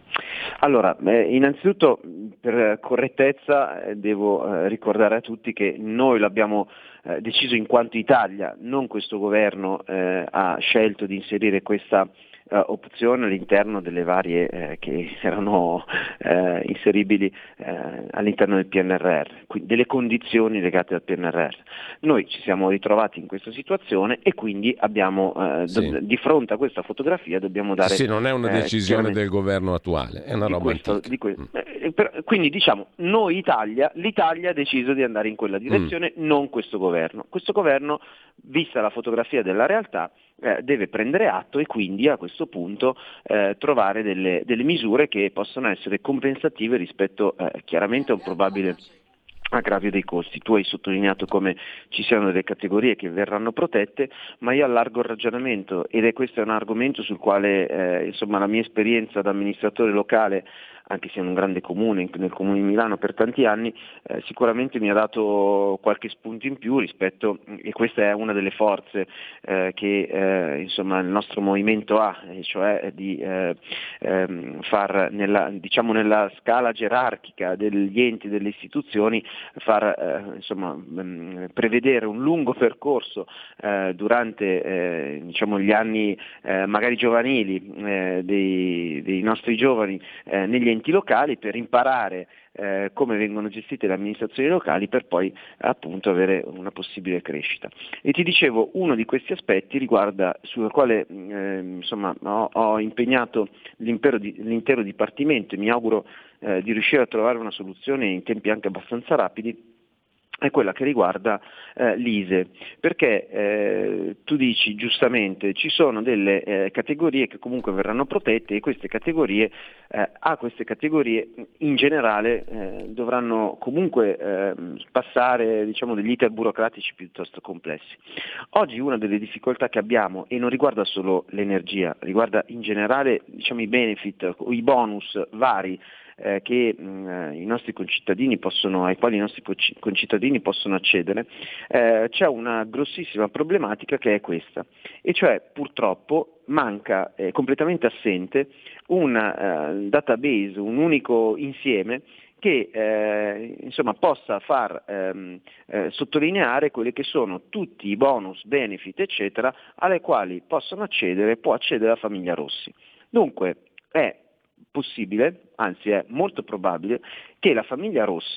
Allora, eh, innanzitutto per correttezza eh, devo eh, ricordare a tutti che noi l'abbiamo eh, deciso in quanto Italia, non questo governo eh, ha scelto di inserire questa Uh, opzione all'interno delle varie eh, che erano eh, inseribili eh, all'interno del P N R R, quindi delle condizioni legate al P N R R. Noi ci siamo ritrovati in questa situazione e quindi abbiamo eh, sì. do- di fronte a questa fotografia dobbiamo dare... Sì, non è una eh, decisione del governo attuale, è una roba questo, antica. di que- mm. eh, per, quindi diciamo, noi Italia, l'Italia ha deciso di andare in quella direzione, mm. non questo governo. Questo governo, vista la fotografia della realtà, Eh, deve prendere atto e quindi a questo punto eh, trovare delle, delle misure che possono essere compensative rispetto eh, chiaramente a un probabile aggravio dei costi. Tu hai sottolineato come ci siano delle categorie che verranno protette, ma io allargo il ragionamento ed è questo è un argomento sul quale eh, insomma la mia esperienza da amministratore locale, anche se in un grande comune, nel comune di Milano per tanti anni, eh, sicuramente mi ha dato qualche spunto in più rispetto, e questa è una delle forze eh, che eh, insomma il nostro movimento ha, e cioè di eh, ehm, far nella, diciamo nella scala gerarchica degli enti, delle istituzioni, far eh, insomma mh, prevedere un lungo percorso eh, durante eh, diciamo gli anni eh, magari giovanili eh, dei, dei nostri giovani eh, negli enti locali per imparare eh, come vengono gestite le amministrazioni locali per poi appunto avere una possibile crescita. E ti dicevo, uno di questi aspetti riguarda, sul quale eh, insomma ho, ho impegnato l'intero, di, l'intero dipartimento e mi auguro eh, di riuscire a trovare una soluzione in tempi anche abbastanza rapidi, è quella che riguarda eh, l'I S E E, perché eh, tu dici giustamente ci sono delle eh, categorie che comunque verranno protette e queste categorie, eh, a queste categorie in generale eh, dovranno comunque eh, passare diciamo degli iter burocratici piuttosto complessi. Oggi una delle difficoltà che abbiamo, e non riguarda solo l'energia, riguarda in generale diciamo i benefit, i bonus vari Eh, che mh, i nostri concittadini possono, ai quali i nostri concittadini possono accedere, eh, c'è una grossissima problematica che è questa, e cioè purtroppo manca, è completamente assente un uh, database, un unico insieme che eh, insomma possa far ehm, eh, sottolineare quelli che sono tutti i bonus, benefit eccetera alle quali possono accedere, può accedere la famiglia Rossi. Dunque è possibile, anzi è molto probabile, che la famiglia Rossi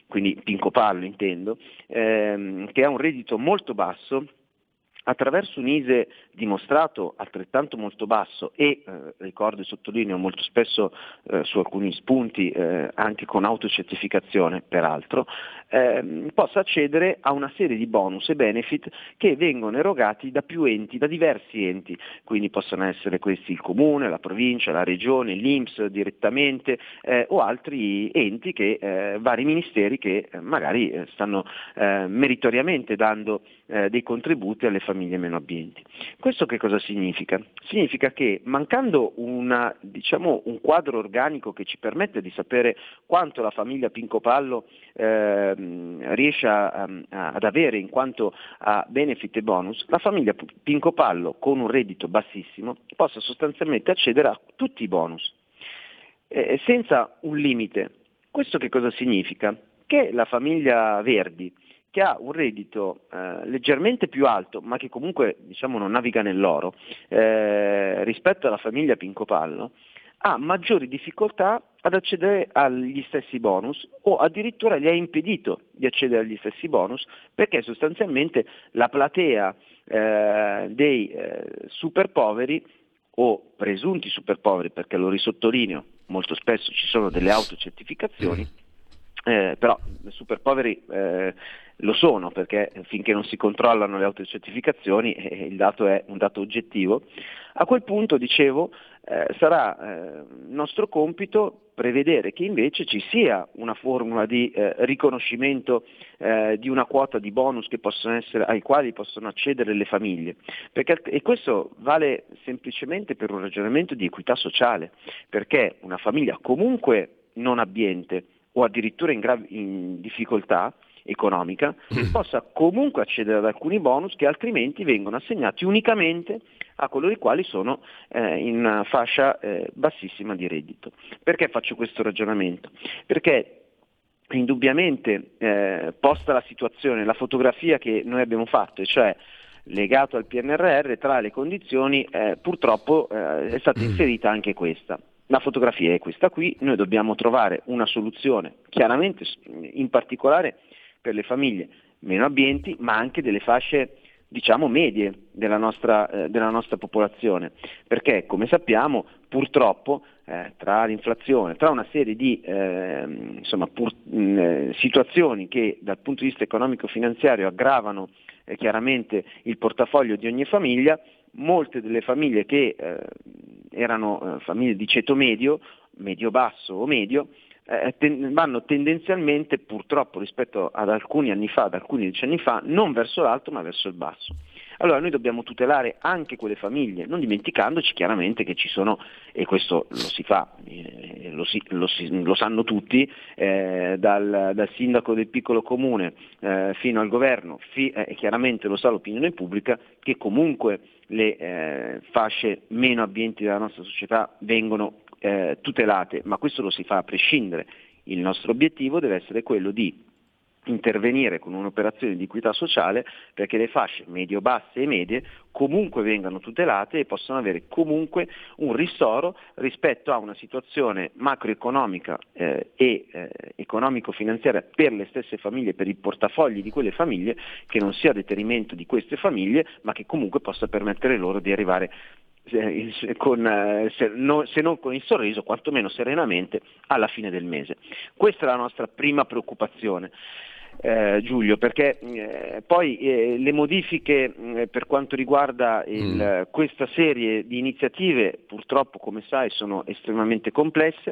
quindi Pinco Pallo intendo, ehm, che ha un reddito molto basso, attraverso un I S E dimostrato altrettanto molto basso e, eh, ricordo e sottolineo molto spesso eh, su alcuni spunti eh, anche con autocertificazione peraltro, eh, possa accedere a una serie di bonus e benefit che vengono erogati da più enti, da diversi enti, quindi possono essere questi il comune, la provincia, la regione, l'I N P S direttamente eh, o altri enti, che eh, vari ministeri che eh, magari eh, stanno eh, meritoriamente dando eh, dei contributi alle famiglie meno abbienti. Questo che cosa significa? Significa che mancando una, diciamo, un quadro organico che ci permette di sapere quanto la famiglia Pinco Pallo eh, riesce a, a, ad avere in quanto a benefit e bonus, la famiglia Pinco Pallo con un reddito bassissimo possa sostanzialmente accedere a tutti i bonus eh, senza un limite. Questo che cosa significa? Che la famiglia Verdi, che ha un reddito eh, leggermente più alto, ma che comunque diciamo non naviga nell'oro, eh, rispetto alla famiglia Pinco Pallo, ha maggiori difficoltà ad accedere agli stessi bonus, o addirittura gli è impedito di accedere agli stessi bonus, perché sostanzialmente la platea eh, dei eh, super poveri o presunti super poveri, perché lo risottolineo, molto spesso ci sono delle autocertificazioni, eh, però super poveri eh, lo sono, perché finché non si controllano le autocertificazioni eh, il dato è un dato oggettivo. A quel punto, dicevo, eh, sarà eh, nostro compito prevedere che invece ci sia una formula di eh, riconoscimento eh, di una quota di bonus che possono essere, ai quali possono accedere le famiglie, perché, e questo vale semplicemente per un ragionamento di equità sociale, perché una famiglia comunque non abbiente o addirittura in, gravi, in difficoltà economica possa comunque accedere ad alcuni bonus che altrimenti vengono assegnati unicamente a coloro i quali sono eh, in fascia eh, bassissima di reddito. Perché faccio questo ragionamento? Perché indubbiamente eh, posta la situazione, la fotografia che noi abbiamo fatto, e cioè legato al P N R R, tra le condizioni eh, purtroppo eh, è stata inserita anche questa. La fotografia è questa qui, noi dobbiamo trovare una soluzione, chiaramente in particolare per le famiglie meno abbienti, ma anche delle fasce diciamo medie della nostra, eh, della nostra popolazione, perché come sappiamo purtroppo eh, tra l'inflazione, tra una serie di eh, insomma, pur, mh, situazioni che dal punto di vista economico-finanziario aggravano eh, chiaramente il portafoglio di ogni famiglia, molte delle famiglie che eh, erano eh, famiglie di ceto medio, medio-basso o medio, eh, ten- vanno tendenzialmente purtroppo rispetto ad alcuni anni fa, ad alcuni decenni fa, non verso l'alto ma verso il basso. Allora noi dobbiamo tutelare anche quelle famiglie, non dimenticandoci chiaramente che ci sono, e questo lo si fa, eh, lo, si, lo, si, lo sanno tutti, eh, dal, dal sindaco del piccolo comune eh, fino al governo, fi, eh, e chiaramente lo sa l'opinione pubblica, che comunque le eh, fasce meno abbienti della nostra società vengono eh, tutelate, ma questo lo si fa a prescindere. Il nostro obiettivo deve essere quello di intervenire con un'operazione di equità sociale perché le fasce medio-basse e medie comunque vengano tutelate e possano avere comunque un ristoro rispetto a una situazione macroeconomica eh, e eh, economico-finanziaria per le stesse famiglie, per i portafogli di quelle famiglie, che non sia a detrimento di queste famiglie, ma che comunque possa permettere loro di arrivare eh, con, eh, se, no, se non con il sorriso, quantomeno serenamente alla fine del mese. Questa è la nostra prima preoccupazione. Eh, Giulio, perché eh, poi eh, le modifiche eh, per quanto riguarda il, mm. questa serie di iniziative purtroppo, come sai, sono estremamente complesse.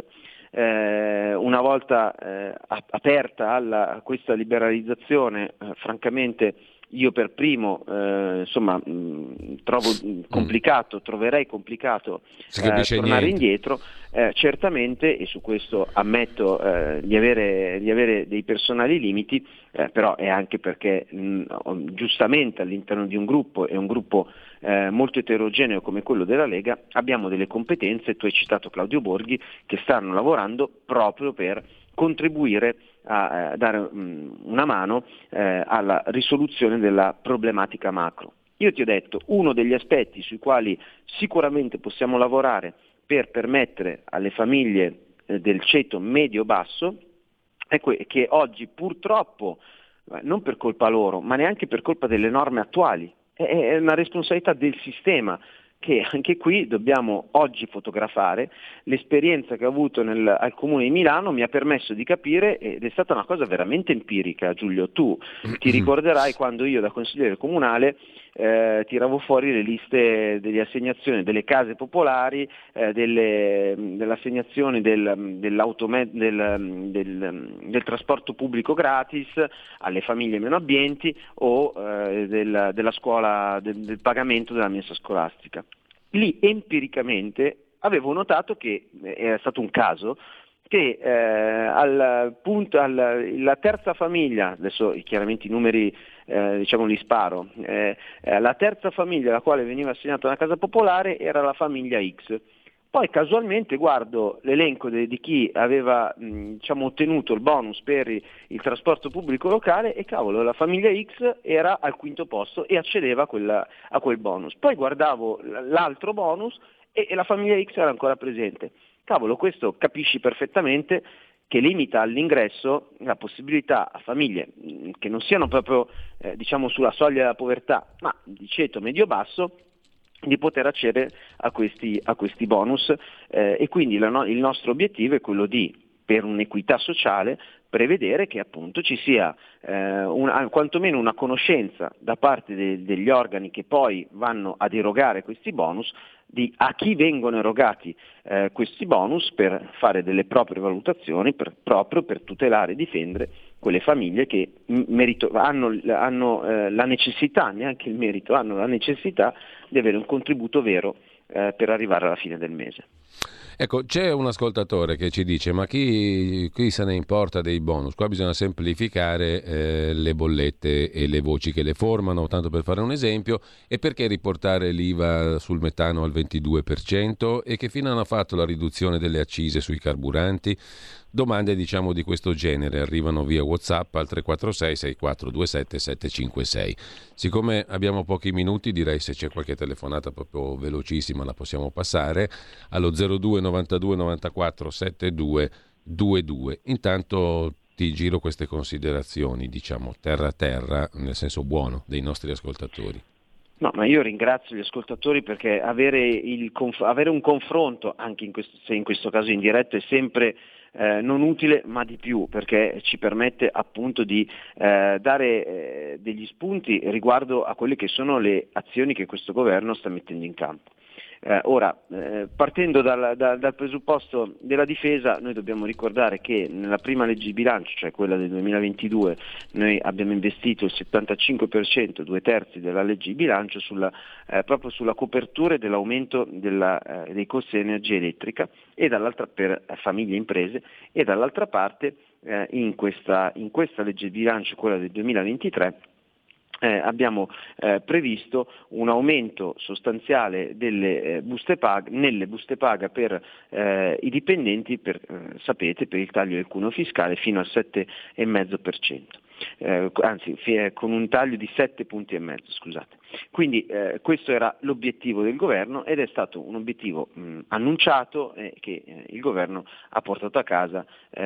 Eh, una volta eh, aperta alla, a questa liberalizzazione, eh, francamente io per primo eh, insomma mh, trovo complicato, troverei complicato eh, tornare niente. indietro, eh, certamente, e su questo ammetto eh, di, avere, di avere dei personali limiti, eh, però è anche perché mh, giustamente all'interno di un gruppo, e un gruppo eh, molto eterogeneo come quello della Lega, abbiamo delle competenze, tu hai citato Claudio Borghi, che stanno lavorando proprio per contribuire a eh, dare mh, una mano eh, alla risoluzione della problematica macro. Io ti ho detto, uno degli aspetti sui quali sicuramente possiamo lavorare per permettere alle famiglie eh, del ceto medio-basso è que- che oggi purtroppo, non per colpa loro, ma neanche per colpa delle norme attuali, è, è una responsabilità del sistema, che anche qui dobbiamo oggi fotografare. L'esperienza che ho avuto nel, al Comune di Milano mi ha permesso di capire, ed è stata una cosa veramente empirica. Giulio, tu ti ricorderai quando io da consigliere comunale eh, tiravo fuori le liste delle assegnazioni delle case popolari, eh, delle, dell'assegnazione del, dell'autome- del, del, del trasporto pubblico gratis alle famiglie meno abbienti o eh, del, della scuola, del, del pagamento della mensa scolastica. Lì empiricamente avevo notato che era stato un caso che eh, al punto, al, la terza famiglia, adesso chiaramente i numeri eh, diciamo li sparo, eh, la terza famiglia alla quale veniva assegnata una casa popolare era la famiglia X. Poi casualmente guardo l'elenco de, di chi aveva mh, diciamo, ottenuto il bonus per il, il trasporto pubblico locale e cavolo, la famiglia X era al quinto posto e accedeva a, quella, a quel bonus. Poi guardavo l'altro bonus e, e la famiglia X era ancora presente. Cavolo, questo capisci perfettamente che limita all'ingresso la possibilità a famiglie mh, che non siano proprio eh, diciamo sulla soglia della povertà, ma di ceto medio-basso, di poter accedere a questi, a questi bonus eh, e quindi la no- il nostro obiettivo è quello di, per un'equità sociale, prevedere che appunto ci sia eh, una, quantomeno una conoscenza da parte de- degli organi che poi vanno ad erogare questi bonus di a chi vengono erogati eh, questi bonus, per fare delle proprie valutazioni, per, proprio per tutelare e difendere quelle famiglie che merito, hanno, hanno eh, la necessità, neanche il merito, hanno la necessità di avere un contributo vero eh, per arrivare alla fine del mese. Ecco, c'è un ascoltatore che ci dice: ma chi, chi se ne importa dei bonus? Qua bisogna semplificare eh, le bollette e le voci che le formano, tanto per fare un esempio. E perché riportare l'I V A sul metano al ventidue per cento? E che fine hanno fatto la riduzione delle accise sui carburanti? Domande diciamo di questo genere arrivano via WhatsApp al tre quattro sei sei quattro due sette sette cinque sei. Siccome abbiamo pochi minuti, direi, se c'è qualche telefonata proprio velocissima la possiamo passare allo zero due novantadue novantaquattro settantadue ventidue. Intanto ti giro queste considerazioni, diciamo terra a terra, nel senso buono, dei nostri ascoltatori. No, ma io ringrazio gli ascoltatori, perché avere, il conf- avere un confronto, anche in questo, se in questo caso indiretto, è sempre eh, non utile, ma di più, perché ci permette appunto di eh, dare eh, degli spunti riguardo a quelle che sono le azioni che questo governo sta mettendo in campo. Eh, ora, eh, partendo dal, dal, dal presupposto della difesa, noi dobbiamo ricordare che nella prima legge di bilancio, cioè quella del duemilaventidue, noi abbiamo investito il settantacinque per cento, due terzi della legge di bilancio, sulla, eh, proprio sulla copertura dell'aumento della, eh, dei costi dell'energia elettrica e dall'altra per famiglie e imprese, e dall'altra parte eh, in, questa, in questa legge di bilancio, quella del duemilaventitré, Eh, abbiamo eh, previsto un aumento sostanziale delle eh, buste paga, nelle buste paga per eh, i dipendenti, per, eh, sapete, per il taglio del cuneo fiscale fino al sette virgola cinque per cento. Eh, anzi fi- con un taglio di sette punti e mezzo, scusate. Quindi eh, questo era l'obiettivo del governo, ed è stato un obiettivo mh, annunciato eh, che eh, il governo ha portato a casa,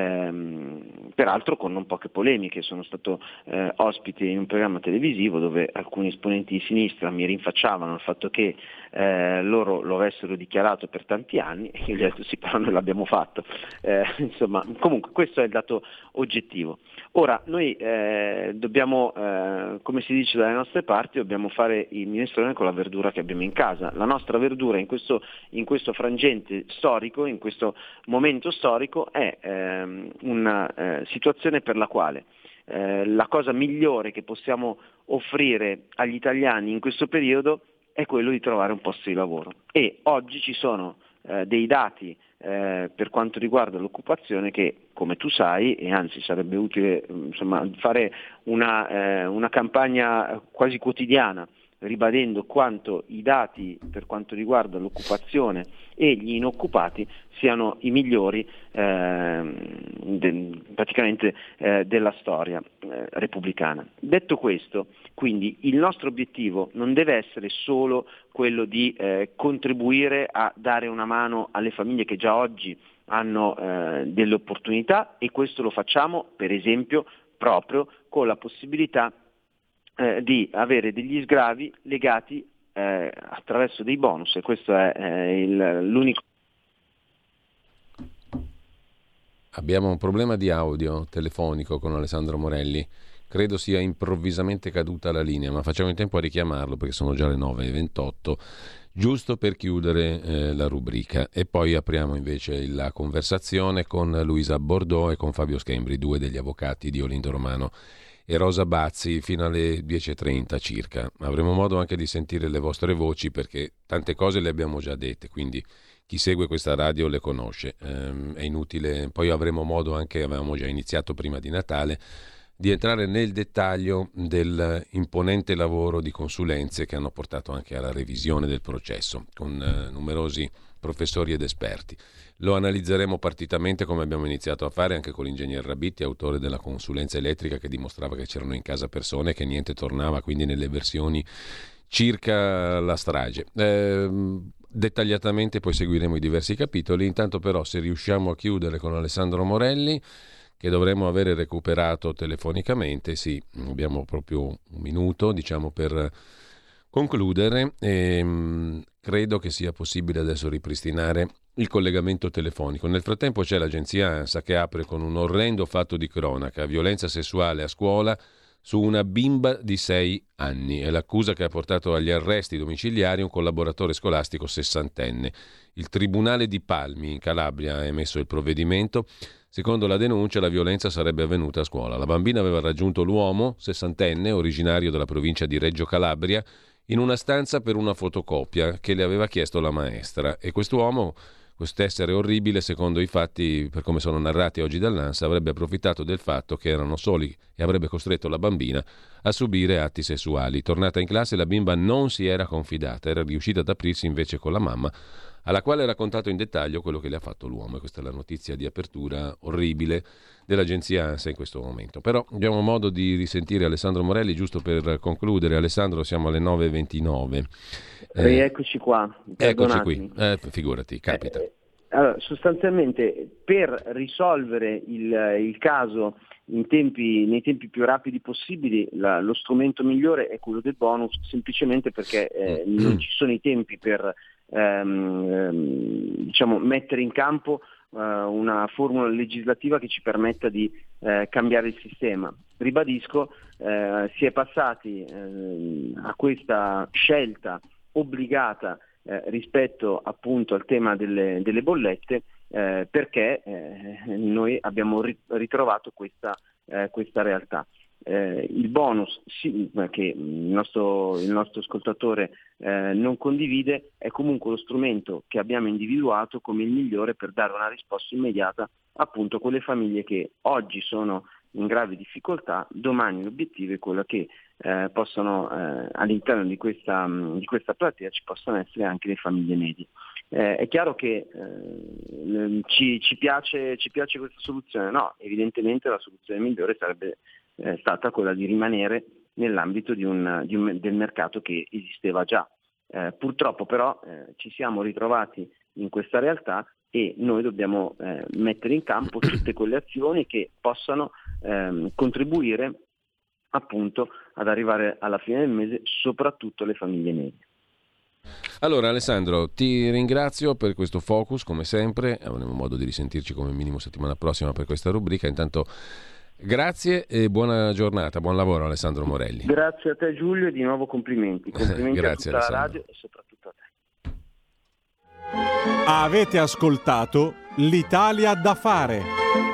ehm, peraltro con non poche polemiche. Sono stato eh, ospite in un programma televisivo dove alcuni esponenti di sinistra mi rinfacciavano il fatto che eh, loro lo avessero dichiarato per tanti anni, e io gli ho detto sì, però noi l'abbiamo fatto. Eh, insomma, comunque questo è il dato oggettivo. Ora noi eh, dobbiamo, eh, come si dice dalle nostre parti, dobbiamo fare il minestrone con la verdura che abbiamo in casa. La nostra verdura in questo, in questo frangente storico, in questo momento storico, è ehm, una eh, situazione per la quale eh, la cosa migliore che possiamo offrire agli italiani in questo periodo è quello di trovare un posto di lavoro. E oggi ci sono eh, dei dati Eh, per quanto riguarda l'occupazione che, come tu sai, e anzi sarebbe utile insomma, fare una, eh, una campagna quasi quotidiana ribadendo quanto i dati per quanto riguarda l'occupazione e gli inoccupati siano i migliori eh, de, praticamente eh, della storia eh, repubblicana. Detto questo, quindi il nostro obiettivo non deve essere solo quello di eh, contribuire a dare una mano alle famiglie che già oggi hanno eh, delle opportunità, e questo lo facciamo per esempio proprio con la possibilità eh, di avere degli sgravi legati eh, attraverso dei bonus, e questo è eh, il, l'unico. Abbiamo un problema di audio telefonico con Alessandro Morelli. Credo sia improvvisamente caduta la linea, ma facciamo in tempo a richiamarlo perché sono già le nove e ventotto, giusto per chiudere eh, la rubrica. E poi apriamo invece la conversazione con Luisa Bordeaux e con Fabio Schembri, due degli avvocati di Olindo Romano e Rosa Bazzi, fino alle dieci e trenta circa. Avremo modo anche di sentire le vostre voci perché tante cose le abbiamo già dette, quindi chi segue questa radio le conosce. Ehm, è inutile, poi avremo modo anche, avevamo già iniziato prima di Natale, di entrare nel dettaglio del imponente lavoro di consulenze che hanno portato anche alla revisione del processo, con eh, numerosi professori ed esperti. Lo analizzeremo partitamente, come abbiamo iniziato a fare anche con l'ingegner Rabitti, autore della consulenza elettrica, che dimostrava che c'erano in casa persone, che niente tornava, quindi nelle versioni circa la strage. Eh, dettagliatamente poi seguiremo i diversi capitoli. Intanto però, se riusciamo a chiudere con Alessandro Morelli, che dovremmo avere recuperato telefonicamente, sì, abbiamo proprio un minuto, diciamo, per concludere. E, mh, credo che sia possibile adesso ripristinare il collegamento telefonico. Nel frattempo c'è l'agenzia ANSA che apre con un orrendo fatto di cronaca: violenza sessuale a scuola su una bimba di sei anni. È l'accusa che ha portato agli arresti domiciliari un collaboratore scolastico sessantenne. Il Tribunale di Palmi in Calabria ha emesso il provvedimento. Secondo la denuncia, la violenza sarebbe avvenuta a scuola. La bambina aveva raggiunto l'uomo, sessantenne, originario della provincia di Reggio Calabria, in una stanza per una fotocopia che le aveva chiesto la maestra. E quest'uomo, quest'essere orribile, secondo i fatti, per come sono narrati oggi dall'ANSA, avrebbe approfittato del fatto che erano soli e avrebbe costretto la bambina a subire atti sessuali. Tornata in classe, la bimba non si era confidata, era riuscita ad aprirsi invece con la mamma, alla quale ha raccontato in dettaglio quello che le ha fatto l'uomo. E questa è la notizia di apertura orribile dell'agenzia ANSA in questo momento. Però abbiamo modo di risentire Alessandro Morelli, giusto per concludere. Alessandro, siamo alle nove e ventinove. Eh, eccoci qua. Eccoci qui, eh, figurati, capita. Eh, allora, sostanzialmente, per risolvere il, il caso in tempi, nei tempi più rapidi possibili, la, lo strumento migliore è quello del bonus, semplicemente perché eh, non ci sono i tempi per ehm, diciamo mettere in campo eh, una formula legislativa che ci permetta di eh, cambiare il sistema. Ribadisco, eh, si è passati eh, a questa scelta obbligata eh, rispetto appunto al tema delle, delle bollette, eh, perché eh, noi abbiamo ritrovato questa, eh, questa realtà. Eh, il bonus sì, che il nostro, il nostro ascoltatore eh, non condivide, è comunque lo strumento che abbiamo individuato come il migliore per dare una risposta immediata appunto a quelle famiglie che oggi sono in grave difficoltà. Domani l'obiettivo è quello che eh, possano eh, all'interno di questa, di questa platea ci possano essere anche le famiglie medie. Eh, è chiaro che eh, ci, ci, piace, ci piace questa soluzione? No, evidentemente la soluzione migliore sarebbe eh, stata quella di rimanere nell'ambito di un, di un, del mercato che esisteva già. Eh, purtroppo però eh, ci siamo ritrovati in questa realtà e noi dobbiamo eh, mettere in campo tutte quelle azioni che possano ehm, contribuire appunto ad arrivare alla fine del mese, soprattutto alle famiglie medie. Allora Alessandro, ti ringrazio per questo focus come sempre, avremo modo di risentirci come minimo settimana prossima per questa rubrica. Intanto grazie e buona giornata, buon lavoro Alessandro Morelli. Grazie a te Giulio e di nuovo complimenti, complimenti grazie, a tutta Alessandro. la radio e soprattutto a te. Avete ascoltato l'Italia da fare.